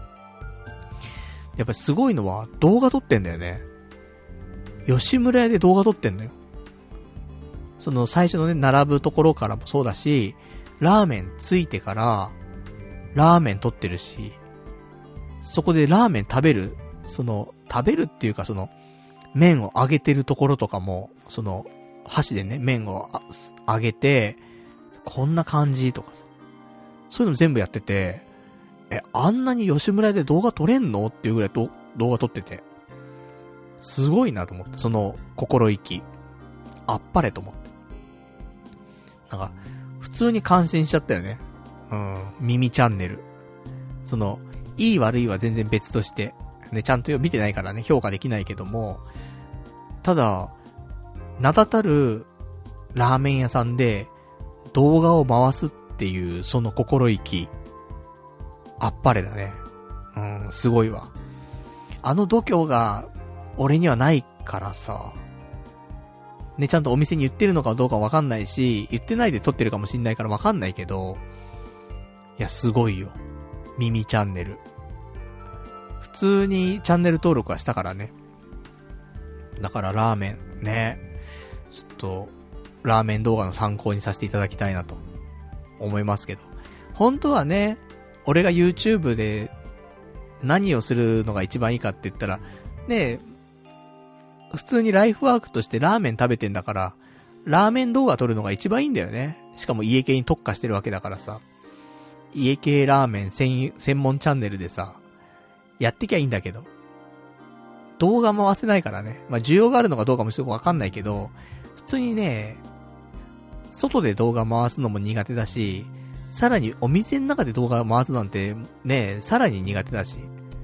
[SPEAKER 1] やっぱりすごいのは動画撮ってんだよね。吉村屋で動画撮ってんのよ。その最初のね、並ぶところからもそうだし、ラーメンついてから、ラーメン撮ってるし、そこでラーメン食べる、その、食べるっていうかその、麺を揚げてるところとかも、その、箸でね、麺を揚げて、こんな感じとかさ。そういうの全部やってて、え、あんなに吉村屋で動画撮れんのっていうぐらいと動画撮ってて、すごいなと思って、その心意気。あっぱれと思って。なんか、普通に感心しちゃったよね。うん、耳チャンネル。その、いい悪いは全然別として、ね、ちゃんと見てないからね、評価できないけども、ただ、名だたるラーメン屋さんで動画を回すっていうその心意気、あっぱれだね。うん、すごいわ。あの度胸が俺にはないからさ、ね、ちゃんとお店に言ってるのかどうかわかんないし、言ってないで撮ってるかもしんないからわかんないけど、いや、すごいよ。耳チャンネル。普通にチャンネル登録はしたからね。だからラーメン、ね。ちょっと、ラーメン動画の参考にさせていただきたいなと思いますけど。本当はね、俺が YouTube で何をするのが一番いいかって言ったら、ね、普通にライフワークとしてラーメン食べてんだから、ラーメン動画撮るのが一番いいんだよね。しかも家系に特化してるわけだからさ。家系ラーメン専、専門チャンネルでさ、やってきゃいいんだけど。動画回せないからね。まあ、需要があるのかどうかもちょっとわかんないけど、普通にね、外で動画回すのも苦手だし、さらにお店の中で動画回すなんて、ね、さらに苦手だし。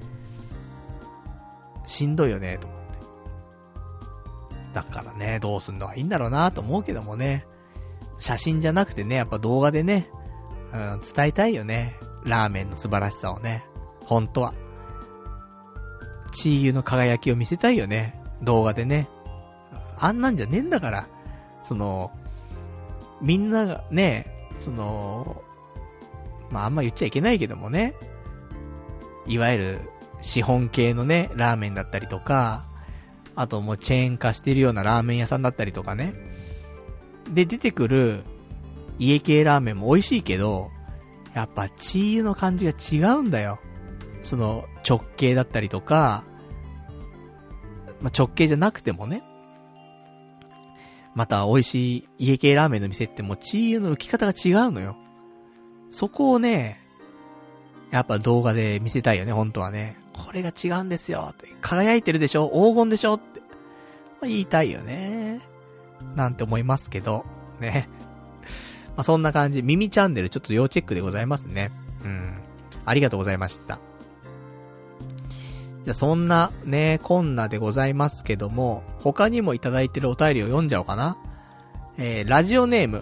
[SPEAKER 1] しんどいよね、と思って。だからね、どうすんのがいいんだろうなと思うけどもね。写真じゃなくてね、やっぱ動画でね、うん、伝えたいよね。ラーメンの素晴らしさをね。本当は。チー油の輝きを見せたいよね。動画でね。あんなんじゃねえんだから。その、みんながね、その、まあ、あんま言っちゃいけないけどもね。いわゆる、資本系のね、ラーメンだったりとか、あともうチェーン化してるようなラーメン屋さんだったりとかね。で、出てくる、家系ラーメンも美味しいけど、やっぱチー油の感じが違うんだよ。その直径だったりとか、まあ、直径じゃなくてもね。また美味しい家系ラーメンの店ってもうチー油の浮き方が違うのよ。そこをね、やっぱ動画で見せたいよね、本当はね。これが違うんですよって。輝いてるでしょ、黄金でしょって。言いたいよね。なんて思いますけど、ね。 あ、そんな感じ。耳チャンネルちょっと要チェックでございますね。うん。ありがとうございました。じゃあそんなね、こんなでございますけども、他にもいただいてるお便りを読んじゃおうかな。えー、ラジオネーム。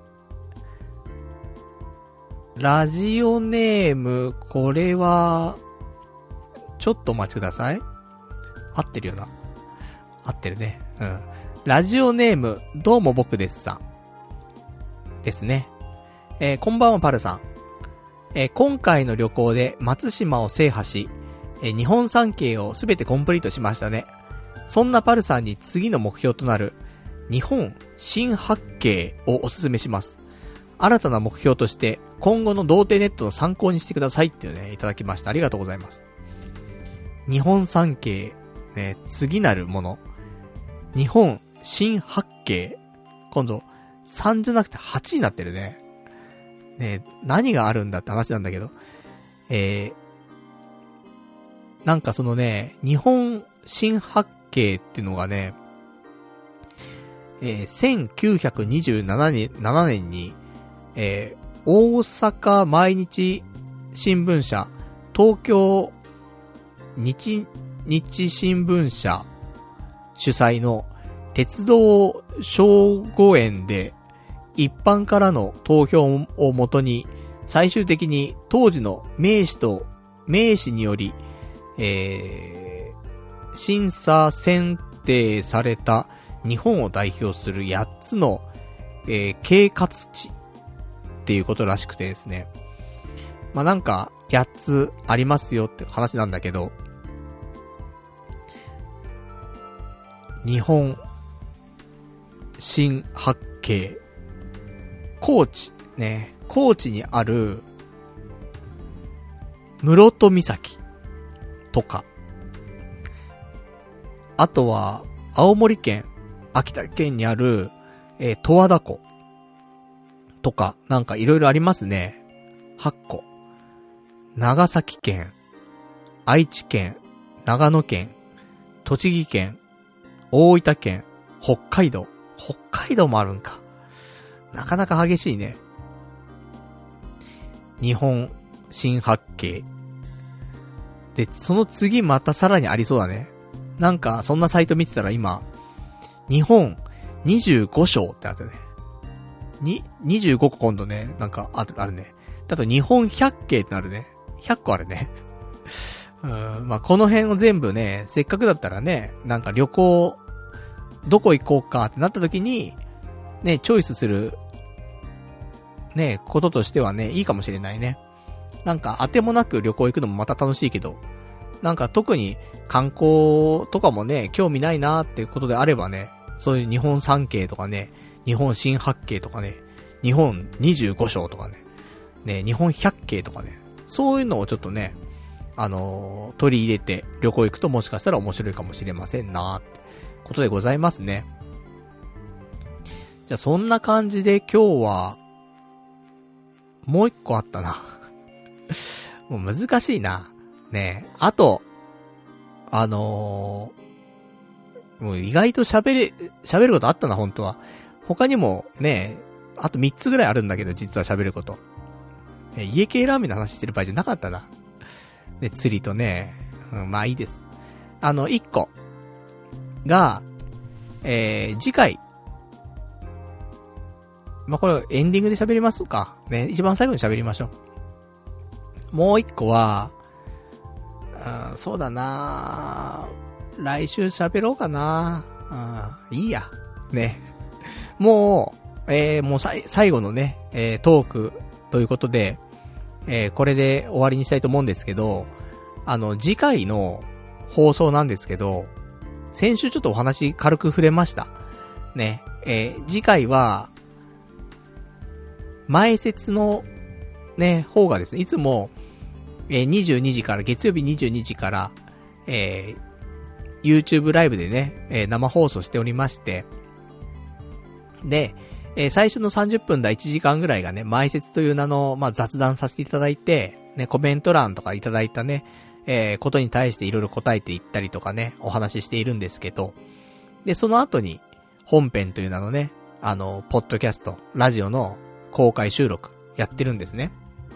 [SPEAKER 1] ラジオネーム、これは、ちょっとお待ちください。合ってるよな。合ってるね。うん。ラジオネーム、どうも僕ですさん。ですね。えー、こんばんはパルさん。えー、今回の旅行で松島を制覇し、えー、日本三景をすべてコンプリートしましたね。そんなパルさんに次の目標となる、日本新八景をおすすめします。新たな目標として、今後の童貞ネットの参考にしてくださいっていうね、いただきました。ありがとうございます。日本三景、ね、次なるもの。日本新八景。今度、さんじゃなくてはちになってるね。ね、何があるんだって話なんだけど。えー、なんかそのね、日本新八景っていうのがね、えー、せんきゅうひゃくにじゅうななねんに、えー、大阪毎日新聞社、東京日、日新聞社主催の鉄道小5園で一般からの投票をもとに最終的に当時の名士と名士により、えー、審査選定された日本を代表するやっつの、えー、景勝地っていうことらしくてですね。まあ、なんか、やっつありますよって話なんだけど、日本新八景、高知、ね、高知にある、室戸岬とか、あとは、青森県、秋田県にある、えー、十和田湖とか、なんかいろいろありますね。はっこ。長崎県、愛知県、長野県、栃木県、大分県、北海道。北海道もあるんか。なかなか激しいね。日本新八景。で、その次またさらにありそうだね。なんか、そんなサイト見てたら今、日本にじゅうご章ってあったね。に、にじゅうごこ今度ね、なんかある、あるね。だと日本百景ってなるね。ひゃっこあるね。うん、まあ、この辺を全部ね、せっかくだったらね、なんか旅行、どこ行こうかってなった時に、ね、チョイスする、ね、こととしてはね、いいかもしれないね。なんか当てもなく旅行行くのもまた楽しいけど、なんか特に観光とかもね、興味ないなーっていうことであればね、そういう日本三景とかね、日本新八景とかね、日本にじゅうご章とかね、ね、日本百景とかね、そういうのをちょっとね、あのー、取り入れて旅行行くともしかしたら面白いかもしれませんなーってことでございますね。じゃあそんな感じで今日は、もう一個あったな。もう難しいな。ねえ。あと、あのー、もう意外と喋れ、喋ることあったな、本当は。他にもね、あとみっつぐらいあるんだけど、実は喋ること。ね、家系ラーメンの話してる場合じゃなかったな。ね、釣りとね、うん、まあいいです。あの、いっこが、えー、次回、まあ、これエンディングで喋りますか。ね、一番最後に喋りましょう。もう一個は、うん、そうだな来週喋ろうかなうん、いいや。ね。もう、えー、もうさい、最後のね、えー、トークということで、えー、これで終わりにしたいと思うんですけど、あの、次回の放送なんですけど、先週ちょっとお話軽く触れました。ね。えー、次回は、前説のね、方がですね、いつも、えー、にじゅうにじから、月曜日にじゅうにじから、えー、YouTube ライブでね、えー、生放送しておりまして、で、えー、最初のさんじゅっぷんだいちじかんぐらいがね、前説という名の、まあ、雑談させていただいて、ね、コメント欄とかいただいたね、えー、ことに対していろいろ答えていったりとかね、お話ししているんですけど、で、その後に、本編という名のね、あの、ポッドキャスト、ラジオの、 公開収録やってるんですね。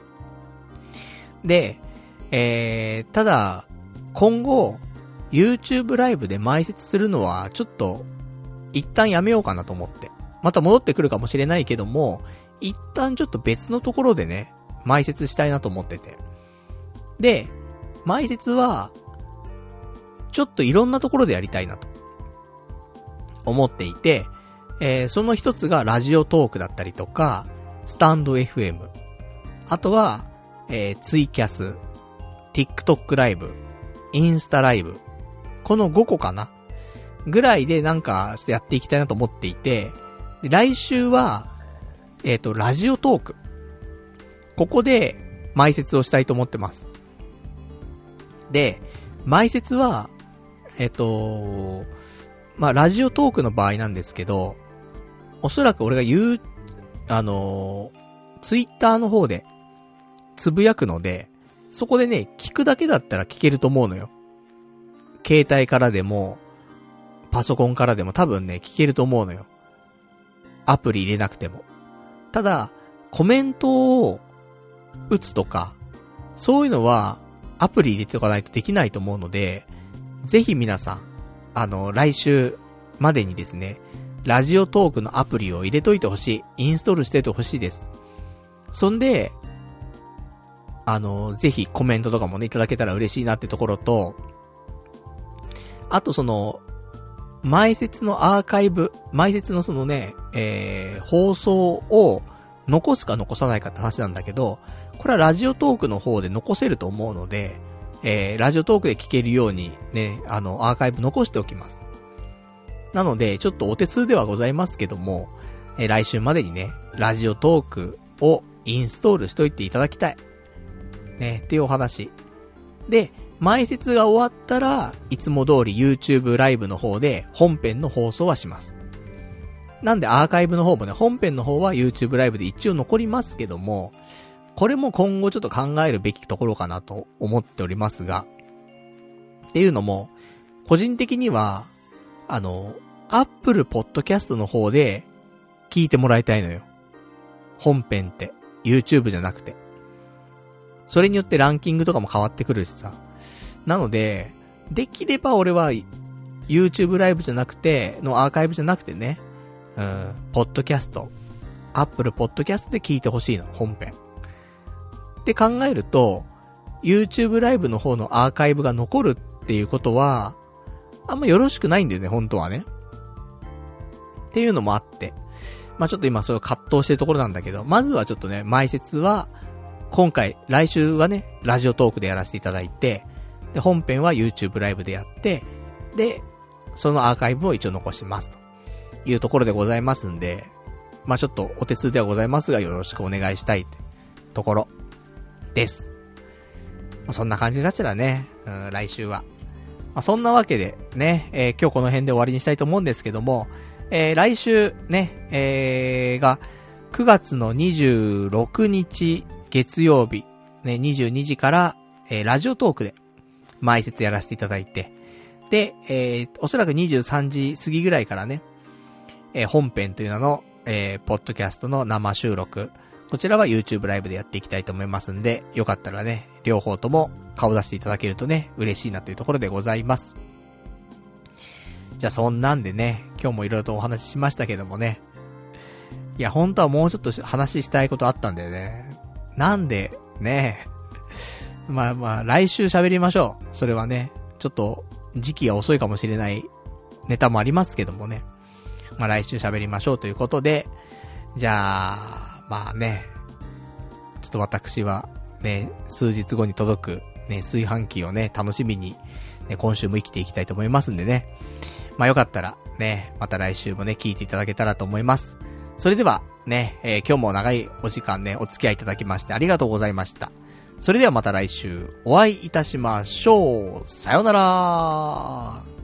[SPEAKER 1] で、えー、ただ、今後、YouTube ライブで埋設するのは、ちょっと、一旦やめようかなと思って。また戻ってくるかもしれないけども、一旦ちょっと別のところでね、埋設したいなと思ってて。で、埋設は、ちょっといろんなところでやりたいなと、思っていて、えー、その一つがラジオトークだったりとか、スタンド エフエム。あとは、えー、ツイキャス、TikTok ライブ、インスタライブ。このごこかなぐらいでなんかちょっとやっていきたいなと思っていて、で来週は、えっと、ラジオトーク。ここで埋設をしたいと思ってます。で、埋設は、えっと、まあ、ラジオトークの場合なんですけど、おそらく俺が言う、あのー、ツイッターの方でつぶやくので、そこでね、聞くだけだったら聞けると思うのよ。携帯からでも、パソコンからでも多分ね、聞けると思うのよ。アプリ入れなくても。ただ、コメントを打つとか、そういうのはアプリ入れておかないとできないと思うので、ぜひ皆さん、あの、来週までにですね、ラジオトークのアプリを入れといてほしい。インストールしておいてほしいです。そんで、あの、ぜひコメントとかもね、いただけたら嬉しいなってところと、あとその、埋設のアーカイブ、埋設のそのね、えー、放送を残すか残さないかって話なんだけど、これはラジオトークの方で残せると思うので、えー、ラジオトークで聞けるようにね、あの、アーカイブ残しておきます。なので、ちょっとお手数ではございますけども、えー、来週までにね、ラジオトークをインストールしといていただきたい。ね、っていうお話。で、埋設が終わったら、いつも通り YouTube ライブの方で本編の放送はします。なんでアーカイブの方もね、本編の方は YouTube ライブで一応残りますけども、これも今後ちょっと考えるべきところかなと思っておりますが、っていうのも、個人的には、あの、Apple Podcast の方で聞いてもらいたいのよ。本編って、YouTube じゃなくて。それによってランキングとかも変わってくるしさ。なので、できれば俺は YouTube ライブじゃなくて、のアーカイブじゃなくてね、うん、ポッドキャスト、Apple Podcast で聞いてほしいの、本編。って考えると、YouTube ライブの方のアーカイブが残るっていうことは、あんまよろしくないんだよね、本当はね。っていうのもあって。まあちょっと今それを葛藤してるところなんだけど、まずはちょっとね、埋設は、今回、来週はね、ラジオトークでやらせていただいて、で、本編は YouTube ライブでやって、で、そのアーカイブを一応残しますというところでございますんで、まあちょっとお手数ではございますがよろしくお願いしたいってところです。まあ、そんな感じがちらね、うん、来週は。まあ、そんなわけでね、えー、今日この辺で終わりにしたいと思うんですけども、えー、来週ね、えー、がくがつのにじゅうろくにち月曜日、ね、にじゅうにじから、えー、ラジオトークで埋設やらせていただいて、で、えー、おそらくにじゅうさんじ過ぎぐらいからね、えー、本編という名の、えー、ポッドキャストの生収録、こちらは YouTube ライブでやっていきたいと思いますんで、よかったらね、両方とも顔出していただけるとね、嬉しいなというところでございます。じゃあそんなんでね、今日もいろいろとお話ししましたけどもね、いや本当はもうちょっと話したいことあったんだよね。なんで、ねまあまあ、来週喋りましょう。それはね、ちょっと時期が遅いかもしれないネタもありますけどもね。まあ来週喋りましょうということで、じゃあ、まあね、ちょっと私はね、数日後に届くね、炊飯器をね、楽しみに、ね、今週も生きていきたいと思いますんでね。まあよかったらね、また来週もね、聞いていただけたらと思います。それではね、えー、今日も長いお時間ね、お付き合いいただきましてありがとうございました。それではまた来週お会いいたしましょう。さようなら。